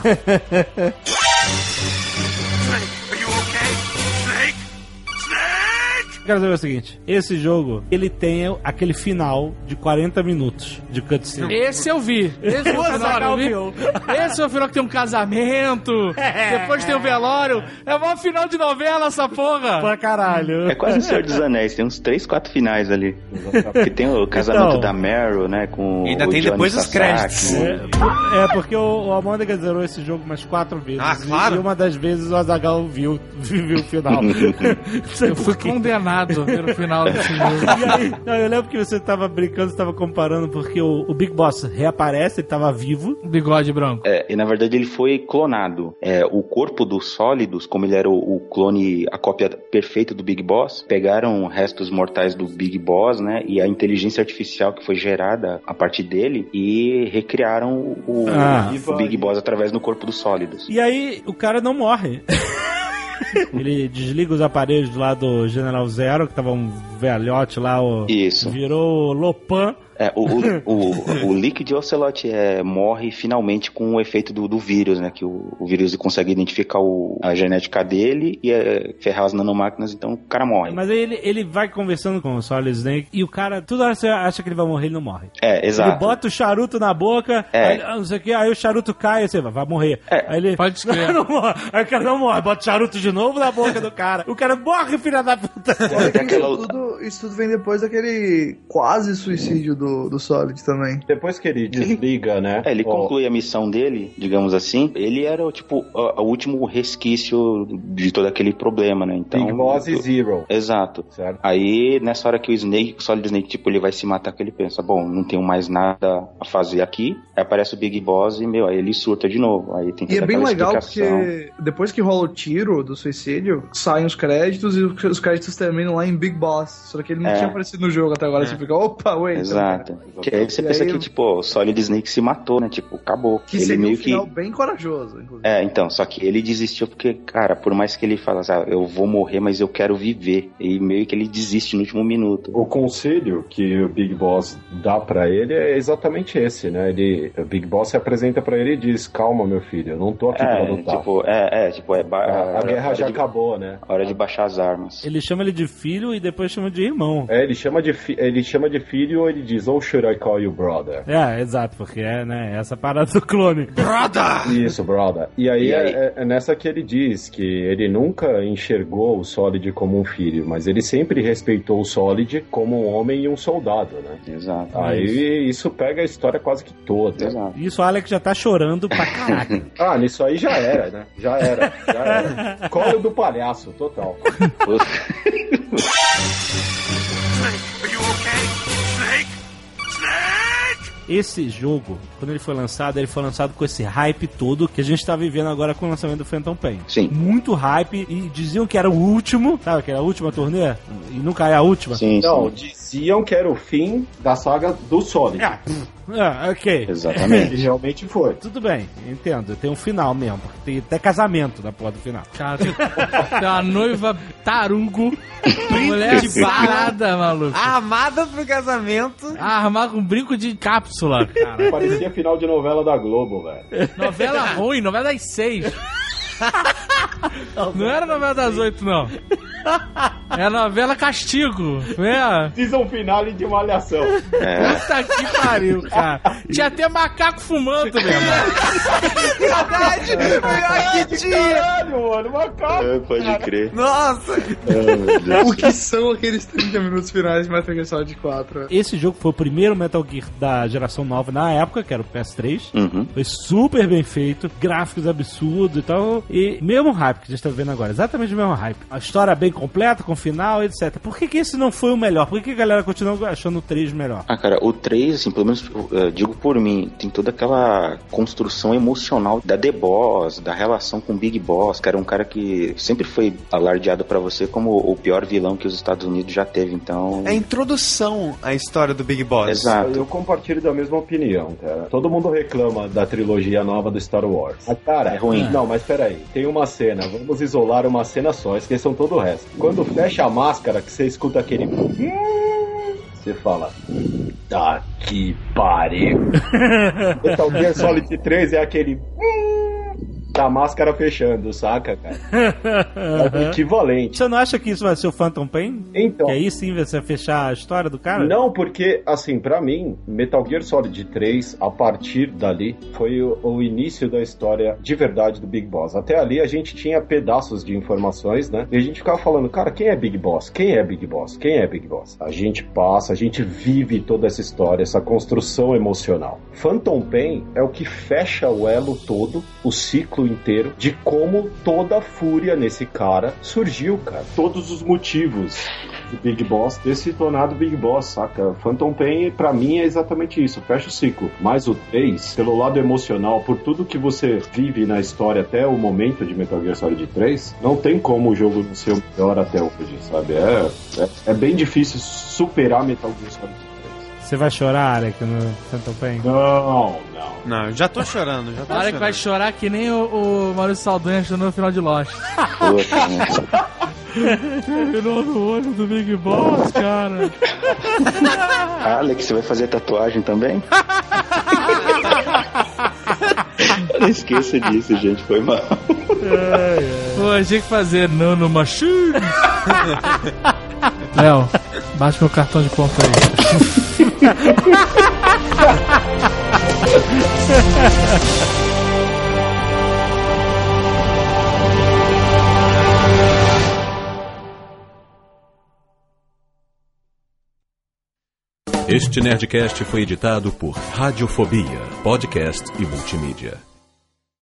Snake, are you okay? Snake? Snake!
Quero saber o seguinte, esse jogo, ele tem aquele final de 40 minutos de cutscene.
Esse eu vi. Esse é o final que eu vi. Esse é o final que tem um casamento, depois tem o velório. É o maior final de novela essa porra.
Pra caralho.
É quase o Senhor dos Anéis, tem uns 3, 4 finais ali. Porque tem o casamento da Meryl, né, com
e ainda
o
tem
Johnny
depois os
Sasaki.
créditos.
Porque o Almôndega zerou esse jogo umas 4 vezes.
Ah, claro.
E uma das vezes o Azaghal viu o final.
Eu fui condenado no final desse jogo.
E aí, eu lembro que você tava brincando, você tava comparando, porque o Big Boss reaparece, ele tava vivo.
Bigode branco.
E na verdade ele foi clonado. O corpo dos sólidos, como ele era o clone, a cópia perfeita do Big Boss, pegaram restos mortais do Big Boss, né, e a inteligência artificial que foi gerada a partir dele e recriaram o Big Boss através do corpo dos sólidos.
E aí o cara não morre. Ele desliga os aparelhos lá do General Zero, que tava um velhote lá,
Isso.
Virou Lopan.
O Liquid Ocelot morre finalmente com o efeito do vírus, né? Que o vírus consegue identificar a genética dele e ferrar as nanomáquinas, então o cara morre.
Mas aí ele vai conversando com o Solid Snake e o cara, toda hora você acha que ele vai morrer, ele não morre.
Exato.
Ele bota o charuto na boca, aí, não sei o que, aí o charuto cai e você vai morrer. Aí ele
pode escrever.
Não morre. Aí o cara não morre, bota o charuto de novo na boca do cara. O cara morre, filha da puta.
Isso tudo vem depois daquele quase suicídio do Solid também.
Depois que ele desliga, né?
Ele conclui a missão dele, digamos assim. Ele era, tipo, o último resquício de todo aquele problema, né? Então,
Big Boss e Zero.
Exato.
Certo.
Aí, nessa hora que o Solid Snake, tipo, ele vai se matar, que ele pensa, bom, não tenho mais nada a fazer aqui. Aí aparece o Big Boss e, aí ele surta de novo. Aí tem que
e é bem legal porque depois que rola o tiro do suicídio, saem os créditos e os créditos terminam lá em Big Boss. Só que ele não tinha aparecido no jogo até agora. Você fica, opa, wait.
Exato. Que aí você pensa que, tipo, o Solid Snake se matou, né? Tipo, acabou.
Que
ele
seria
meio
um final bem corajoso, inclusive.
Então, só que ele desistiu porque, cara, por mais que ele falasse, eu vou morrer, mas eu quero viver. E meio que ele desiste no último minuto.
O conselho que o Big Boss dá pra ele é exatamente esse, né? O Big Boss se apresenta pra ele e diz, calma, meu filho, eu não tô aqui pra lutar. A guerra já acabou, né?
Hora de baixar as armas.
Ele chama ele de filho e depois chama de irmão.
Ele chama de filho ou ele diz, oh, should I call you brother?
Exato, porque né, essa parada do clone.
Brother!
Isso, brother. E aí é nessa que ele diz que ele nunca enxergou o Solid como um filho, mas ele sempre respeitou o Solid como um homem e um soldado, né?
Exato.
Aí isso pega a história quase que toda.
Exato.
Isso o Alex já tá chorando pra caraca.
Nisso aí já era, né? Já era. Colo do palhaço, total.
Snake, are you okay? Snake? Snake!
Esse jogo, quando ele foi lançado com esse hype todo que a gente tá vivendo agora com o lançamento do Phantom Pain.
Sim.
Muito hype e diziam que era o último, sabe? Que era a última turnê e nunca é a última.
Sim.
Não, diziam que era o fim da saga do Solid.
Ok.
Exatamente.
E realmente foi.
Tudo bem, entendo. Tem um final mesmo, porque tem até casamento na porra do final.
Cara, tem uma noiva tarugo, mulher de parada, maluco.
Armada pro casamento.
Armada com brinco de cápsula, cara.
Parecia final de novela da Globo, velho.
Novela ruim, novela das 6. Não era novela das 8, não. É novela Castigo, né?
Season finale de Malhação.
Puta que pariu, cara. Tinha até macaco fumando, meu irmão.
Verdade! Que dia!
Caralho, mano, macaco.
Pode crer.
Nossa!
O que são aqueles 30 minutos finais de Metal Gear Solid 4?
Esse jogo foi o primeiro Metal Gear da geração nova na época, que era o PS3.
Uhum.
Foi super bem feito, gráficos absurdos e tal. E mesmo hype que a gente tá vendo agora, exatamente o mesmo hype. A história bem completa, com final, etc. Por que esse não foi o melhor? Por que a galera continua achando o 3 melhor?
Ah, cara, o 3, assim, pelo menos digo por mim, tem toda aquela construção emocional da The Boss, da relação com o Big Boss, que era um cara que sempre foi alardeado pra você como o pior vilão que os Estados Unidos já teve, então...
É a introdução à história do Big Boss.
Exato.
Eu compartilho da mesma opinião, cara. Todo mundo reclama da trilogia nova do Star Wars. Mas, cara,
é ruim.
Não, mas peraí. Tem uma cena, vamos isolar uma cena só, esqueçam todo o resto. Quando fecha a máscara, que você escuta aquele... Você fala... Tá que pariu. Metal Gear Solid 3 é aquele... da máscara fechando, saca, cara? É o equivalente.
Você não acha que isso vai ser o Phantom Pain?
Então...
Que aí sim vai ser fechar a história do cara?
Não, porque, assim, pra mim, Metal Gear Solid 3, a partir dali, foi o início da história de verdade do Big Boss. Até ali a gente tinha pedaços de informações, né? E a gente ficava falando, cara, quem é Big Boss? Quem é Big Boss? Quem é Big Boss? A gente passa, a gente vive toda essa história, essa construção emocional. Phantom Pain é o que fecha o elo todo, o ciclo inteiro, de como toda a fúria nesse cara surgiu, cara. Todos os motivos do Big Boss ter se tornado Big Boss, saca? Phantom Pain, pra mim, é exatamente isso, fecha o ciclo. Mas o 3, pelo lado emocional, por tudo que você vive na história até o momento de Metal Gear Solid 3, não tem como o jogo não ser o melhor até hoje, sabe? É bem difícil superar Metal Gear Solid 3.
Você vai chorar, Alec, no Phantom Pain?
Não, já tô chorando, já tô chorando.
Alec vai chorar que nem o Maurício Saldanha chorou no final de Lost. Virou no olho do Big Boss, cara.
Alex, você vai fazer tatuagem também? Não esqueça disso, gente, foi mal.
Pô, a gente tem que fazer Nano Machine. Léo, baixa meu cartão de ponto aí.
Este Nerdcast foi editado por Radiofobia, podcast e multimídia.